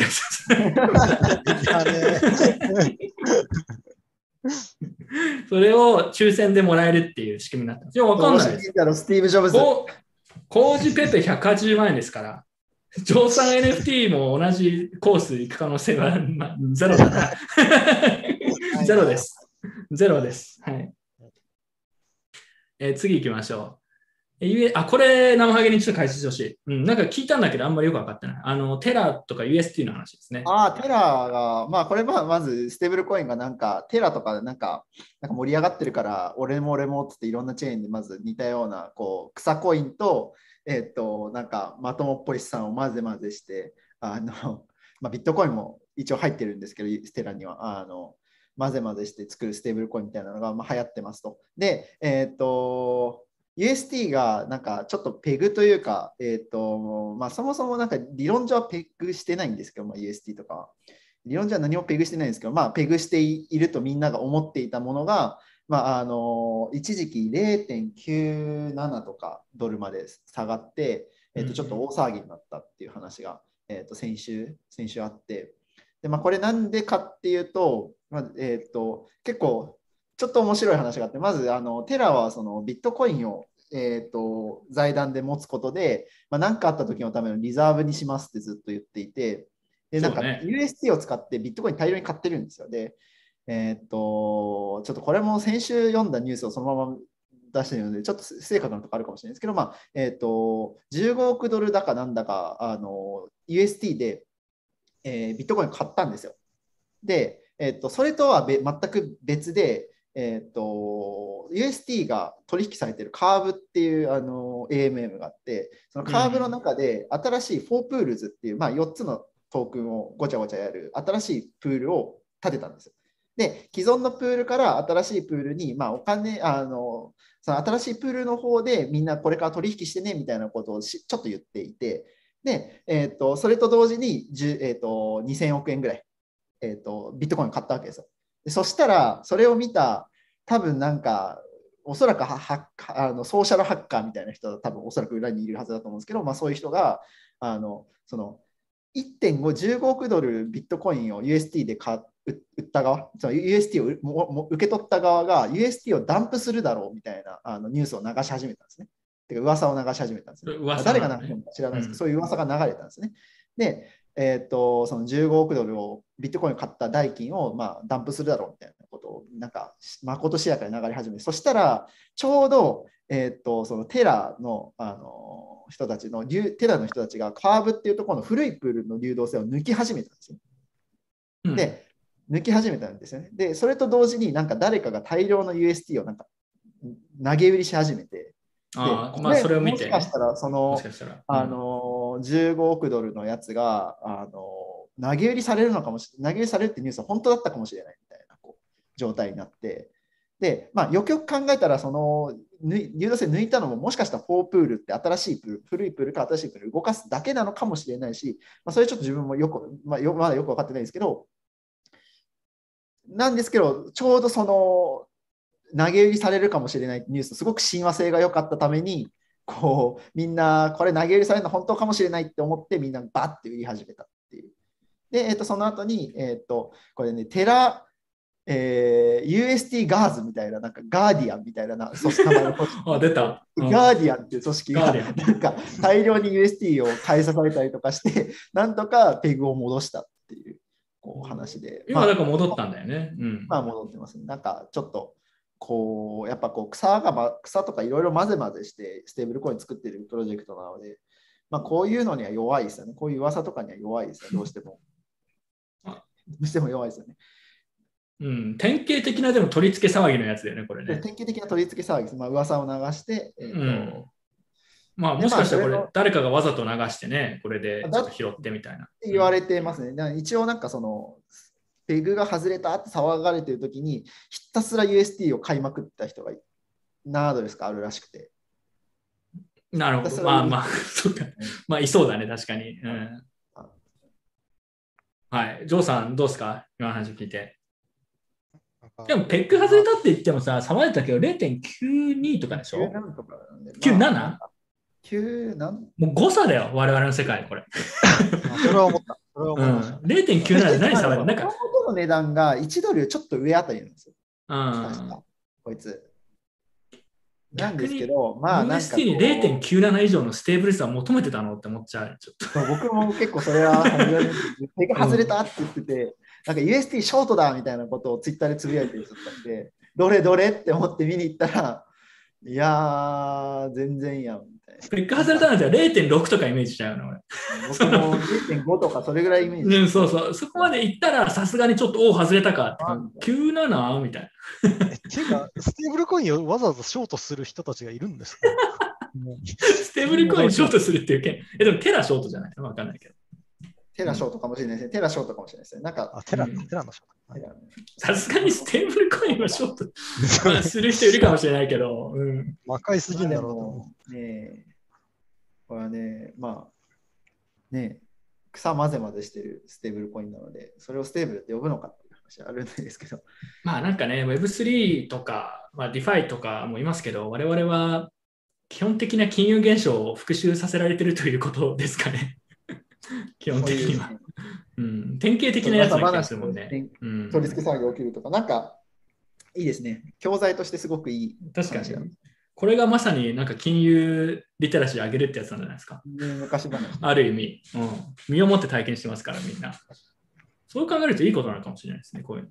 それを抽選でもらえるっていう仕組みになったんです。いや、わかんないです。 スティーブ・ジョブズ。 コージペペひゃくはちじゅうまんえんですから、乗算 エヌエフティー も同じコース行く可能性は、まあ、ゼロだな。ゼロです。ゼロです。はい。えー、次行きましょう。あ、これ、生ハゲにちょっと解説してほしい。うん、なんか聞いたんだけど、あんまりよく分かってない。あの、テラとか ユーエスティー の話ですね。 ああ、テラが、まあ、これはまず、ステーブルコインがなんか、テラとかなんか、なんか盛り上がってるから、俺も俺もっつっていろんなチェーンでまず似たような、こう、草コインと、えっと、なんか、まともっぽい資産を混ぜ混ぜして、あの、まあ、ビットコインも一応入ってるんですけど、ステラには、あの、混ぜ混ぜして作るステーブルコインみたいなのが、まあ、流行ってますと。で、えっと、ユーエスティー がなんかちょっとペグというか、えーとまあ、そもそもなんか理論上はペグしてないんですけど、まあ、ユーエスティー とかは。理論上は何もペグしてないんですけど、まあ、ペグしているとみんなが思っていたものが、まあ、あの一時期 れいてんきゅうなな とかドルまで下がって、えーとちょっと大騒ぎになったっていう話が、えーと先週、先週あって、でまあ、これなんでかっていうと、まあえーと結構、ちょっと面白い話があって、まずあのテラはそのビットコインを、えー、と財団で持つことで、まあ、何かあった時のためのリザーブにしますってずっと言っていて、でなんか ユーエスティー を使ってビットコイン大量に買ってるんですよ。で、えー、とちょっとこれも先週読んだニュースをそのまま出しているので、ちょっと不正確なところあるかもしれないですけど、まあえー、とじゅうごおくドルだかなんだかあの ユーエスティー で、えー、ビットコイン買ったんですよ。で、えー、とそれとはべ全く別で、えー、と ユーエスティー が取引されているカーブっていうあの エーエムエム があって、そのカーブの中で新しいフォープールズっていう、まあ、よっつのトークンをごちゃごちゃやる新しいプールを立てたんですよ。で、既存のプールから新しいプールに、まあ、お金、あの、その新しいプールの方でみんなこれから取引してねみたいなことをしちょっと言っていて、で、えー、とそれと同時に、えー、とにせんおくえんぐらい、えー、とビットコイン買ったわけですよ。でそしたら、それを見た、多分なんか、おそらくははあのソーシャルハッカーみたいな人は多分おそらく裏にいるはずだと思うんですけど、まあ、そういう人が、あのその いってんご、じゅうごおくドルビットコインを ユーエスティー で買売った側、その ユーエスティー をもも受け取った側が ユーエスティー をダンプするだろうみたいなあのニュースを流し始めたんですね。てか噂を流し始めたんですね。誰が流したのか知らないですけど、うん、そういう噂が流れたんですね。で、えー、とそのじゅうごおくドルをビットコインを買った代金を、まあ、ダンプするだろうみたいなことをなんかまことしやかに流れ始めて、そしたらちょうど、えー、とそのテラの、あの人たちのテラの人たちがカーブっていうところの古いプールの流動性を抜き始めたんですよ。うん、で抜き始めたんですよね。でそれと同時になんか誰かが大量の ユーエスティー をなんか投げ売りし始めて、 ああ、まあそれを見て、 ね、もしかしたらその、うん、あのじゅうごおくドルのやつがあの投げ売りされるのかもしれない、投げ売りされるってニュースは本当だったかもしれないみたいなこう状態になって、 で、まあ、よくよく考えたら、その入道性抜いたのも、もしかしたらフォープールって新しいプール、古いプールか新しいプール動かすだけなのかもしれないし、まあ、それちょっと自分もよく、まあ、よまだよく分かってないんですけど、なんですけど、ちょうどその投げ売りされるかもしれないニュースとすごく親和性が良かったために、こうみんなこれ投げ売りされるの本当かもしれないって思って、みんなバッて売り始めたっていう。で、えっと、その後に、えっと、これね、テラ、えー、ユーエスティー ガーズみたいな、なんかガーディアンみたいな組織、名前の組織あ、出た。うんガーディアンっていう組織がガーディアンなんか大量に ユーエスティー を買い支えたりとかして、なんとかペグを戻したっていう、こう話で。 今だから戻ったんだよね。うん。 まあ戻ってますね。なんかちょっとこうやっぱこう草が、ま、草とかいろいろ混ぜ混ぜしてステーブルコイン作ってるプロジェクトなので、まあ、こういうのには弱いですよね。こういう噂とかには弱いですよね。どうしても。どうしても弱いですよね。 うん、典型的なでも取り付け騒ぎのやつだよね、これね。 典型的な取り付け騒ぎです。まあ噂を流して、えーとうんまあ、もしかしたらこれでまあそれの誰かがわざと流してね、これでちょっと拾ってみたいな。 言われてますね。だから一応なんかそのペグが外れたって騒がれてる時にひたすら ユーエスティー を買いまくった人が何ドルですかあるらしくて。 なるほど。まあまあ、そうか。まあ、いそうだね、確かに。うん、はい。ジョーさん、どうですか今の話聞いて。 なんかでも、ペック外れたって言ってもさ、騒いでたけど れいてんきゅうに とかでしょきゅうなな とかなんで。 きゅうなな？ まあきゅうなんもう誤差だよ、我々の世界、これ。 まあそれは思った。それはう思いました。 ん、れいてんきゅうなな で何騒いでなんか、 元々の値段がいちドルちょっと上あたりなんですよ。 うん確か、こいつ。なん逆にですけど、まあなんかこうユーエスティー に れいてんきゅうなな 以上のステーブルさを求めてたのって思っちゃう。ちょっとそう僕も結構それは初めにペグ外れたって言ってて、なんか ユーエスティー ショートだみたいなことをツイッターでつぶやいてる人だったんで、どれどれって思って見に行ったら、いやー、全然やんみたいな。 ペック外れたなんて れいてんろくとかイメージしちゃうの、俺。 僕も れいてんご とかそれぐらいイメージ。 うん、そうそう。そこまで行ったら、さすがにちょっと、おお、外れたかってあ。 きゅうなな みたいな。 っていうか、ステーブルコインをわざわざショートする人たちがいるんですかもうステーブルコインショートするっていう件。え、でもテラショートじゃないのわかんないけど。 テラショートかもしれないですね。テラショートかもしれないですね。なんかあ、、テラ、 うんテラのショート。 テラさすがにステーブルコインはショート、まあ、する人いるかもしれないけど。うん。 魔界すぎんだろうと思もうねえ、これはね、まあ、ねえ、草混ぜ混ぜしてるステーブルコインなので、それをステーブルって呼ぶのかっていう話はあるんですけど。 まあなんかね、ウェブスリー とか、まあ、ディファイ とかもいますけど、我々は基本的な金融現象を復習させられているということですかね。基本的には。うん、典型的なやつな気がするもんね。うん、 取り付け騒ぎが起きるとか、なんかいいですね。教材としてすごくいい。 確かに。これがまさになんか金融リテラシー上げるってやつなんじゃないですか。 昔話。 ある意味、うん、身をもって体験してますから、みんな。そう考えるといいことなのかもしれないですね、こういうの。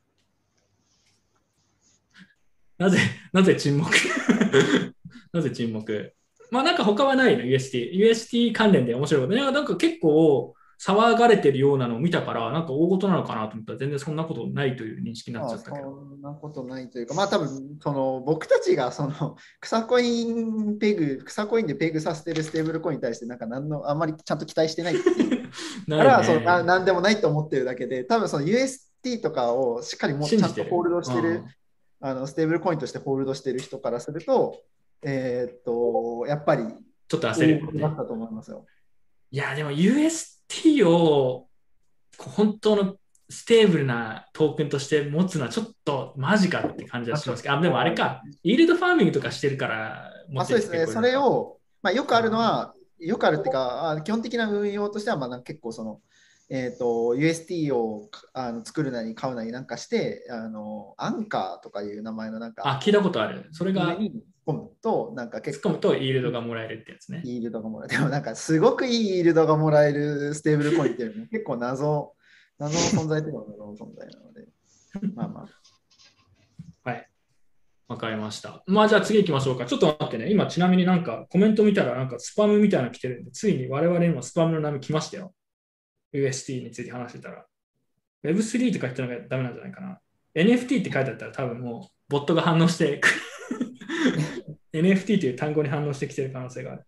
なぜ、なぜ沈黙なぜ沈黙まあなんか他はないの、ユーエスティー。ユーエスティー 関連で面白いこと。ね、なんか結構騒がれてるようなのを見たから、なんか大事なのかなと思ったら全然そんなことないという認識になっちゃったけど。 そんなことないというか、まあ多分その僕たちがその草コインペグ、草コインでペグさせてるステーブルコインに対してなんか何のあんまりちゃんと期待してないっていうなから、 いねそのな何でもないと思ってるだけで、多分その ユーエスティー とかをしっかりもうちゃんとホールドしてる、あのステーブルコインとしてホールドしてる人からすると、えー、っと、やっぱりちょっと焦る、 ね。だったと思いますよ。 いや、でも ユーエスティー を本当のステーブルなトークンとして持つのはちょっとマジかって感じはしますけど、あ、でもあれか、イールドファーミングとかしてるから持ってる人結構いるのか。あ、そうですね、それを、まあ、よくあるのは、よくあるっていうか、基本的な運用としては、まあ結構その、えー、と ユーエスティー をあの作るなり買うなりなんかしてあのアンカーとかいう名前のなんかあ聞いたことあるそれが上に突っ込むとなんか結構突っ込むとイールドがもらえるってやつねイールドがもらえるでもなんかすごくいいイールドがもらえるステーブルコインっていうのは結構謎謎の存在というのは謎の存在なのでまあまあはいわかりましたまあじゃあ次行きましょうかちょっと待ってね今ちなみになんかコメント見たらなんかスパムみたいなの来てるんでついに我々にもスパムの波来ましたよユーエスティー について話してたら ウェブスリー って書いてたのがダメなんじゃないかな エヌエフティー って書いてあったら多分もうボットが反応してエヌエフティー という単語に反応してきてる可能性がある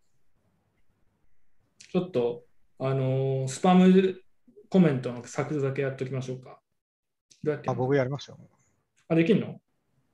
ちょっとあのー、スパムコメントの削除だけやっておきましょうかどうやってあ僕やりましたよあできるの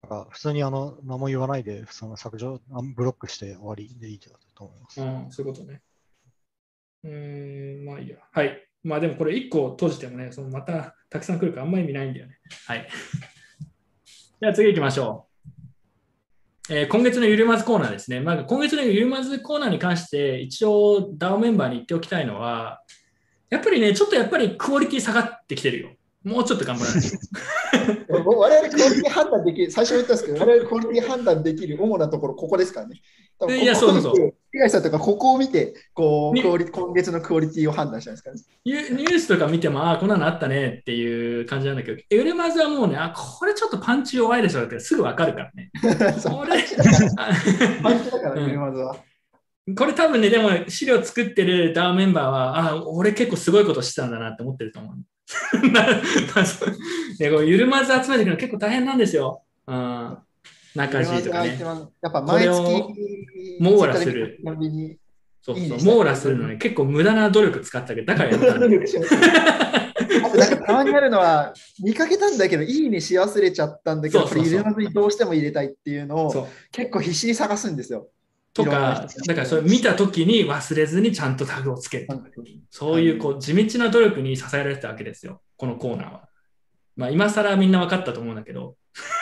なんか普通にあの何も言わないで、その削除、あブロックして終わりでいいと思います。 うん、そういうことね。うーん、まあいいや。はい。まあでもこれいっこ閉じてもね、そのまたたくさん来るからあんまり意味ないんだよね。はい。じゃあ次行きましょう。えー今月のゆるまずコーナーですね。まあ、今月のゆるまずコーナーに関して一応 ダオ メンバーに言っておきたいのは、やっぱりね、ちょっとやっぱりクオリティ下がってきてるよ。もうちょっと頑張らないと。 我々クオリティ判断できる、最初言ったんですけど、我々クオリティ判断できる主なところ、ここですからね。多分いやここそうそうそう東さんとか、ここを見て、こうにクオリ今月のクオリティを判断したんですからね。 ニュニュースとか見ても、ああ、こんなのあったねっていう感じなんだけど、ゆるまずはもうね、あ、これちょっとパンチ弱いでしょってすぐわかるからね。 そうこれパンチだから、 あパンチだからうんね、まずは。 これ多分ね、でも資料作ってる ダオ メンバーは、あ、俺結構すごいことしてたんだなって思ってると思う。ななそうでこうゆるまず集めていくの結構大変なんですよ。うん、中地とかね。 やっぱ毎月これを網羅するちなみにそうそういいねしたい網羅するのに結構無駄な努力使ったけど、だからやったんだよね。 あとなんかたまにあるのは、見かけたんだけど、いいねし忘れちゃったんだけど、 そうそうそうこれ入れまずにどうしても入れたいっていうのをそう結構必死に探すんですよ。 といろんなか、 人だからそれ見たときに忘れずにちゃんとタグをつける。そういうこう地道な努力に支えられてたわけですよ、このコーナーは。まあ、今更みんな分かったと思うんだけど。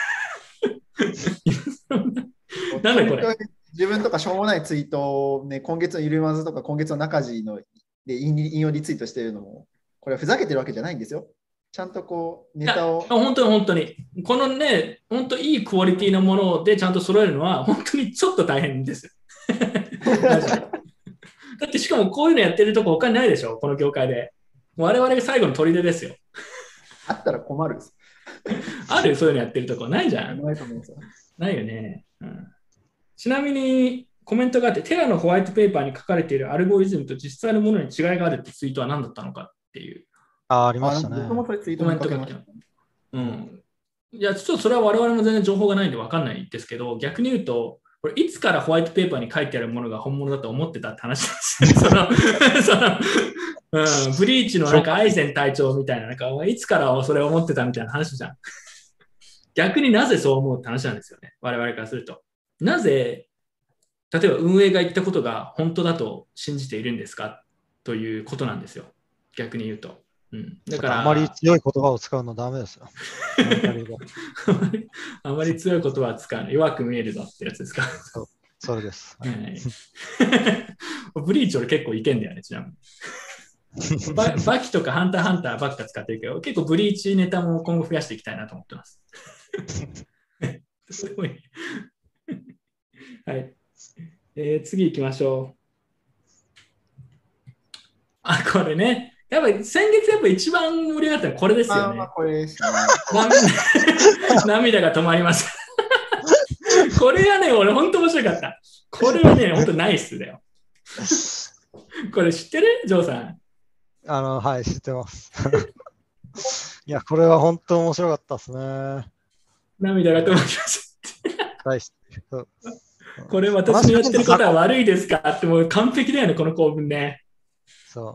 なんだこれ。 自分とかしょうもないツイートを、ね、今月のゆるまずとか今月の中地ので引引用リツイートしてるのも、これはふざけてるわけじゃないんですよ。ちゃんとこう、ネタを。 本当に本当に。このね、本当いいクオリティのものでちゃんと揃えるのは、本当にちょっと大変ですよ。マジでだってしかもこういうのやってるとこ他にないでしょ、この業界で。我々が最後の砦ですよ。 あったら困るです。 あるそういうのやってるとこないじゃん。 ないと思いますよ。 ないよね、うん。ちなみにコメントがあって、テラのホワイトペーパーに書かれているアルゴリズムと実際のものに違いがあるってツイートは何だったのかっていう。 あ、ありましたね。 僕もそれツイートコメントが来てます。うん。いや、ちょっとそれは我々も全然情報がないんで分かんないですけど、逆に言うと、これいつからホワイトペーパーに書いてあるものが本物だと思ってたって話なんですよ。そのそのうん、ブリーチのなんかアイゼン隊長みたいな、なんかいつからそれを思ってたみたいな話じゃん。逆になぜそう思うって話なんですよね、我々からすると。なぜ、例えば運営が言ったことが本当だと信じているんですかということなんですよ、逆に言うと。うん、だからあまり強い言葉を使うのダメですよ。 あまりあまり強い言葉は使うの弱く見えるぞってやつですか。 そうそれです。 はい、ブリーチ俺結構いけんだよね、ちなみに。バ, バキとかハンターハンターばっか使ってるけど、結構ブリーチネタも今後増やしていきたいなと思ってます。すごい。はい、えー。次行きましょう。あ、これね。やっぱり先月やっぱ一番盛り上がったのはこれですよね。 まあ、これですね。 涙が止まります。これはね、俺本当面白かった。これはね、本当ナイスだよ。これ知ってる？ジョーさん。 あの、はい、知ってます。いや、これは本当面白かったですね。 涙が止まります。 はい、 これ私のやってることは悪いですかってもう完璧だよね、この構文ね。 そう。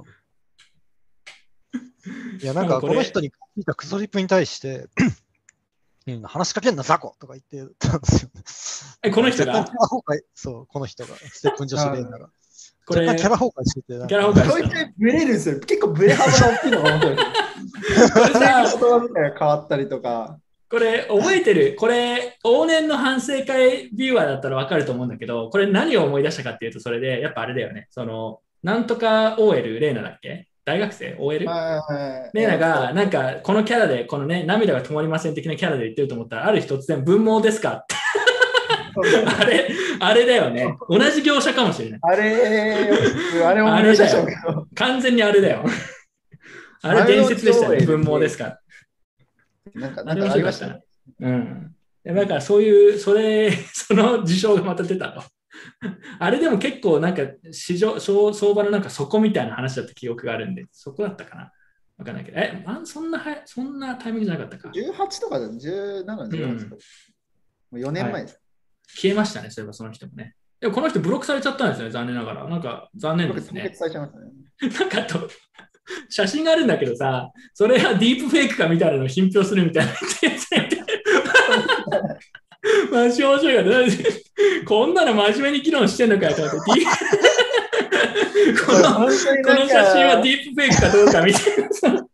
いや、なんかこの人に聞いたクソリップに対して、うん、話しかけんな、ザコとか言ってたんですよ。 え、この人がそう、この人が、ステップン女子レーナが。 これ、 キャラ崩壊してて、 キャラ崩壊こうやってブレるんですよ。結構ブレ幅が大きいのが面白い。これさ、言葉みたいが変わったりとか。 これ覚えてる？これ、往年の反省会ビューアーだったら分かると思うんだけど、これ何を思い出したかっていうと、それで、やっぱあれだよね。その、なんとか オーエル、レーナだっけ？大学生 オーエル？ レーナが、なんか、このキャラで、このね、涙が止まりません的なキャラで言ってると思ったら、ある日突然、文盲ですかって。あれ、あれだよね。同じ業者かもしれない。 あれ、あれ思い出しましょうけど。 完全にあれだよ。あれ伝説でしたね。文盲ですか。 なんか、なんかありましたね。 うん。だからそういう、それ、その事象がまた出たの。あれでも結構なんか市場、相場のなんか底みたいな話だった記憶があるんで、そこだったかな。わかんないけど、え、そんなはそんなタイミングじゃなかったか。 じゅうはちとかだ、じゅうなな、じゅうはちとか。もうよねんまえです、 はい。消えましたね、そういえばその人もね。でもこの人ブロックされちゃったんですよね、残念ながら。なんか残念ですね。 されちゃいましたね。 なんかと、写真があるんだけどさ、それはディープフェイクかみたいなのを品評するみたいな。 マジ面白いから、こんなの真面目に議論してんのかよと思って、このこの写真はディープフェイクかどうかみたいなさ。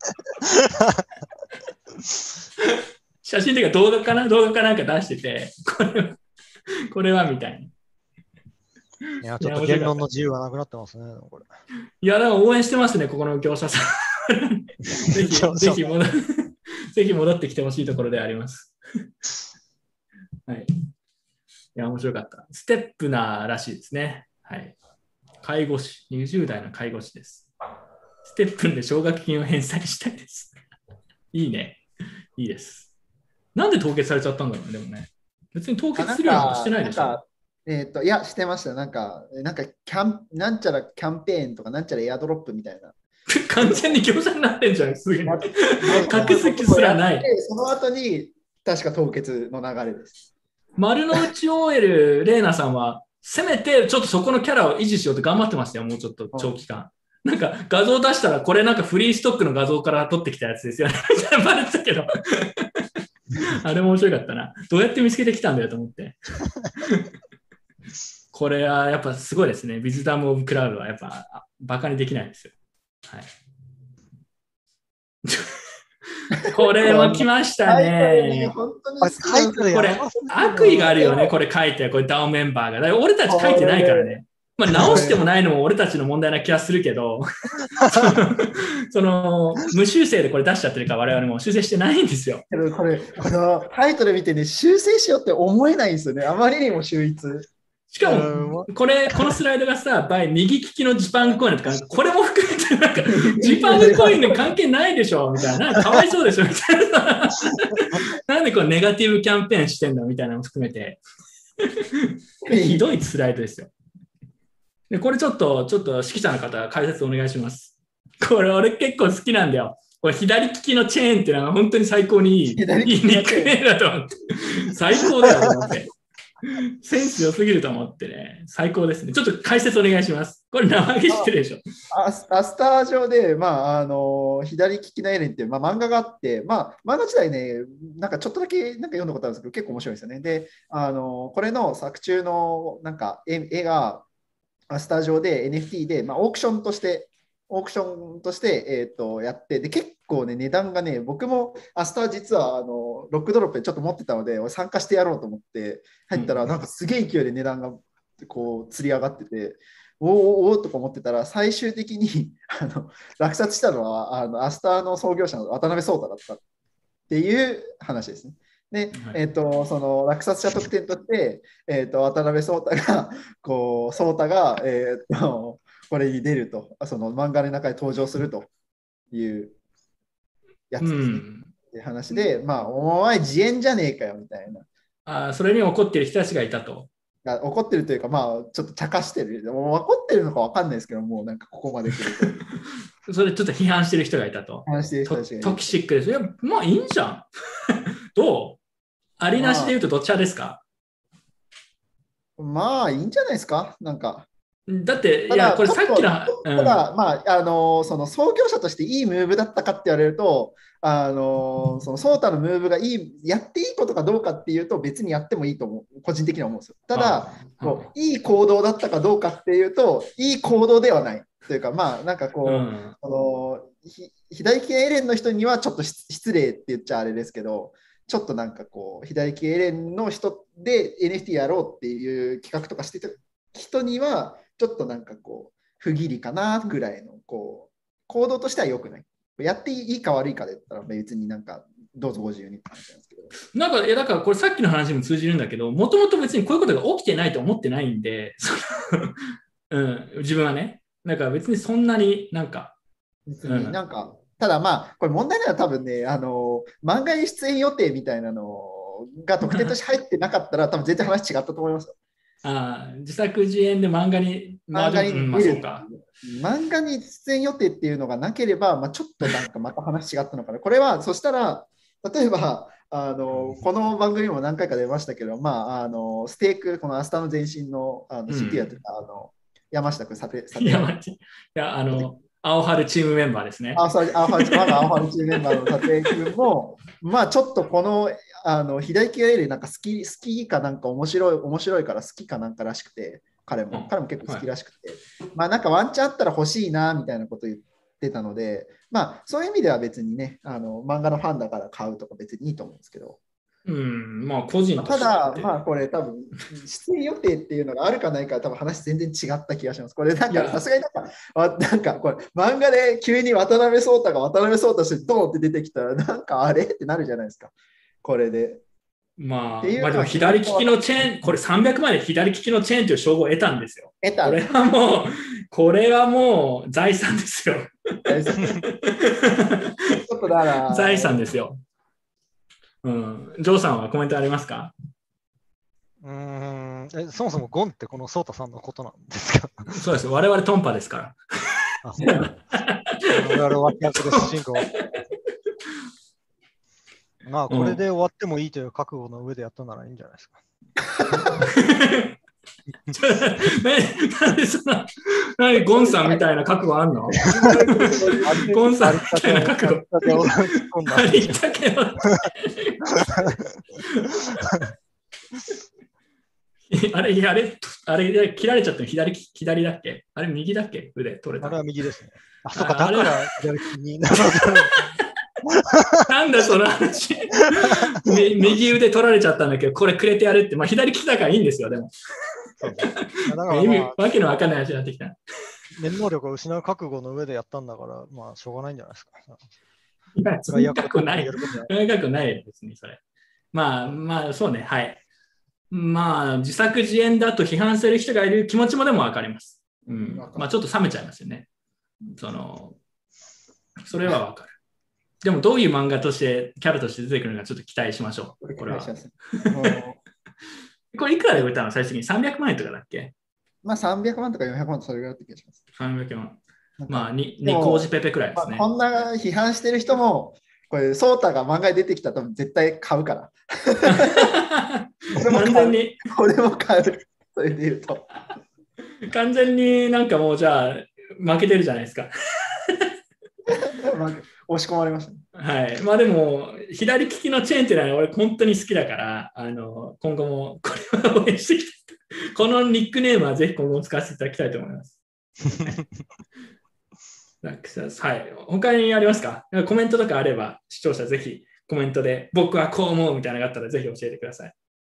写真というか動画かな動画かなんか出してて、これは、これはみたいな。 いや、ちょっと言論の自由がなくなってますね、これ。 いや、でも応援してますね、ここの業者さん。ぜひ、ぜひ戻、ぜひ戻ってきてほしいところであります。はい。いや、面白かった。ステップナーらしいですね。はい。介護士、にじゅう代の介護士です。ステップンで奨学金を返済したいです。いいね。いいです。なんで凍結されちゃったんだろうね、でもね。別に凍結するようなことしてないでしょ。 えっと、いや、してました。なんか、なんかキャン、なんちゃらキャンペーンとか、なんちゃらエアドロップみたいな。 完全に業者になってんじゃん、すぐに。隠す気すらない。 その後に、確か凍結の流れです。 丸の内 オーエル、レーナさんは、せめてちょっとそこのキャラを維持しようと頑張ってましたよ、もうちょっと長期間。なんか画像出したら、これなんかフリーストックの画像から撮ってきたやつですよね。バレてたけど。あれも面白かったな。どうやって見つけてきたんだよと思って。これはやっぱすごいですね。ウィズダム・オブ・クラウドはやっぱバカにできないんですよ。はい。これも来ましたね。これ悪意があるよね、これ書いて、これダウンメンバーが。だから俺たち書いてないからね。まあ、直してもないのも俺たちの問題な気がするけど、その無修正でこれ出しちゃってるから我々も修正してないんですよ。 これ、このタイトル見てね、修正しようって思えないんですよね。あまりにも秀逸。 しかも、これ、このスライドがさ、バイ右利きのジパングコインとか、これも含めて、なんか、ジパングコインに関係ないでしょみたいな、かわいそうでしょみたいな。なんでこうネガティブキャンペーンしてんだみたいなのも含めて、ひどいスライドですよ。でこれちょっと、ちょっと指揮者の方、解説お願いします。これ、俺結構好きなんだよ。これ左利きのチェーンっていうのは本当に最高にいい、いいニックネームだと思って。最高だよと思って。センス良すぎると思ってね、最高ですね。ちょっと解説お願いします。これ生毛してるでしょ。 アスアスター上で、まあ、あの左利きのエレンっていう、まあ、漫画があって、まあ、漫画自体ね、なんかちょっとだけなんか読んだことあるんですけど、結構面白いですよね。で、あのこれの作中のなんか絵絵がアスター上で エヌエフティー で、まあ、オークションとして、オークションとして、えー、とやって、で結構ね、値段がね、僕も明日実はあのロックドロップでちょっと持ってたので、参加してやろうと思って入ったら、なんかすげえ勢いで値段がこう釣り上がってて、おーおーおーとか思ってたら、最終的にあの落札したのは、あの明日の創業者の渡辺壮太だったっていう話ですね。で、えー、とその落札者特典として、えー、と渡辺壮太が、こう壮太が、えー、とこれに出ると、その漫画の中で登場するというやつですね。うん、って話で、まあ、お前自演じゃねえかよみたいな。 あ、それに怒ってる人たちがいたと。 怒ってるというか、まあ、ちょっと茶化してる。もう怒ってるのか分かんないですけど、もうなんかここまで来ると。それちょっと批判してる人がいたと。 批判してる人たちがいた。 トキシックです。いや、まあいいんじゃん。どうありなしで言うとどっち派ですか？ まあ、いいんじゃないですか、なんか。 だって、いや、これさっきの。 ただ、まあ、あの、その創業者としていいムーブだったかって言われると、あの、そのソータのムーブがいい、やっていいことかどうかっていうと、別にやってもいいと思う、個人的には思うんですよ。ただ、こういい行動だったかどうかっていうと、いい行動ではないというか、まあ、なんかこう、うん、あの左利きエレンの人にはちょっと失礼って言っちゃあれですけど、ちょっとなんかこう、左利きエレンの人で エヌエフティー やろうっていう企画とかしてた人には、ちょっとなんかこう、不義理かなぐらいのこう行動としては良くない。やっていいか悪いかで言ったら別になんかどうぞご自由にって話なんですけど。 なんか、いやだからこれさっきの話にも通じるんだけど、もともと別にこういうことが起きてないと思ってないんで、うん、自分はね、なんか別にそんなになんか。 別になんか、うん、ただまあ、これ問題なのは多分ね、あの、漫画に出演予定みたいなのが特典として入ってなかったら多分全然話違ったと思いますよ。 ああ、自作自演で漫画に、 漫画に、うん、まあ、そうか。漫画に出演予定っていうのがなければ、まあ、ちょっとなんかまた話違ったのかな。これは、そしたら、例えば、あのこの番組も何回か出ましたけど、まあ、あのステーク、この明日の前身のあの シーティー やってた、うん、あの山下君、さて、さて。 いや、あの、 青春チームメンバーですね。 青春青春我が青春チームメンバーの立井君も、まあちょっとこの、あの左利きがエレなんか好き、好きかなんか面白い、面白いから好きかなんからしくて、彼も、 うん彼も結構好きらしくて、まあなんかワンチャンあったら欲しいなみたいなこと言ってたので、まあそういう意味では別にね、あの漫画のファンだから買うとか別にいいと思うんですけど、 うん、まあ個人としてただ、まあこれ多分、出演予定っていうのがあるかないか、多分話全然違った気がします。これなんいやか、さすがになんか、わなんかこれ、漫画で急に渡辺壮太が渡辺壮太してドーンって出てきたら、なんかあれってなるじゃないですか。これで。 まあ、 っていうのはまあでも左利きのチェーン、これさんびゃくまで左利きのチェーンという称号を得たんですよ。 得たこれはもう、これはもう財産ですよ。 ちょっとだから、 財産ですよ。うん。ジョーさんはコメントありますか？ うーんえそもそもゴンってこのソータさんのことなんですか？ そうです。我々トンパですから。 あそうなんです我々脇役です、進行。まあ、これで終わってもいいという覚悟の上でやったならいいんじゃないですか。 なんでそんな、なんでゴンさんみたいな覚悟あんの？ゴンさんみたいな覚悟。ありったけど。あれ、あれ、あれ、切られちゃったの左、左だっけ？あれ、右だっけ？腕取れた。 あれは右ですね。あ、そうか、 あだから左利きになる。 なんだその話。み右腕取られちゃったんだけど、これくれてやるって、まあ左利きだからいいんですよ、でも。 そうだから意味、 まあ、 わけのわかんない話になってきた。 念能力を失う覚悟の上でやったんだから、まあ、しょうがないんじゃないですか。 いや、そんなことない。そんなことないですね、それ。まあまあ、そうね、はい。まあ、自作自演だと批判する人がいる気持ちもでもわかります。うん。まあ、ちょっと冷めちゃいますよね。その、それはわかる。でも、どういう漫画として、キャラとして出てくるのかちょっと期待しましょう。これは。これいくらで売れたの最終的にさんびゃくまんえんとかだっけ？ まあさんびゃくまんとかよんひゃくまんとかそれぐらいだった気がします。 さんびゃくまん。まあ、に、にコージペペくらいですね。 まあ、こんな批判してる人も、これ、ソータが漫画に出てきたら多分絶対買うから。 完全に。 これも買う。それで言うと。 完全になんかもうじゃあ、負けてるじゃないですか。 押し込まれました、ね。 はい。まあでも、左利きのチェーンっていうのは俺本当に好きだから、あの、今後もこれは応援していきたい。このニックネームはぜひ今後も使わせていただきたいと思います。はい。他にありますか？コメントとかあれば、視聴者ぜひコメントで僕はこう思うみたいなのがあったらぜひ教えてください。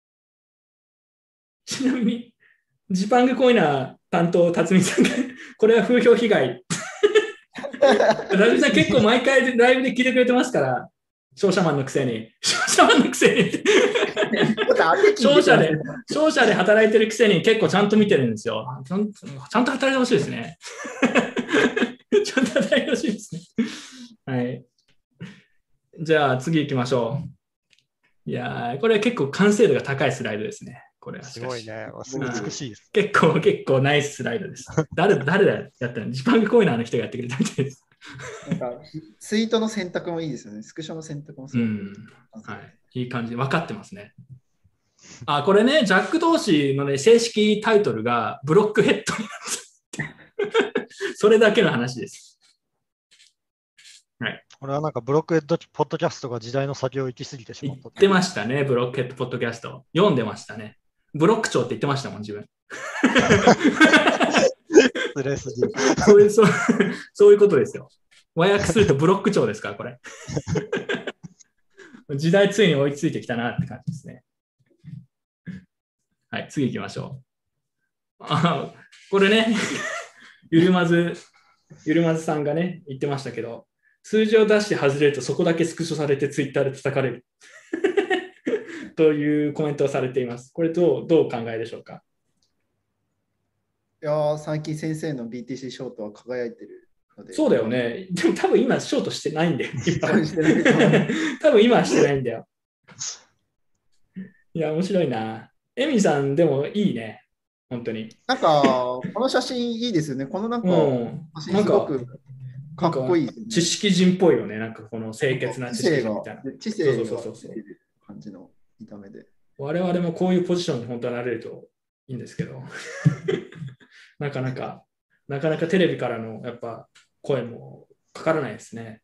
ちなみに、ジパングコイナー担当、辰巳さんが、これは風評被害。辰巳さん結構毎回ライブで聞いてくれてますから、商社マンのくせに。商社マンのくせに。商社で、商社で働いてるくせに結構ちゃんと見てるんですよ。ちゃんと、ちゃんと働いてほしいですね。ちゃんと働いてほしいですね。はい。じゃあ次行きましょう。いやー、これ結構完成度が高いスライドですね。これはすごいね。すごい美しいです。 結構、結構ナイススライドです。誰、誰だやったの？ジパングコイナーの人がやってくれたみたいです。 なんかツイートの選択もいいですよね。スクショの選択もすごい。うん。 はい。いい感じ。分かってますね。あ、これね、ジャック同士のね、正式タイトルがブロックヘッドになった。それだけの話です。はい。 これはなんかブロックヘッドポッドキャストが時代の先を行き過ぎてしまった。 言ってましたね、ブロックヘッドポッドキャスト。読んでましたね。ブロック長って言ってましたもん、自分。 失礼すぎる。 そういう、そう、そういうことですよ。和訳するとブロック長ですから、これ。時代ついに追いついてきたなって感じですね。はい、次行きましょう。あ、これね、ゆるまず、ゆるまずさんがね、言ってましたけど、数字を出して外れるとそこだけスクショされてツイッターで叩かれる。というコメントをされています。これどう、どうお考えでしょうか？ いや最近先生の ビーティーシー ショートは輝いてるので。 そうだよね。でも多分今ショートしてないんだよ。多分今はしてないんだよ。いや、面白いな。エミさんでもいいね。本当に。 なんか、この写真いいですよね。このなんか、 うん、 写真すごくかっこいいですね。 知識人っぽいよね。なんかこの清潔な知識人みたいな。 知性が出てる感じの見た目で。 我々もこういうポジションに本当はなれるといいんですけど。なかなか、なかなかテレビからのやっぱ声もかからないですね。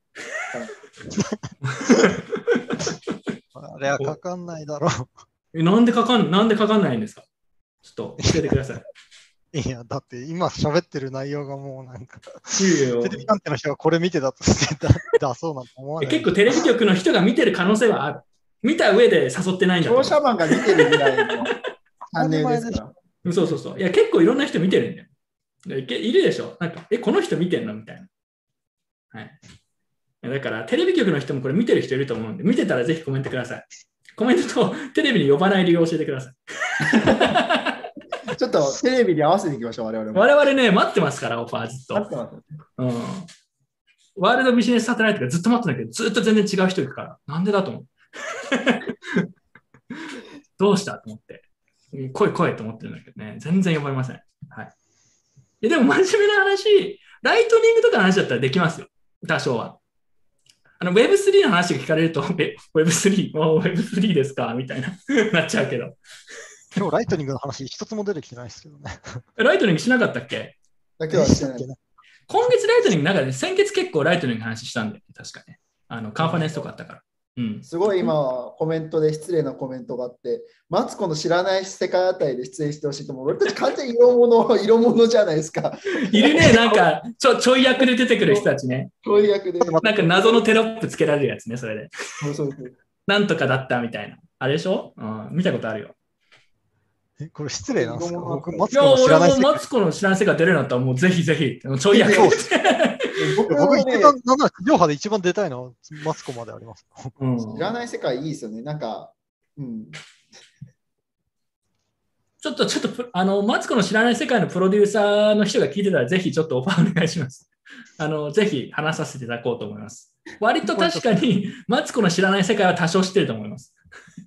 あれはかかんないだろえなんでかかん、なんでかかんないんですか？ちょっと教えてください。 う。いや、だって今喋ってる内容がもうなんか、 いやいやテレビ関係の人がこれ見てたとしてだ出そうなんて思わない。 結構テレビ局の人が見てる可能性はある。見た上で誘ってないんだと思う。 商社マンが見てるぐらいのチャンネルですから。 そうそうそう。いや、結構いろんな人見てるんだよ。でけいるでしょ。なんか、え、この人見てんのみたいな。はい。だから、テレビ局の人もこれ見てる人いると思うんで、見てたらぜひコメントください。コメントとテレビに呼ばない理由を教えてください。 ちょっとテレビに合わせていきましょう、我々も。 我々ね、待ってますから、オファーずっと。 待ってます。 うん。ワールドビジネスサテライトがずっと待ってんだけど、ずっと全然違う人行くから、なんでだと思う。どうしたと思って。来い来いと思ってるんだけどね、全然呼ばれません。はい。いやでも真面目な話、ライトニングとかの話だったらできますよ。多少は。あの ウェブスリー の話が聞かれると、え ウェブスリー、もう ウェブスリー ですかみたいな、なっちゃうけど。 今日ライトニングの話一つも出てきてないですけどね。 ライトニングしなかったっけ？ だけはしてない。 今月ライトニングの中で、先月結構ライトニングの話したんだよね、確かね。あのカンファレンスとかあったから。うん、 すごい今、コメントで失礼なコメントがあって、マツコの知らない世界あたりで出演してほしいと思う。俺たち完全に色物、色物じゃないですか。 いるね、なんかちょ、ちょい役で出てくる人たちね。 ちょい役で。 なんか謎のテロップつけられるやつね、それで。 そうそうそうなんとかだったみたいな。あれでしょ？うん、見たことあるよ。 えこれ失礼なんですか？僕、マいや、 ツコの知らない俺も世界マツコの知らない世界出るんだったらもうぜひぜひ、ちょい役で。 僕、僕一番、なんなら地上波で一番出たいのはマツコまであります。 うん知らない世界いいですよね。なんか、うん。 ちょっと、ちょっと、あの、マツコの知らない世界のプロデューサーの人が聞いてたら、ぜひちょっとオファーお願いします。あの、ぜひ話させていただこうと思います。割と確かに、マツコの知らない世界は多少知ってると思います。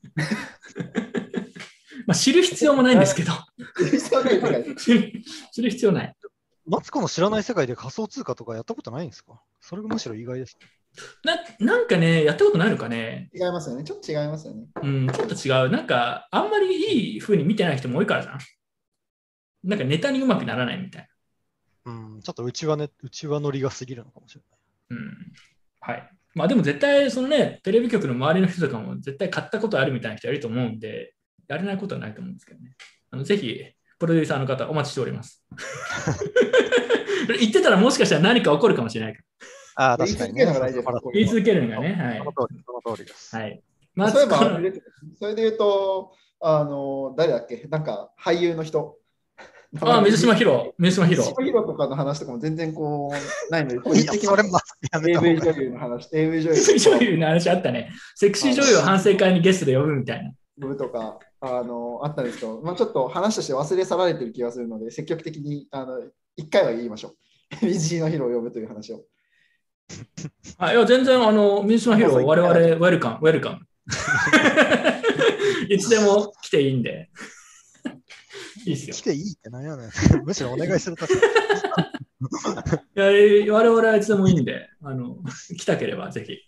まあ、知る必要もないんですけど。知る知る必要ない。 マツコの知らない世界で仮想通貨とかやったことないんですか？それがむしろ意外です。 ななんかね、やったことないのかね。 違いますよね。ちょっと違いますよね。 うん、ちょっと違う。なんか、あんまりいい風に見てない人も多いからな。なんかネタにうまくならないみたいうん、ちょっと内輪ね、内輪乗りが過ぎるのかもしれない。 な。うん。はい。まあでも絶対、そのね、テレビ局の周りの人とかも絶対買ったことあるみたいな人いると思うんで、やれないことはないと思うんですけどね。あのぜひ、プロデューサーの方、お待ちしております。言ってたらもしかしたら何か起こるかもしれないから。 ああ、確かにね。 言い続けるのがね。はい。 その通り、その通りです。 はい。 まあ、そういえば、それで言うと、あの、誰だっけなんか、俳優の人。 ああ、水島ヒロ。水島ヒロ。 水島ヒロとかの話とかも全然こう、ないので、 いや、それまやめた方がいい。エーブイ 女優の話、エーブイ 女優。 セクシー女優の話あったね。セクシー女優を反省会にゲストで呼ぶみたいな。 呼ぶとか、あの、あったんですけど、まあ、ちょっと話として忘れ去られてる気がするので、積極的に、あの、一回は言いましょう。水島ヒロを呼ぶという話を。 あいや全然あの水島ヒロ我々ウェルカムウェルカムいつでも来ていいんでいいっすよ。 来ていいって何やねん。むしろお願いするとき。いや我々はいつでもいいんであの来たければぜひ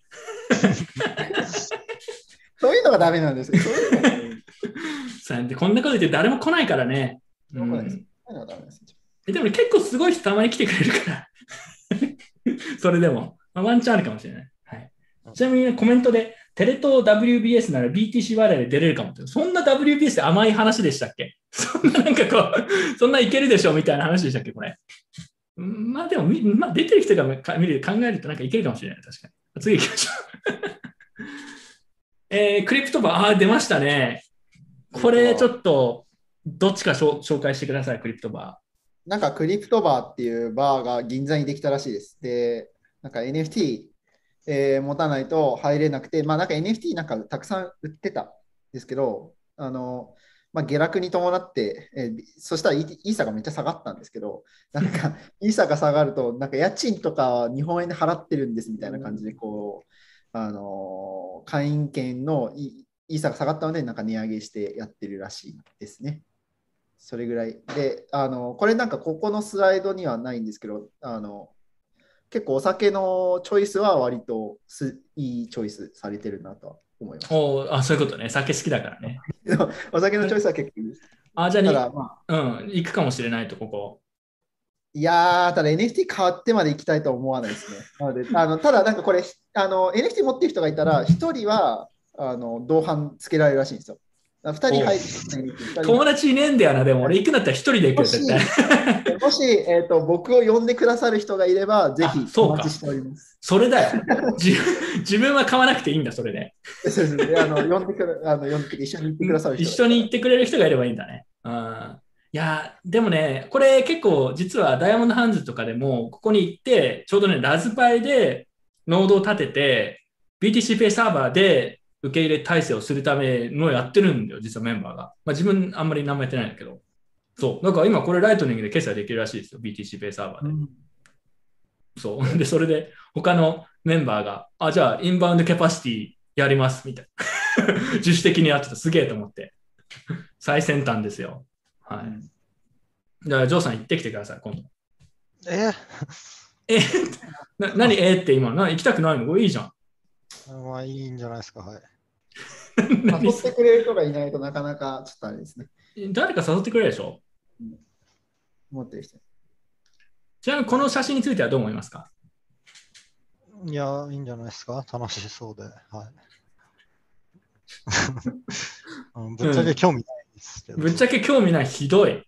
そういうのがダメなんですよ。そういうのがさでこんなこと言って誰も来ないからね。うん、でもね結構すごい人たまに来てくれるからそれでも、まあ、ワンチャンあるかもしれない。はい、ちなみに、ね、コメントで、テレ東 ダブリュービーエス なら ビーティーシー 我々で出れるかもって、そんな ダブリュービーエス って甘い話でしたっけ？そんななんかこう、そんないけるでしょみたいな話でしたっけ、これ。まあでも、まあ、出てる人が見る考えるとなんかいけるかもしれない、確かに。次行きましょう。えー、クリプトバー、ああ、出ましたね。これちょっと、どっちか紹介してください、クリプトバー。 なんかクリプトバーっていうバーが銀座にできたらしいです。で、なんか エヌエフティー、えー、持たないと入れなくて、まあなんか エヌエフティー なんかたくさん売ってたんですけど、あの、まあ、下落に伴って、えー、そしたらイーサがめっちゃ下がったんですけど、なんかイーサが下がると、なんか家賃とか日本円で払ってるんですみたいな感じで、こう、あのー、会員権のイーサが下がったので、なんか値上げしてやってるらしいですね。それぐらいで、あのこれなんかここのスライドにはないんですけど、あの結構お酒のチョイスは割とすいいチョイスされてるなと思います。 おあ、そういうことね。酒好きだからね。 お酒のチョイスは結構いいです。 あ、じゃあ、まあ、うん、行くかもしれないと、ここ。 いやー、ただ エヌエフティー 変わってまで行きたいとは思わないですね。なので、あのただ、なんかこれ、あの エヌエフティー 持ってる人がいたら、ひとりはあの同伴つけられるらしいんですよ。ふたり入って友達いねえんだよな、でも俺行くんだったら一人で行くよ、絶対。 もし、えーと、僕を呼んでくださる人がいれば、ぜひお待ちしております。 それだよ自。自分は買わなくていいんだ、それで。 そうですね。あの呼んでくるあの呼んで一緒に行ってくださる人一緒に行ってくれる人がいればいいんだね。うん、いや、でもね、これ結構実はダイヤモンドハンズとかでも、ここに行って、ちょうどね、ラズパイでノードを立てて、ビーティーシー ペイサーバーで受け入れ体制をするためのやってるんだよ、実はメンバーが。まあ、自分あんまり何もやってないんだけど。そう。だから今これライトニングで決済できるらしいですよ、ビーティーシー ペイサーバーで。うん、そう。で、それで他のメンバーが、あ、じゃあインバウンドキャパシティやりますみたいな。自主的にやってた、すげえと思って。最先端ですよ。はい。だからジョーさん行ってきてください、今度。 ええな何えー、って今な、行きたくないの？これいいじゃん。 まあいいんじゃないですか、はい。 誘ってくれる人がいないとなかなかちょっとあれですね。 誰か誘ってくれるでしょ、 うん、持ってる人。 ちなみにこの写真についてはどう思いますか？ いや、いいんじゃないですか、楽しそうで。はいうん、ぶっちゃけ興味ないですけど、 うん、ぶっちゃけ興味ない、ひどい。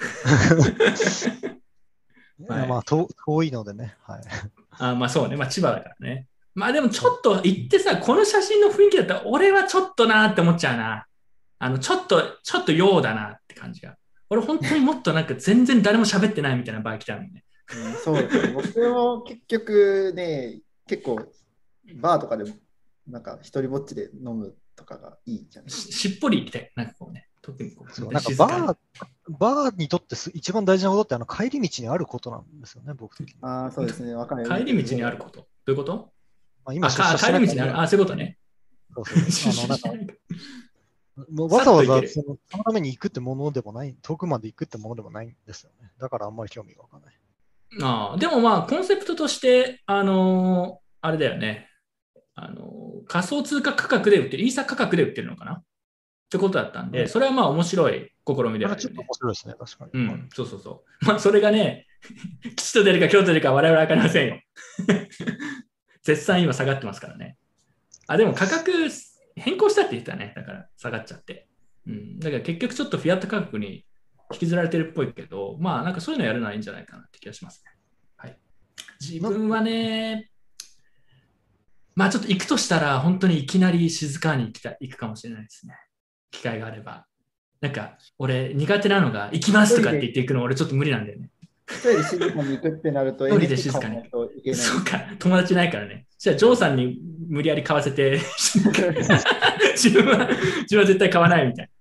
いやまあ遠いのでね。はい、 あまあそうね、まあ千葉だからね。まあでもちょっと行ってさ、この写真の雰囲気だったら俺はちょっとなって思っちゃうな。あの、ちょっと、ちょっとようだなって感じが。俺本当にもっとなんか全然誰も喋ってないみたいな場合来たのね。 うん、そうですね。僕も結局ね、結構バーとかでもなんか一人ぼっちで飲むとかがいいじゃないですか。 しっぽり行きたい。なんかこうね。特にこう。 そうなんかバー、バーにとって一番大事なことってあの帰り道にあることなんですよね、僕的に。 ああ、そうですね。わかる。 帰り道にあること。どういうこと？ まあ、今あ、帰り道にある。あ、そういうことね。 そうそうあのなんかもうわざわざそのそのために行くってものでもない、遠くまで行くってものでもないんですよね。だからあんまり興味がわかんない。 ああ、でもまあ、コンセプトとして、あのー、あれだよね。あのー、仮想通貨価格で売ってる、イーサ価格で売ってるのかなってことだったんで、それはまあ面白い試みであるよね。 ちょっと面白いですね、確かに。 うん、そうそうそう。まあ、それがね、吉と出るか京と出るか我々は分かりませんよ。絶賛今下がってますからね。あ、でも価格変更したって言ってたね。だから下がっちゃって。うん。だから結局ちょっとフィアット価格に引きずられてるっぽいけど、まあなんかそういうのやるのはいいんじゃないかなって気がしますね。はい。自分はね、まあちょっと行くとしたら本当にいきなり静かに行きたい、行くかもしれないですね。機会があれば。なんか俺苦手なのが行きますとかって言っていくの俺ちょっと無理なんだよね。 一人で静かに行くってなると、 一人で静かに。そうか、友達ないからね。じゃあ、ジョーさんに無理やり買わせて、自分は、自分は絶対買わないみたい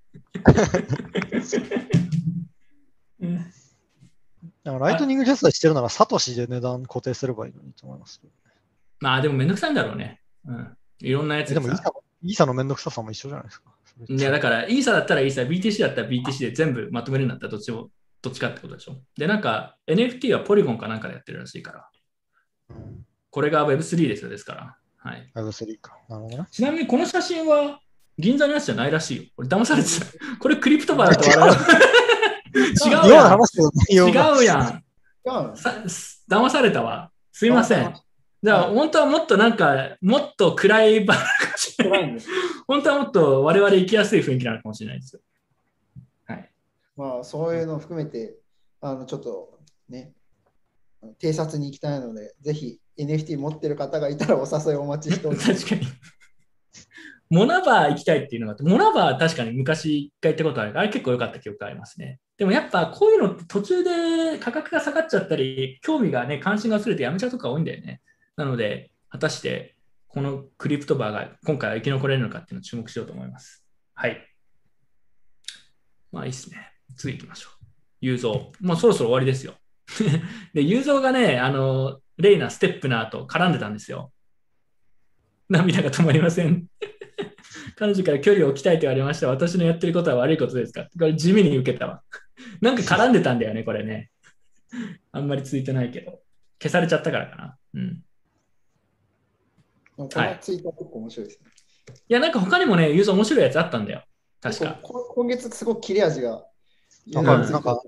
な。ライトニング決済してるなら、サトシで値段固定すればいいのにと思います。 まあ、でもめんどくさいんだろうね。うん。いろんなやつでもイーサ、イーサのめんどくささも一緒じゃないですか。 いや、だから、イーサだったらイーサ、ビーティーシー だったら ビーティーシー で全部まとめるんだったらどっちも、どっちかってことでしょ。で、なんか エヌエフティー はポリゴンかなんかでやってるらしいから。うん、これが ウェブスリー ですよ、ですから。はい。 ウェブスリー か。なるほどね。 ちなみにこの写真は銀座のやつじゃないらしいよ。俺騙されてた。これクリプトバーだと笑う。違うやん。違うやん。騙されたわ。すいません。じゃあ、本当はもっとなんか、もっと暗い場かもしれない。本当はもっと我々行きやすい雰囲気なのかもしれないですよ。はい。 まあ、そういうのを含めて、あの、ちょっとね、偵察に行きたいので、ぜひ エヌエフティー 持ってる方がいたらお誘いお待ちしております。 確かに。モナバー行きたいっていうのがあって、モナバー確かに昔一回行ったことあるから、あれ結構良かった記憶がありますね。でもやっぱこういうのって途中で価格が下がっちゃったり、興味がね、関心が薄れてやめちゃうとか多いんだよね。なので、果たしてこのクリプトバーが今回は生き残れるのかっていうのを注目しようと思います。はい。まあいいっすね。次行きましょう。ユーゾー。もうそろそろ終わりですよ。で、ユーゾーがね、あの、レイナ、ステップナーと絡んでたんですよ。涙が止まりません。彼女から距離を置きたいと言われました。私のやってることは悪いことですか？これ地味に受けたわ。なんか絡んでたんだよね、これね。あんまりついてないけど。消されちゃったからかな。うん。 このツイート結構面白いですね。 はい、いや、なんか他にもね、ユーザー面白いやつあったんだよ。確か。 今月すごく切れ味が。 なんか、なんか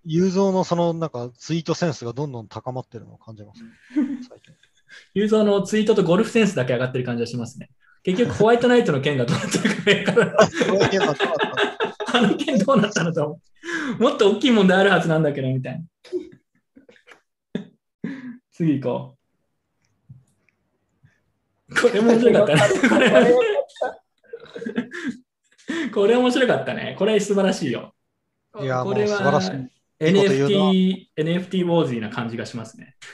ユーゾーのそのなんかツイートセンスがどんどん高まってるのを感じます、ね、最近。 ユーザーのツイートとゴルフセンスだけ上がってる感じがしますね。結局、ホワイトナイトの件がどうなったのかやからそういえばどうだったあの件どうなったのと思う。もっと大きい問題あるはずなんだけど、みたいな。次行こう。これ面白かったね。これこれ面白かったね。これ素晴らしいよ。 いや、もうこれ素晴らしい。 はいいこと言うな NFT、エヌエフティー ウォーズィーな感じがしますね。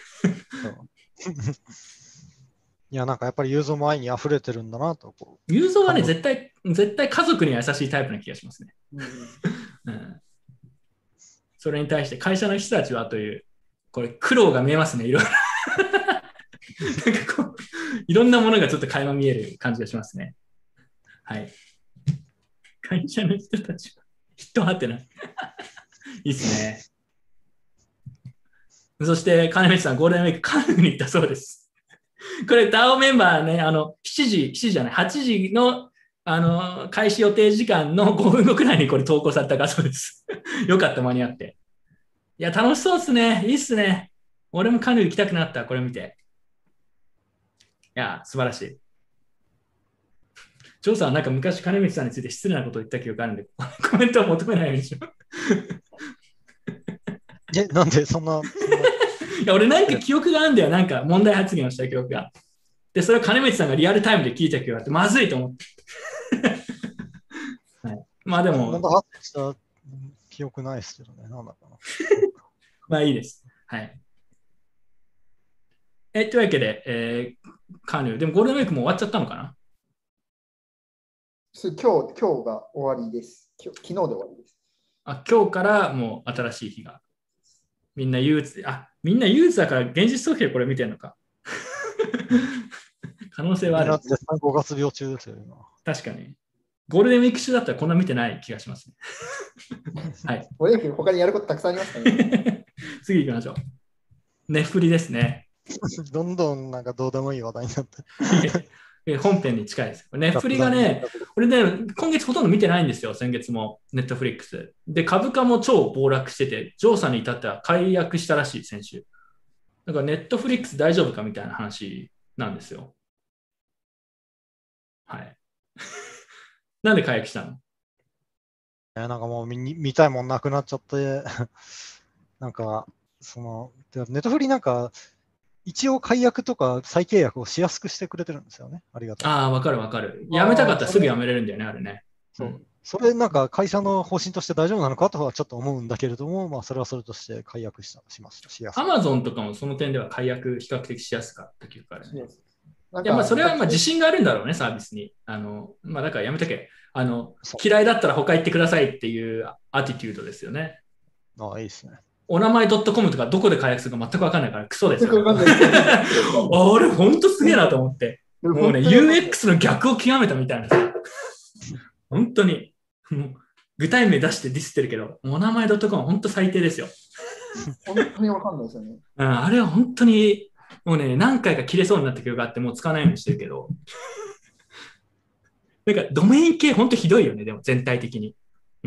いや、なんかやっぱりユーゾーも愛に溢れてるんだなとこう。 ユーゾーはね、 感動絶対、絶対家族には優しいタイプな気がしますね。 うんうん、それに対して会社の人たちはという、これ苦労が見えますね、いろいろ。なんかこう、いろんなものがちょっと垣間見える感じがしますね。はい。会社の人たちは、人はってない。いいっすね。そして、金光さん、ゴールデンウィーク、カンヌに行ったそうです。これ、ダオ メンバーね、あの、しちじ、しちじじゃない、はちじの、あの、開始予定時間のごふんごくらいにこれ投稿された画像です。よかった、間に合って。いや、楽しそうっすね。いいっすね。俺もカヌー行きたくなった、これ見て。いや、素晴らしい。ジョーさんはなんか昔金光さんについて失礼なことを言った記憶があるんで、コメントを求めないようにしよう。 え、なんでそんな。そんないや、俺なんか記憶があるんだよ。なんか問題発言をした記憶が。で、それを金光さんがリアルタイムで聞いた記憶があって、まずいと思って。はい、まあでも。 問題発言した記憶ないですけどね。なんだかな。 まあいいです。はい。え、というわけで、えー、カヌー。でもゴールデンウィークも終わっちゃったのかな？ 今日、今日が終わりです。今日昨日で終わりです。 あ、今日からもう新しい日が。みんな憂鬱で、あ、みんな憂鬱だから現実逃避でこれ見てるのか。可能性はある。 ごがつ病中ですよ、今。 確かに。ゴールデンウィーク中だったらこんな見てない気がしますね。はい。 ゴールデンウィーク他にやることたくさんありますからね。 次行きましょう。ネフリですね。 どんどんなんかどうでもいい話題になって。 本編に近いです。ネフリがね、俺ね、今月ほとんど見てないんですよ、先月も、ネットフリックス。で、株価も超暴落してて、ジョーさんに至っては解約したらしい、先週。だからネットフリックス大丈夫かみたいな話なんですよ。はい。なんで解約したの？ えなんかもう 見, 見たいもんなくなっちゃって、なんか、その、ネットフリなんか、一応解約とか再契約をしやすくしてくれてるんですよね。ありがたい。 ああ、わかるわかる。やめたかったらすぐやめれるんだよね、あれね。 そう。それなんか会社の方針として大丈夫なのかとはちょっと思うんだけれども、まあそれはそれとして解約したしました。しやすい。 アマゾンとかもその点では解約比較的しやすかった記憶からね。 なんかいやまあそれはまあ自信があるんだろうね、サービスに。あの、まあだからやめとけ。あの、嫌いだったら他行ってくださいっていうアティテュードですよね。 ああ、いいですね。 お名前 .com とかどこで解約するか全く分かんないからクソですよ。 よくわかんないですあれ、ほんとすげえなと思って。もうね、ユーエックス の逆を極めたみたいなさ。本当に。もう具体名出してディスってるけど、お名前 .com は本当最低ですよ。 本当にわかんないですよね。 うん、あれは本当に、もうね、何回か切れそうになった記憶があって、もう使わないようにしてるけど。なんか、ドメイン系本当ひどいよね、でも全体的に。うん。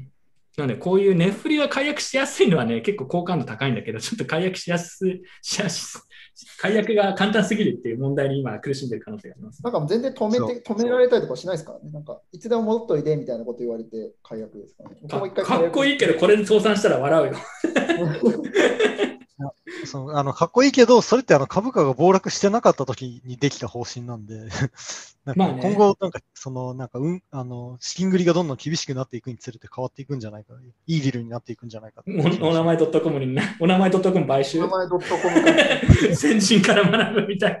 なので、こういうネフリは解約しやすいのはね、結構好感度高いんだけど、ちょっと解約しやすい、しやす解約が簡単すぎるっていう問題に今苦しんでる可能性があります。 なんか全然止めて止められたりとかしないですからね。なんかいつでも戻っといでみたいなこと言われて解約ですからね。 か, かっこいいけど、これで倒産したら笑うよ。 そうあのかっこいいけど、それってあの株価が暴落してなかった時にできた方針なんで、なんか今後、なんかそのなんか、うん、あの資金繰りがどんどん厳しくなっていくにつれて変わっていくんじゃないか、いいビルになっていくんじゃないかお。 お名前 .com に、お名前 .com 買収。 お名前 .com か先人から学ぶみたい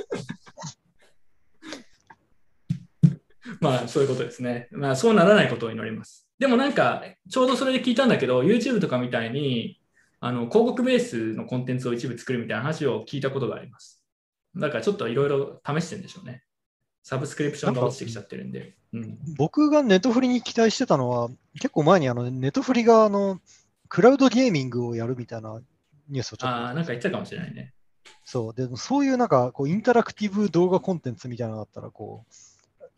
な。まあ、そういうことですね。まあ、そうならないことを祈ります。でもなんか、ちょうどそれで聞いたんだけど、YouTube とかみたいに、あの広告ベースのコンテンツを一部作るみたいな話を聞いたことがあります。だからちょっといろいろ試してるんでしょうね。サブスクリプションが落ちてきちゃってるんで。うん、 僕がネットフリに期待してたのは、結構前にあのネットフリがあのクラウドゲーミングをやるみたいなニュースをちょっと。 ああ、なんか言ってたかもしれないね。 そう。で、そういうなんかこうインタラクティブ動画コンテンツみたいなのだったら、こう、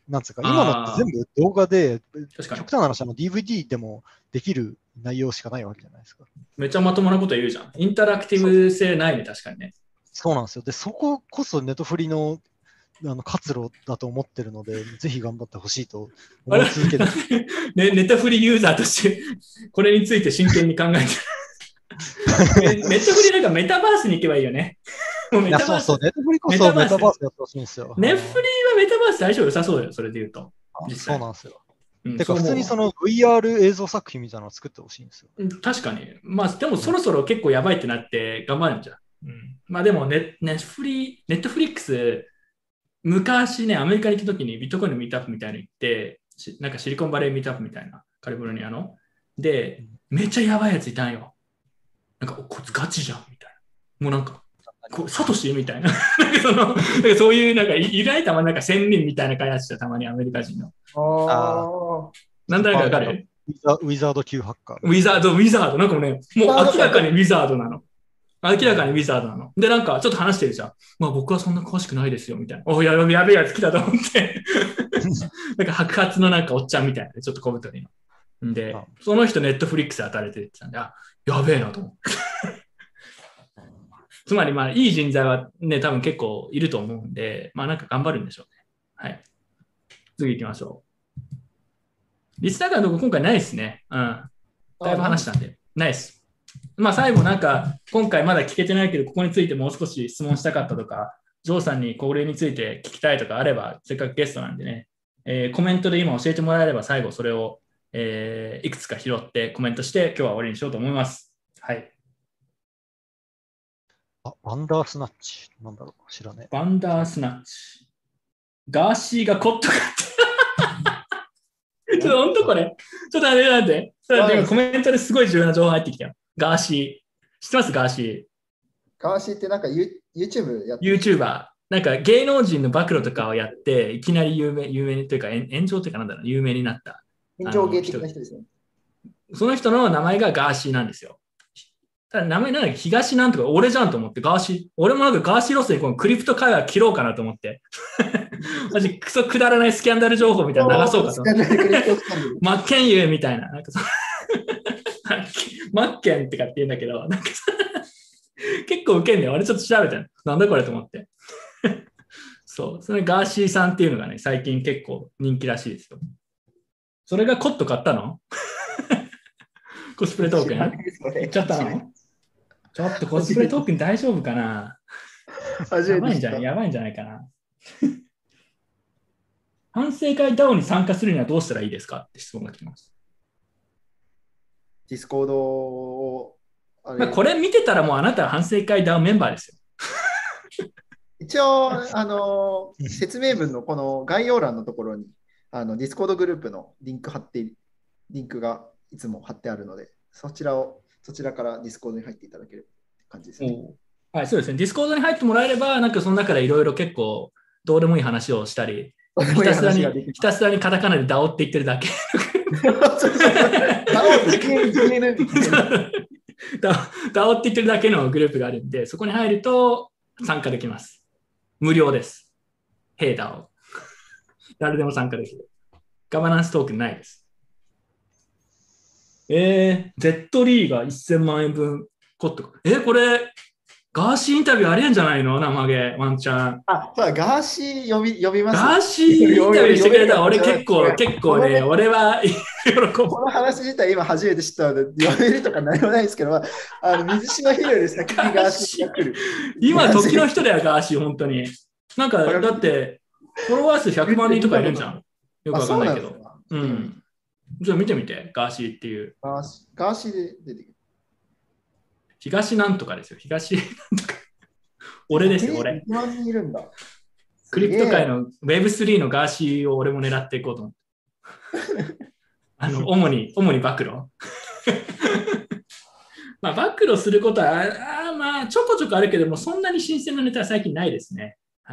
なんつうか、今のって全部動画で、 確かに極端な話、あの ディーブイディー でもできる内容しかないわけじゃないですか。 めっちゃまともなこと言うじゃん。インタラクティブ性ないね、確かにね。 そうなんですよ。で、そここそネットフリのあの活路だと思ってるので、ぜひ頑張ってほしいと思い続けてる。 ね、ネタフリユーザーとしてこれについて真剣に考えてる。ネットフリなんかメタバースに行けばいいよね。もうメいや、 タバース。 そうそう、ネットフリこそメタバースやってほしいんですよ。 ネッフリーはメタバース相性良さそうだよ、それで言うと。 あそうなんですよ。 うんてか、 そう思う普通にその ブイアール 映像作品みたいなのを作ってほしいんですよ。 うん確かに。まあ、でもそろそろ結構やばいってなって頑張るんじゃん。うん、まあでもネ、ネットフリ、ネットフリックス、昔ね、アメリカに行った時にビットコインのミートアップみたいに行って、しなんかシリコンバレーミートアップみたいな、カリフォルニアの。で、めっちゃやばいやついたんよ。なんか、おこいつガチじゃんみたいな。もうなんか、こうサトシみたいな。なんかそのなんかそういう、なんか、いいないたまになんか仙人みたいな開発者、たまにアメリカ人の。 あなんだかわかるウィザウィザード級ハッカー。 ウィザード、ウィザード。なんかもうね、もう明らかにウィザードなの。明らかにウィザードなの。で、なんかちょっと話してるじゃん。まあ僕はそんな詳しくないですよ、みたいな。おやべやべえやつ来たと思って。なんか白髪のなんかおっちゃんみたいな、ちょっと小太りの。んであ、 その人ネットフリックスで働いてるって言ってたんで、あ、やべえなと思って。つまりまあいい人材はね、多分結構いると思うんで、まあなんか頑張るんでしょうね。はい。次行きましょう。リスナーからのとこ今回ないですね。うん。だいぶ話したんで。ないです。まあ最後なんか今回まだ聞けてないけどここについてもう少し質問したかったとかジョーさんにこれについて聞きたいとかあればせっかくゲストなんでね、えーコメントで今教えてもらえれば最後それを、えーいくつか拾ってコメントして今日は終わりにしようと思います。はい。 あ、ワンダースナッチ。なんだろう、知らねバンダースナッチ。ガーシーがコットかって。ちょっと本当これ。ちょっとあれなんで。ちょっと今コメントですごい重要な情報入ってきたよ。ガーシー。知ってますガーシー。 ーガーシーってなんか ユーチューブやってる YouTuber。なんか芸能人の暴露とかをやって、いきなり有名、有名にというか、炎炎上というかなんだろう、有名になった。 炎上芸的な人ですね。 その人の名前がガーシーなんですよ。ただ名前なんだっけ東なんとか、俺じゃんと思って、ガーシー。俺もなんかガーシーロスにこのクリプト会話切ろうかなと思って。マジクソくだらないスキャンダル情報みたいなの流そうかと思って。マッケンユーみたいな。なんかそマッケンってかって言うんだけど、なんか結構ウケんねよ。あれちょっと調べたの。なんだこれと思って。そう。それガーシーさんっていうのがね、最近結構人気らしいですよ。それがコット買ったのコスプレトークン買っちゃったのちょっとコスプレトークン大丈夫かなやばいんじゃないやばいんじゃないかな反省会 ダオ に参加するにはどうしたらいいですかって質問が来ます。 ディスコードをあれまあ、これ見てたらもうあなたは反省会 ダオ メンバーですよ。 一応、あの説明文のこの概要欄のところにあのディスコードグループのリンク貼ってリンクがいつも貼ってあるので、そちらをそちらからディスコードに入っていただける感じですね。 はい、そうですね。ディスコードに入ってもらえれば、なんかその中でいろいろ結構どうでもいい話をしたり、ひたすらにひたすらにカタカナで ダオ って言ってるだけ。ダオ って言ってるだけのグループがあるんで、そこに入ると参加できます。無料です。Hey ダオ。誰でも参加できる。ガバナンストークンないです。えー、Z リーがせんまん円分コット。えー、これ、ガーシーインタビューありえんじゃないの生毛、ワンチャン。 あ、そうだ、ガーシー呼び呼びます。 ガーシーインタビューしてくれたら、俺結構、結構ね、俺は喜ぶ。 この話自体今初めて知ったので、呼べるとか何もないですけど、あの水島ヒロより先にガーシーが来る。 今、時の人だよ、ガーシー、本当に。なんか、だって、フォロワー数ひゃくまん人とかいるんじゃん。よくわかんないけど。うん。じゃあ見てみて、ガーシーっていう。 ガーシー、ガーシーで出てくる。 東なんとかですよ。東なんとか。俺ですよ、俺。 いちまんにんいるんだ。 クリプト界の ウェブスリー のガーシーを俺も狙っていこうと思って。あの、主に、主に暴露。まあ、暴露することは、あまあ、ちょこちょこあるけども、そんなに新鮮なネタは最近ないですね。はい。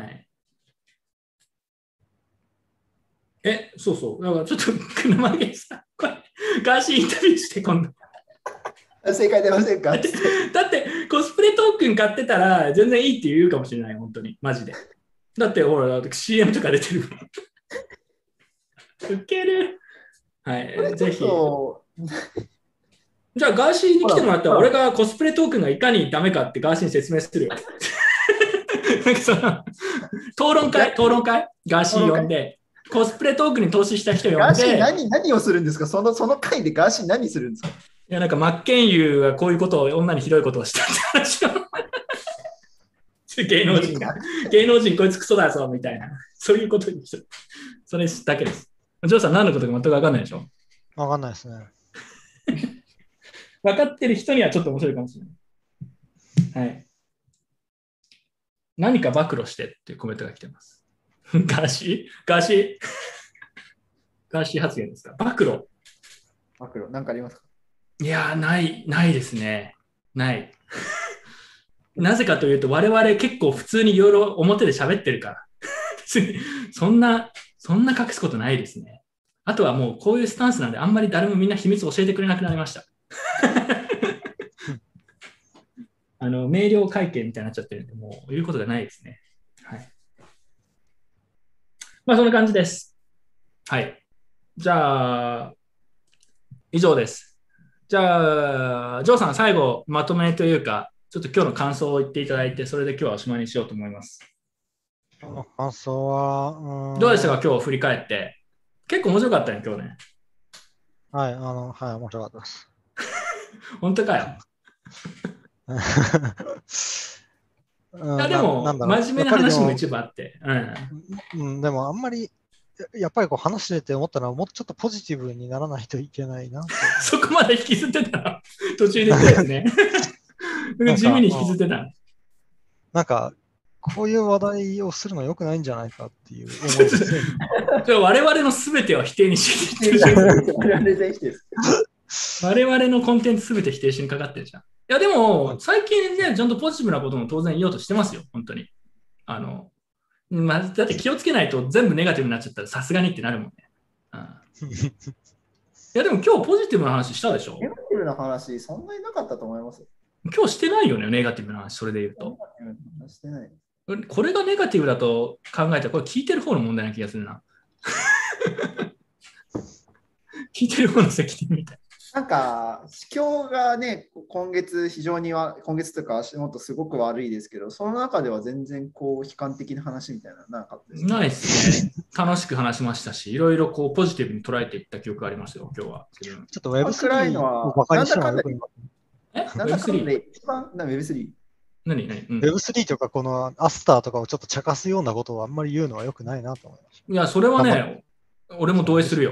え、そうそう。だからちょっと、車毛さん、これ、ガーシーインタビューして、今度。 正解出ませんかだって、だってコスプレトークン買ってたら全然いいって言うかもしれない、本当に。マジで。だって、ほら、シーエム とか出てる。 ウケる。はこれい、ぜひ。 そうじゃあ、ガーシーに来てもらったら、 ほら俺がコスプレトークンがいかにダメかってガーシーに説明するよ。なんかその討論会、討論会、ガーシー呼んで、コスプレトークンに投資した人呼んガーシーで、い何何をするんですかそのその回でガーシー何するんですかや、なんか、真剣佑がこういうことを、女にひどいことをしたって話を。芸能人が、芸能人こいつクソだぞ、みたいな。そういうことにする。それだけです。ジョーさん、何のことか全く分かんないでしょ。 わかんないですね。 分かってる人にはちょっと面白いかもしれない。はい。何か暴露してっていうコメントが来てます。ガーシーガーシーガーシー発言ですか暴露マクロ、なんかありますかいやー、ない、ないですね。ない。なぜかというと、我々結構普通にいろいろ表で喋ってるから。別にそんな、そんな隠すことないですね。あとはもうこういうスタンスなんで、あんまり誰もみんな秘密教えてくれなくなりました。あの、明瞭会計みたいになっちゃってるんで、もう言うことがないですね。はい。まあ、そんな感じです。はい。じゃあ、以上です。じゃあ、ジョーさん、最後、まとめというか、ちょっと今日の感想を言っていただいて、それで今日はおしまいにしようと思います。 この感想は、うーんどうでしたか、今日振り返って。結構面白かったね、今日ね。 はい、あの、はい、面白かったです。 本当かよ。 うんいや、でも、 ななんだろう真面目なやっぱりでも話も一部あって。うん。 うん、でもあんまり、ややっぱりこう話してて思ったのは、もうちょっとポジティブにならないといけないなと。 そこまで引きずってたの途中で言ったやつね。地味に引きずってたの。 なんか、こういう話題をするの良くないんじゃないかっていう思いですね。 それ我々の全てを否定にし否定してる我々全否定です我々のコンテンツ全て否定しにかかってるじゃん。いや、でも、最近ね、ちゃんとポジティブなことも当然言おうとしてますよ、本当に。あの、まあ、だって気をつけないと全部ネガティブになっちゃったらさすがにってなるもんね。うん、いや、でも今日ポジティブな話したでしょネガティブな話、そんなになかったと思いますよ。 今日してないよね、ネガティブな話、それで言うと。 ネガティブな話してない。 これがネガティブだと考えたら、これ聞いてる方の問題な気がするな。聞いてる方の責任みたい。 なんか、市況がね、今月非常には、今月というか足元すごく悪いですけど、その中では全然こう悲観的な話みたいなのなかったです、ね。 ないですね。楽しく話しましたし、いろいろこうポジティブに捉えていった記憶がありますよ、今日は。 ちょっと ウェブスリー暗いのはをバカにしてもよくない。 えなんだかんだ ?ウェブスリー？ で一番、な ウェブスリー? 何何、うん、 ウェブスリー とかこのアスターとかをちょっと茶化すようなことをあんまり言うのは良くないなと思いましいや、それはね、俺も同意するよ。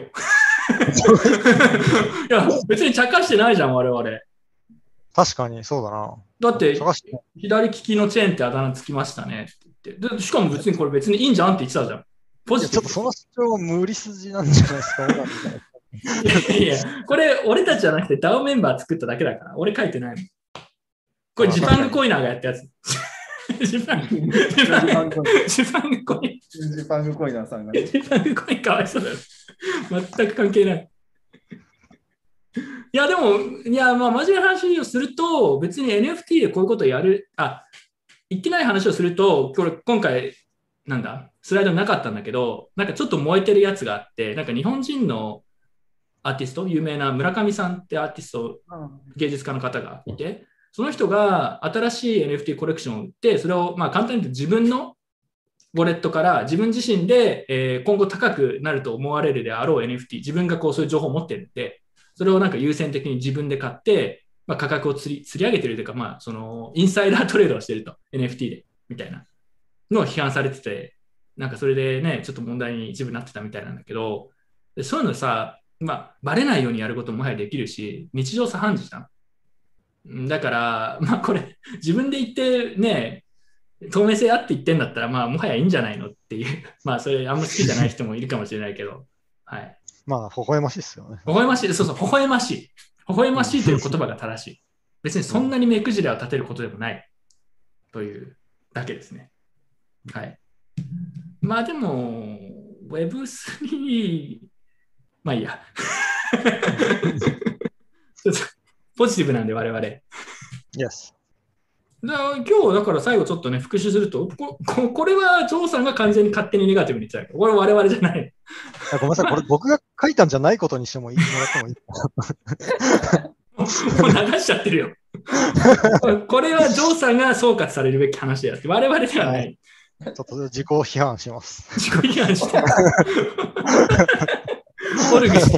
いや、別に茶化してないじゃん、我々。 た。確かにそうだな。 だって茶化して、 左利きのチェーンってあだ名つきましたねって言って。でしかも別にこれ別にいいんじゃんって言ってたじゃん。ポいやジティブ。 ちょっとその主張は無理筋なんじゃないですか。 いやいや、これ俺たちじゃなくて ダオ メンバー作っただけだから、俺書いてないもん。これジパングコイナーがやったやつ。ジパング、ジパング、ジパングコイン。 ジパングコイナーさんがね。 ジパングコインかわいそうだよ。全く関係ない。いや、でも、いや、まあ、真面目な話をすると、別に エヌエフティー でこういうことをやる、あ、言ってない話をすると、これ今回、なんだ、スライドなかったんだけど、なんかちょっと燃えてるやつがあって、なんか日本人のアーティスト、有名な村上さんってアーティスト、芸術家の方がいて、その人が新しい エヌエフティー コレクションを売って、それをまあ簡単に言うと自分のウォレットから自分自身で、えー、今後高くなると思われるであろう エヌエフティー、自分がこうそういう情報を持ってるんで、それをなんか優先的に自分で買って、まあ、価格を釣り、釣り上げてるというか、まあ、そのインサイダートレードをしてると エヌエフティー でみたいなのを批判されてて、なんかそれでね、ちょっと問題に一部なってたみたいなんだけど、でそういうのさ、まあ、バレないようにやることももはやできるし、日常茶飯事じゃん。だから、まあこれ、自分で言ってね、透明性あって言ってんだったら、まあもはやいいんじゃないのっていう、まあそれあんま好きじゃない人もいるかもしれないけど、はい。 まあ、微笑ましいですよね。 微笑ましい、そうそう、微笑ましい。微笑ましいという言葉が正しい。別にそんなに目くじらを立てることでもないというだけですね。はい。まあでも、ウェブスリー、まあいいや。ちょっとポジティブなんで我々。 Yes。 だ今日だから最後ちょっとね、復習すると、こここれはジョーさんが完全に勝手にネガティブに言っちゃう。これは我々じゃない。 あごめんなさい、これ僕が書いたんじゃないことにしてもいいもらってもいいもう流しちゃってるよ。これはジョーさんが総括されるべき話であって、我々ではない。 ちょっと自己批判します。 自己批判して。オルグして。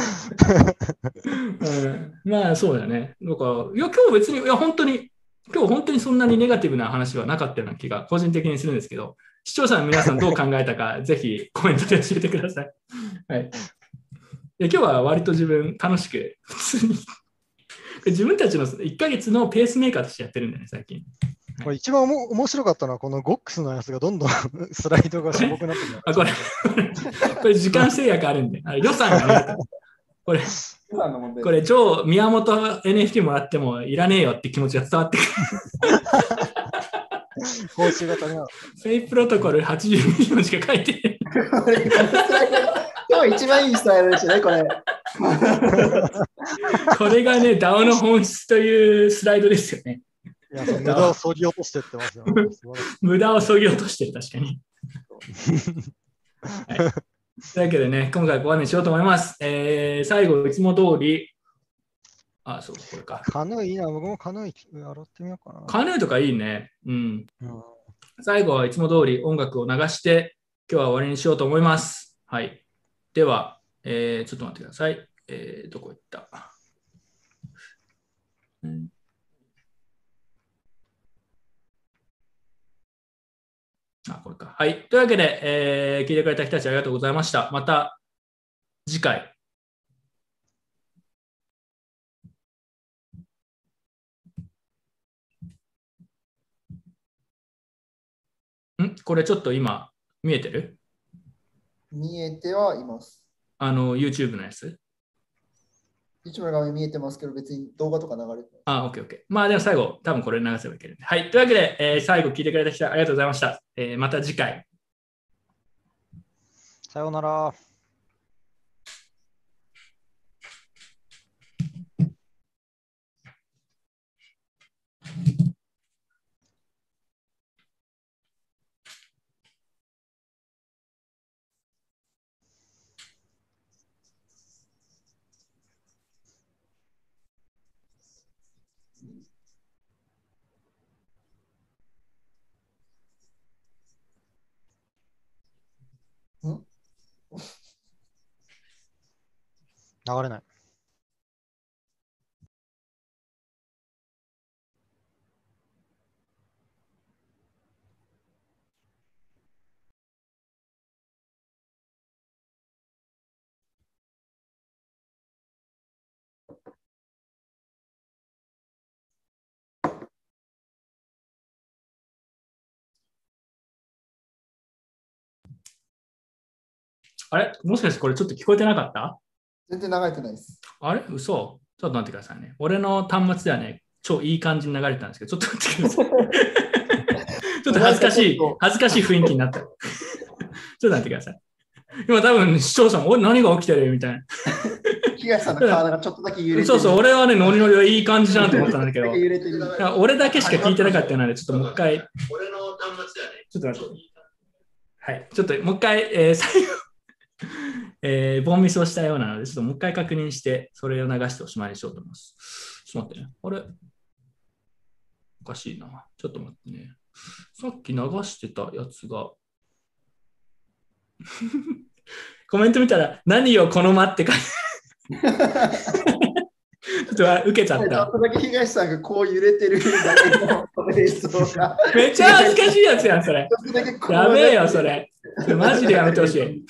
うん、まあそうだね。だから、いや、今日別に、いや、本当に、今日本当にそんなにネガティブな話はなかったような気が個人的にするんですけど、視聴者の皆さんどう考えたか、ぜひコメントで教えてください。はい。今日は割と自分楽しく、普通に自分たちのいっかげつのペースメーカーとしてやってるんだよね、最近。 これ一番おも面白かったのは、このゴックスのやつがどんどんスライドがしょぼくなってくる。 あ、これ、これ時間制約あるんで、あ予算がね、これ、これ、超宮本 エヌエフティー もらってもいらねえよって気持ちが伝わってくる。 報酬が足りなかった。 セイプロトコルはちじゅうにびょうしか書いてない。 今日一番いいスタイルですよね、これ。 これがね、ダオ の本質というスライドですよね。 いや無駄を削ぎ落としてってますよ、ね。 無駄を削ぎ落としてる、確かに。はい、というわけでね、今回ここまでにしようと思います。えー、最後、いつも通り、あ、そう、これか。 カヌーいいな、僕もカヌーやろってみようかな。 カヌーとかいいね。うん。 うん、 最後はいつも通り音楽を流して、今日は終わりにしようと思います。はい。では、えー、ちょっと待ってください。えー、どこ行った、うんあ、これか。はい。というわけで、えー、聞いてくれた人たちありがとうございました。また次回。んこれちょっと今、見えてる？ 見えてはいます。 あの、YouTube のやつ？ YouTube の画面見えてますけど、別に動画とか流れてます。 あ、OK、OK。まあでも最後、多分これ流せばいける。はい。というわけで、えー、最後聞いてくれた人ありがとうございました。えー、また次回。 さようなら。 ん流れない。 あれもしかしてこれちょっと聞こえてなかった？ 全然流れてないです。 あれ嘘ちょっと待ってくださいね。俺の端末ではね、超いい感じに流れてたんですけど、ちょっと待ってください。ちょっと恥ずかしい、恥ずかしい雰囲気になった。ちょっと待ってください。今多分視聴者も、お何が起きてるみたいな。 東さんの体がちょっとだけ揺れてる。 そうそう、俺はね、ノリノリはいい感じじゃんと思ったんだけど、 揺れてる俺だけしか聞いてなかったので、ちょっともう一回。俺の端末ではね、ちょっと待って。はい、ちょっともう一回、えー、最後、えー、ボンミスをしたようなので、ちょっともう一回確認して、それを流しておしまいにしようと思います。ちょっと待ってね。あれおかしいな。ちょっと待ってね。さっき流してたやつが、コメント見たら、何を好まってかちょっと受けちゃった。 ちょっとだけ東さんがこう揺れてるだけの映像が。 めっちゃ恥ずかしいやつやん、それ。やべえよ、それ。マジでやめてほしい。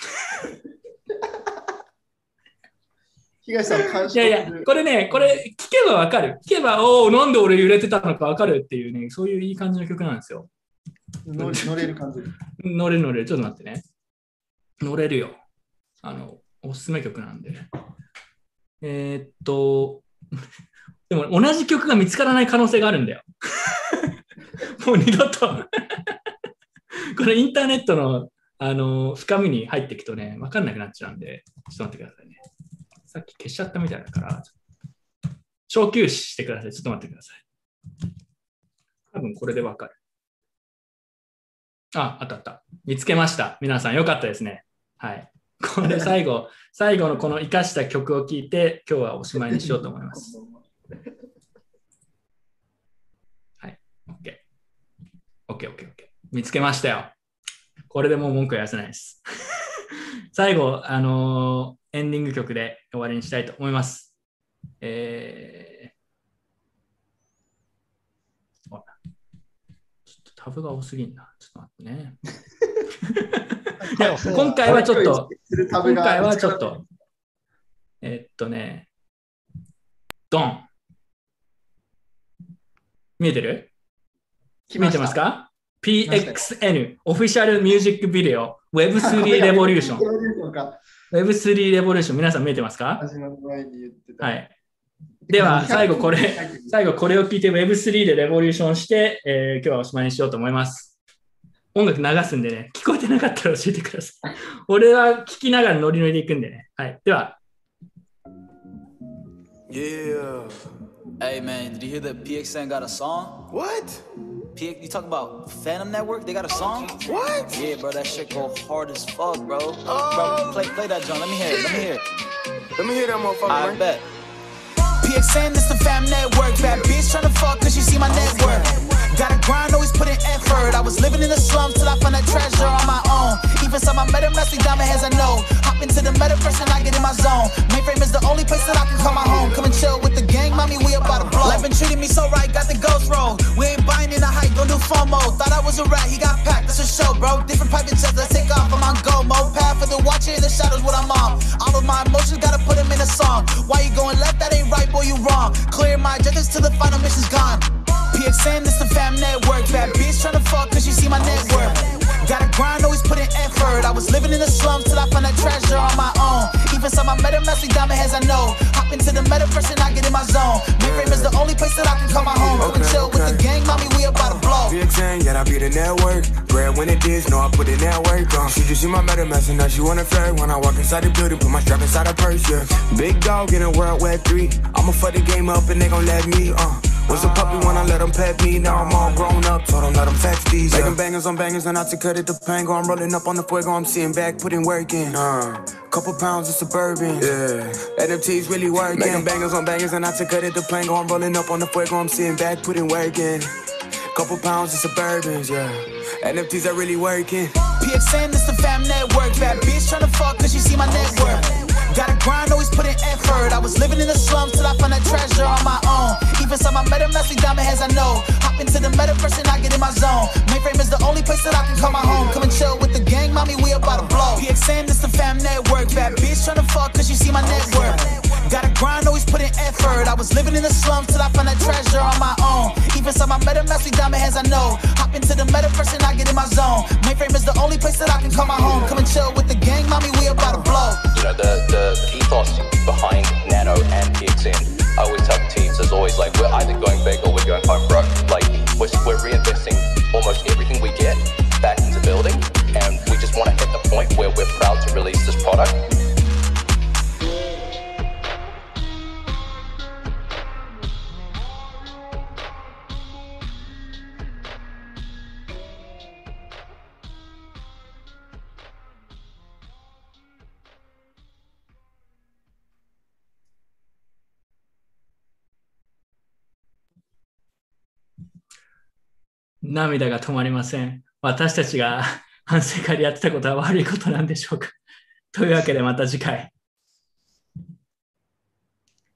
東さん監視いやいや、これね、これ聞けばわかる。聞けば、おお、なんで俺揺れてたのかわかるっていうね、そういういい感じの曲なんですよ。 乗れる感じ。 乗れる乗れる。ちょっと待ってね。乗れるよ。あの、おすすめ曲なんで。えー、っと、でも同じ曲が見つからない可能性があるんだよ。もう二度と。これインターネットの、あの深みに入っていくとね、わかんなくなっちゃうんで、ちょっと待ってくださいね。さっき消しちゃったみたいだから、小休止してください。ちょっと待ってください。 多分これでわかる。あ、あったあった。見つけました。皆さんよかったですね。はい。これ最後、最後のこの生かした曲を聴いて、今日はおしまいにしようと思います。はい。OK。OK、OK、OK。見つけましたよ。これでもう文句は言わせないです。最後、あのー、エンディング曲で終わりにしたいと思います。えー、ちょっとタブが多すぎんな。ちょっと待ってね。いや今回はちょっと、今回はちょっと、えっとね、ドン。見えてる？見えてますか？ ピーエックスエヌ オフィシャルミュージックビデオ ウェブスリー レボリューション。ウェブスリー レボリューション、皆さん見えてますか？はい。では、最後これ、最後これを聞いて ウェブスリー でレボリューションして、えー、今日はおしまいにしようと思います。音楽流すんでね、聞こえてなかったら教えてください。俺は聞きながらノリノリでいくんでね。はい。では。 Yeah. Hey man, did you hear that P X N got a song? What? P X, you talking about Phantom Network? They got a song? What? Yeah, bro, that shit go hard as fuck, bro. Oh. Bro, play, play that joint. Let me hear it. Let me hear it. Let me hear that motherfucker. I man. Bet. P X N, it's the Fam Network. Bad bitch tryna fuck cause she see my network. Gotta grind, always put in effort. I was living in the slums till I found that treasure on my own. Even some I met a messy diamond hands I know. Hop into the metaverse and I get in my zone. Mainframe is the only place that I can call my home. Come and chill with the gang, mommy, we about to blow. Life been treating me so right, got the ghost roll. We ain't buying in the hype, don't do FOMO. Thought I was a rat, he got packed, that's a show, bro. Different private jets, let's take off, I'm on go mode. Path for the watcher in the shadows, what I'm on. All of my emotions, gotta put them in a song. Why you going left, that ain't right, boy, you wrong. Clear my judges till the final mission's gone. P X N, it's the Fam Network. Bad bitch tryna fuck cause she see my network. Gotta grind, always put in effort. I was living in the slums till I found that treasure on my own. Even some I met a messy diamond hands I know. Hop into the metaverse and I get in my zone. Mainframe is the only place that I can call my home. Come and chill with the gang, mommy, we about to blow. P X N, yeah, I be the network. Bread when it is, know I put in that work. Uh. She just see my meta mess and now she wanna flirt. When I walk inside the building, put my strap inside her purse, yeah. Big dog in a world where three. I'ma fuck the game up and they gon' let me, uh. Was a puppy when I let them pet me. Now I'm all grown up, told them let them fetch these. Making bangers on bangers and not to cut it to pango. I'm rolling up on the fuego, I'm sitting back, putting work in. Uh, couple pounds of Suburban, yeah. N F Ts really working. Making bangers on bangers and not to cut it to pango. I'm rolling up on the fuego, I'm sitting back, putting work in. Couple pounds of Suburbans, yeah. N F Ts are really working. P X N, it's the Fam Network. Bad bitch tryna fuck cause she see my network. Gotta grind, always put in effort. I was living in the slums till I found that treasure on my own. Even some I met a messy diamond hands I know. Hop into the metaverse and I get in my zone. Mainframe is the only place that I can call my home. Come and chill with the gang, mommy, we about to blow. P X N, it's the Fam Network. Bad bitch tryna fuck cause she see my network. Gotta grind, always put in effort. I was living in the slums till I found that treasure on my own. Even some I met a messy diamond hands I know. Hop into the metaverse and I get in my zone. Mainframe is the only place that I can call my home. Come and chill with the gang, mommy, we about to blow. You know, the, the ethos behind Nano and P X N, I always tell teams is always like, we're either going big or we're going home broke. Like, we're, we're reinvesting almost everything we get back into building, and we just want to hit the point where we're proud to release this product. 「涙が止まりません。私たちが反省会でやってたことは悪いことなんでしょうか。というわけでまた次回。